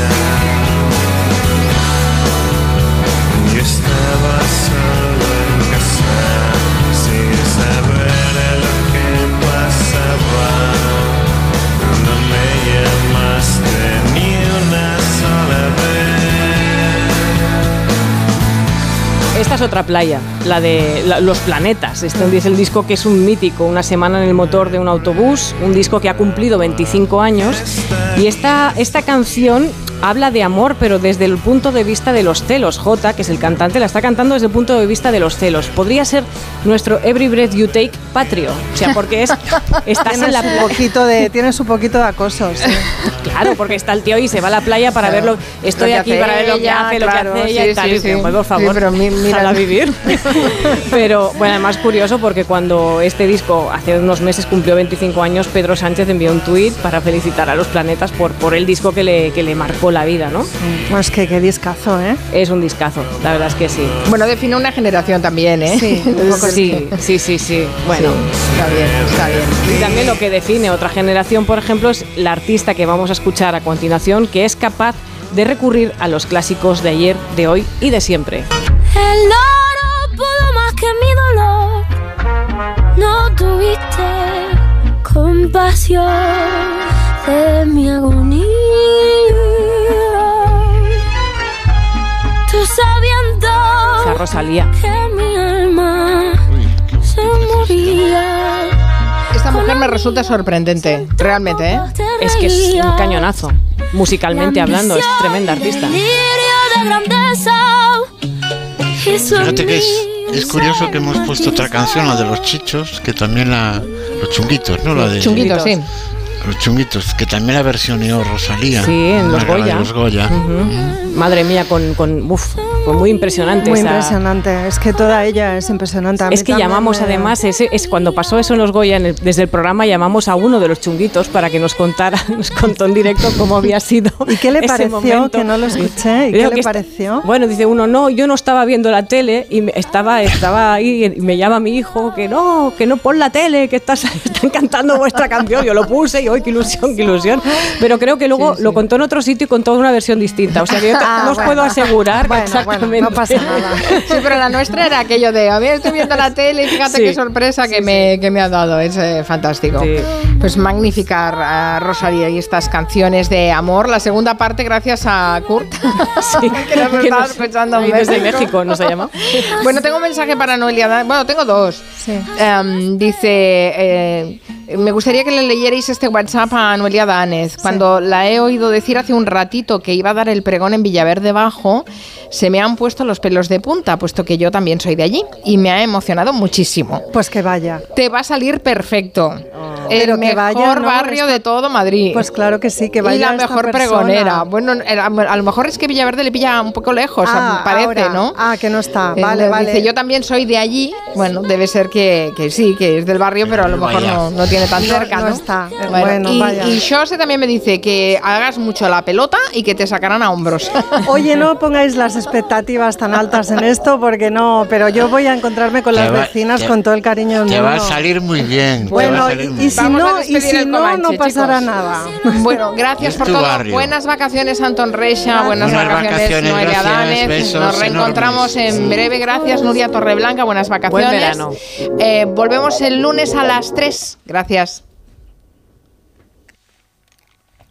yo estaba solo en casa sin saber lo que pasaba. No me llamaste ni una sola vez. Esta es otra playa, la de la, Los Planetas. Este es el disco que es un mítico, Una semana en el motor de un autobús, un disco que ha cumplido veinticinco años. Y esta, esta canción habla de amor, pero desde el punto de vista de los celos. Jota, que es el cantante, la está cantando desde el punto de vista de los celos. Podría ser nuestro Every Breath You Take patrio, o sea, porque es estás en la playa. Poquito de, tiene su poquito de acoso, sí. Claro, porque está el tío y se va a la playa para claro. verlo. Estoy lo aquí para ver lo que hace, lo claro, que hace ella sí, y tal. Sí, y sí. Pues, por favor, sí, pero mi, mira a vivir. Pero bueno, además curioso porque cuando este disco hace unos meses cumplió veinticinco años, Pedro Sánchez envió un tuit para felicitar a Los Planetas por, por el disco que le, que le marcó la vida, ¿no? Pues que qué discazo, ¿eh? Es un discazo, la verdad es que sí. Bueno, define una generación también, ¿eh? Sí, un poco sí, sí, sí, sí. Bueno, sí, está bien, está bien. Y también lo que define otra generación, por ejemplo, es la artista que vamos a escuchar a continuación, que es capaz de recurrir a los clásicos de ayer, de hoy y de siempre. El oro pudo más que mi dolor, no tuviste compasión de mi agonía. Tú sabiendo Esa Rosalía. que mi alma se moría. Esta mujer me resulta sorprendente, realmente, ¿eh? Es que es un cañonazo, musicalmente hablando, es tremenda artista. Fíjate que es, es curioso que hemos puesto otra canción, la de los Chichos, que también la... Los Chunguitos, ¿no? La de... Chunguitos, sí. Los Chunguitos, que también la versioneó Rosalía. Sí, en Los Goya. Los Goya. Uh-huh. Mm. Madre mía, con... con uf, fue muy impresionante. Muy esa... impresionante, es que toda ella es impresionante. A es que llamamos me... además, es, es cuando pasó eso en Los Goya, en el, desde el programa llamamos a uno de los Chunguitos para que nos contara, nos contó en directo cómo había sido. ¿Y qué le ese pareció? Momento. Que no lo escuché. ¿Y qué le pareció? Bueno, dice uno, no, yo no estaba viendo la tele y me, estaba, estaba ahí y me llama mi hijo, que no, que no pon la tele, que estás, están cantando vuestra canción. Yo lo puse y hoy qué ilusión, qué ilusión. Pero creo que luego sí, sí. lo contó en otro sitio y contó una versión distinta. O sea que yo ah, no os bueno. puedo asegurar bueno, exactamente. Bueno, no pasa nada. Sí, pero la nuestra era aquello de, a mí estoy viendo la tele y fíjate sí. qué sorpresa que, sí, me, sí. que me ha dado. Es eh, fantástico. Sí. Pues magnífica, uh, Rosalía, y estas canciones de amor. La segunda parte gracias a Kurt, sí. que nos que estaba nos, escuchando desde México. Nos ha llamado. Bueno, tengo un mensaje para Noelia Danez. Bueno, tengo dos. Sí. Um, dice, eh, me gustaría que le leyerais este WhatsApp a Noelia Danez. Cuando sí. la he oído decir hace un ratito que iba a dar el pregón en Villaverde Bajo, se me han puesto los pelos de punta, puesto que yo también soy de allí, y me ha emocionado muchísimo. Pues que vaya. Te va a salir perfecto. Oh. El Pero mejor vaya, ¿no? barrio Esta... de todo Madrid. Pues claro que sí, que vaya. Y la mejor persona. pregonera. Bueno, a lo mejor es que Villaverde le pilla un poco lejos, ah, parece, ahora. ¿no? Ah, que no está. Vale, eh, vale. Dice, yo también soy de allí, Bueno, debe ser que, que sí, que es del barrio, pero a lo mejor no, no tiene tan cerca, ¿no? No está. Bueno, Bueno, y, vaya. y Jose también me dice que hagas mucho la pelota y que te sacarán a hombros. Oye, no pongáis las expectativas tan altas en esto porque no, pero yo voy a encontrarme con Te las va- vecinas te- con todo el cariño del Te va a mundo. salir muy bien. te va Bueno, a salir muy y si bien. Vamos a no, y despedir si el no, Comanche, no pasará chicos. nada. Bueno, gracias Es por tu todo. barrio. Buenas vacaciones, Anton Reixa. Buenas Buenas vacaciones, vacaciones, Noelia gracias, Danez. besos Nos reencontramos enormes. en breve. Gracias, Nuria Torreblanca. Buenas vacaciones. Buen verano. Eh, volvemos el lunes a las tres. Gracias.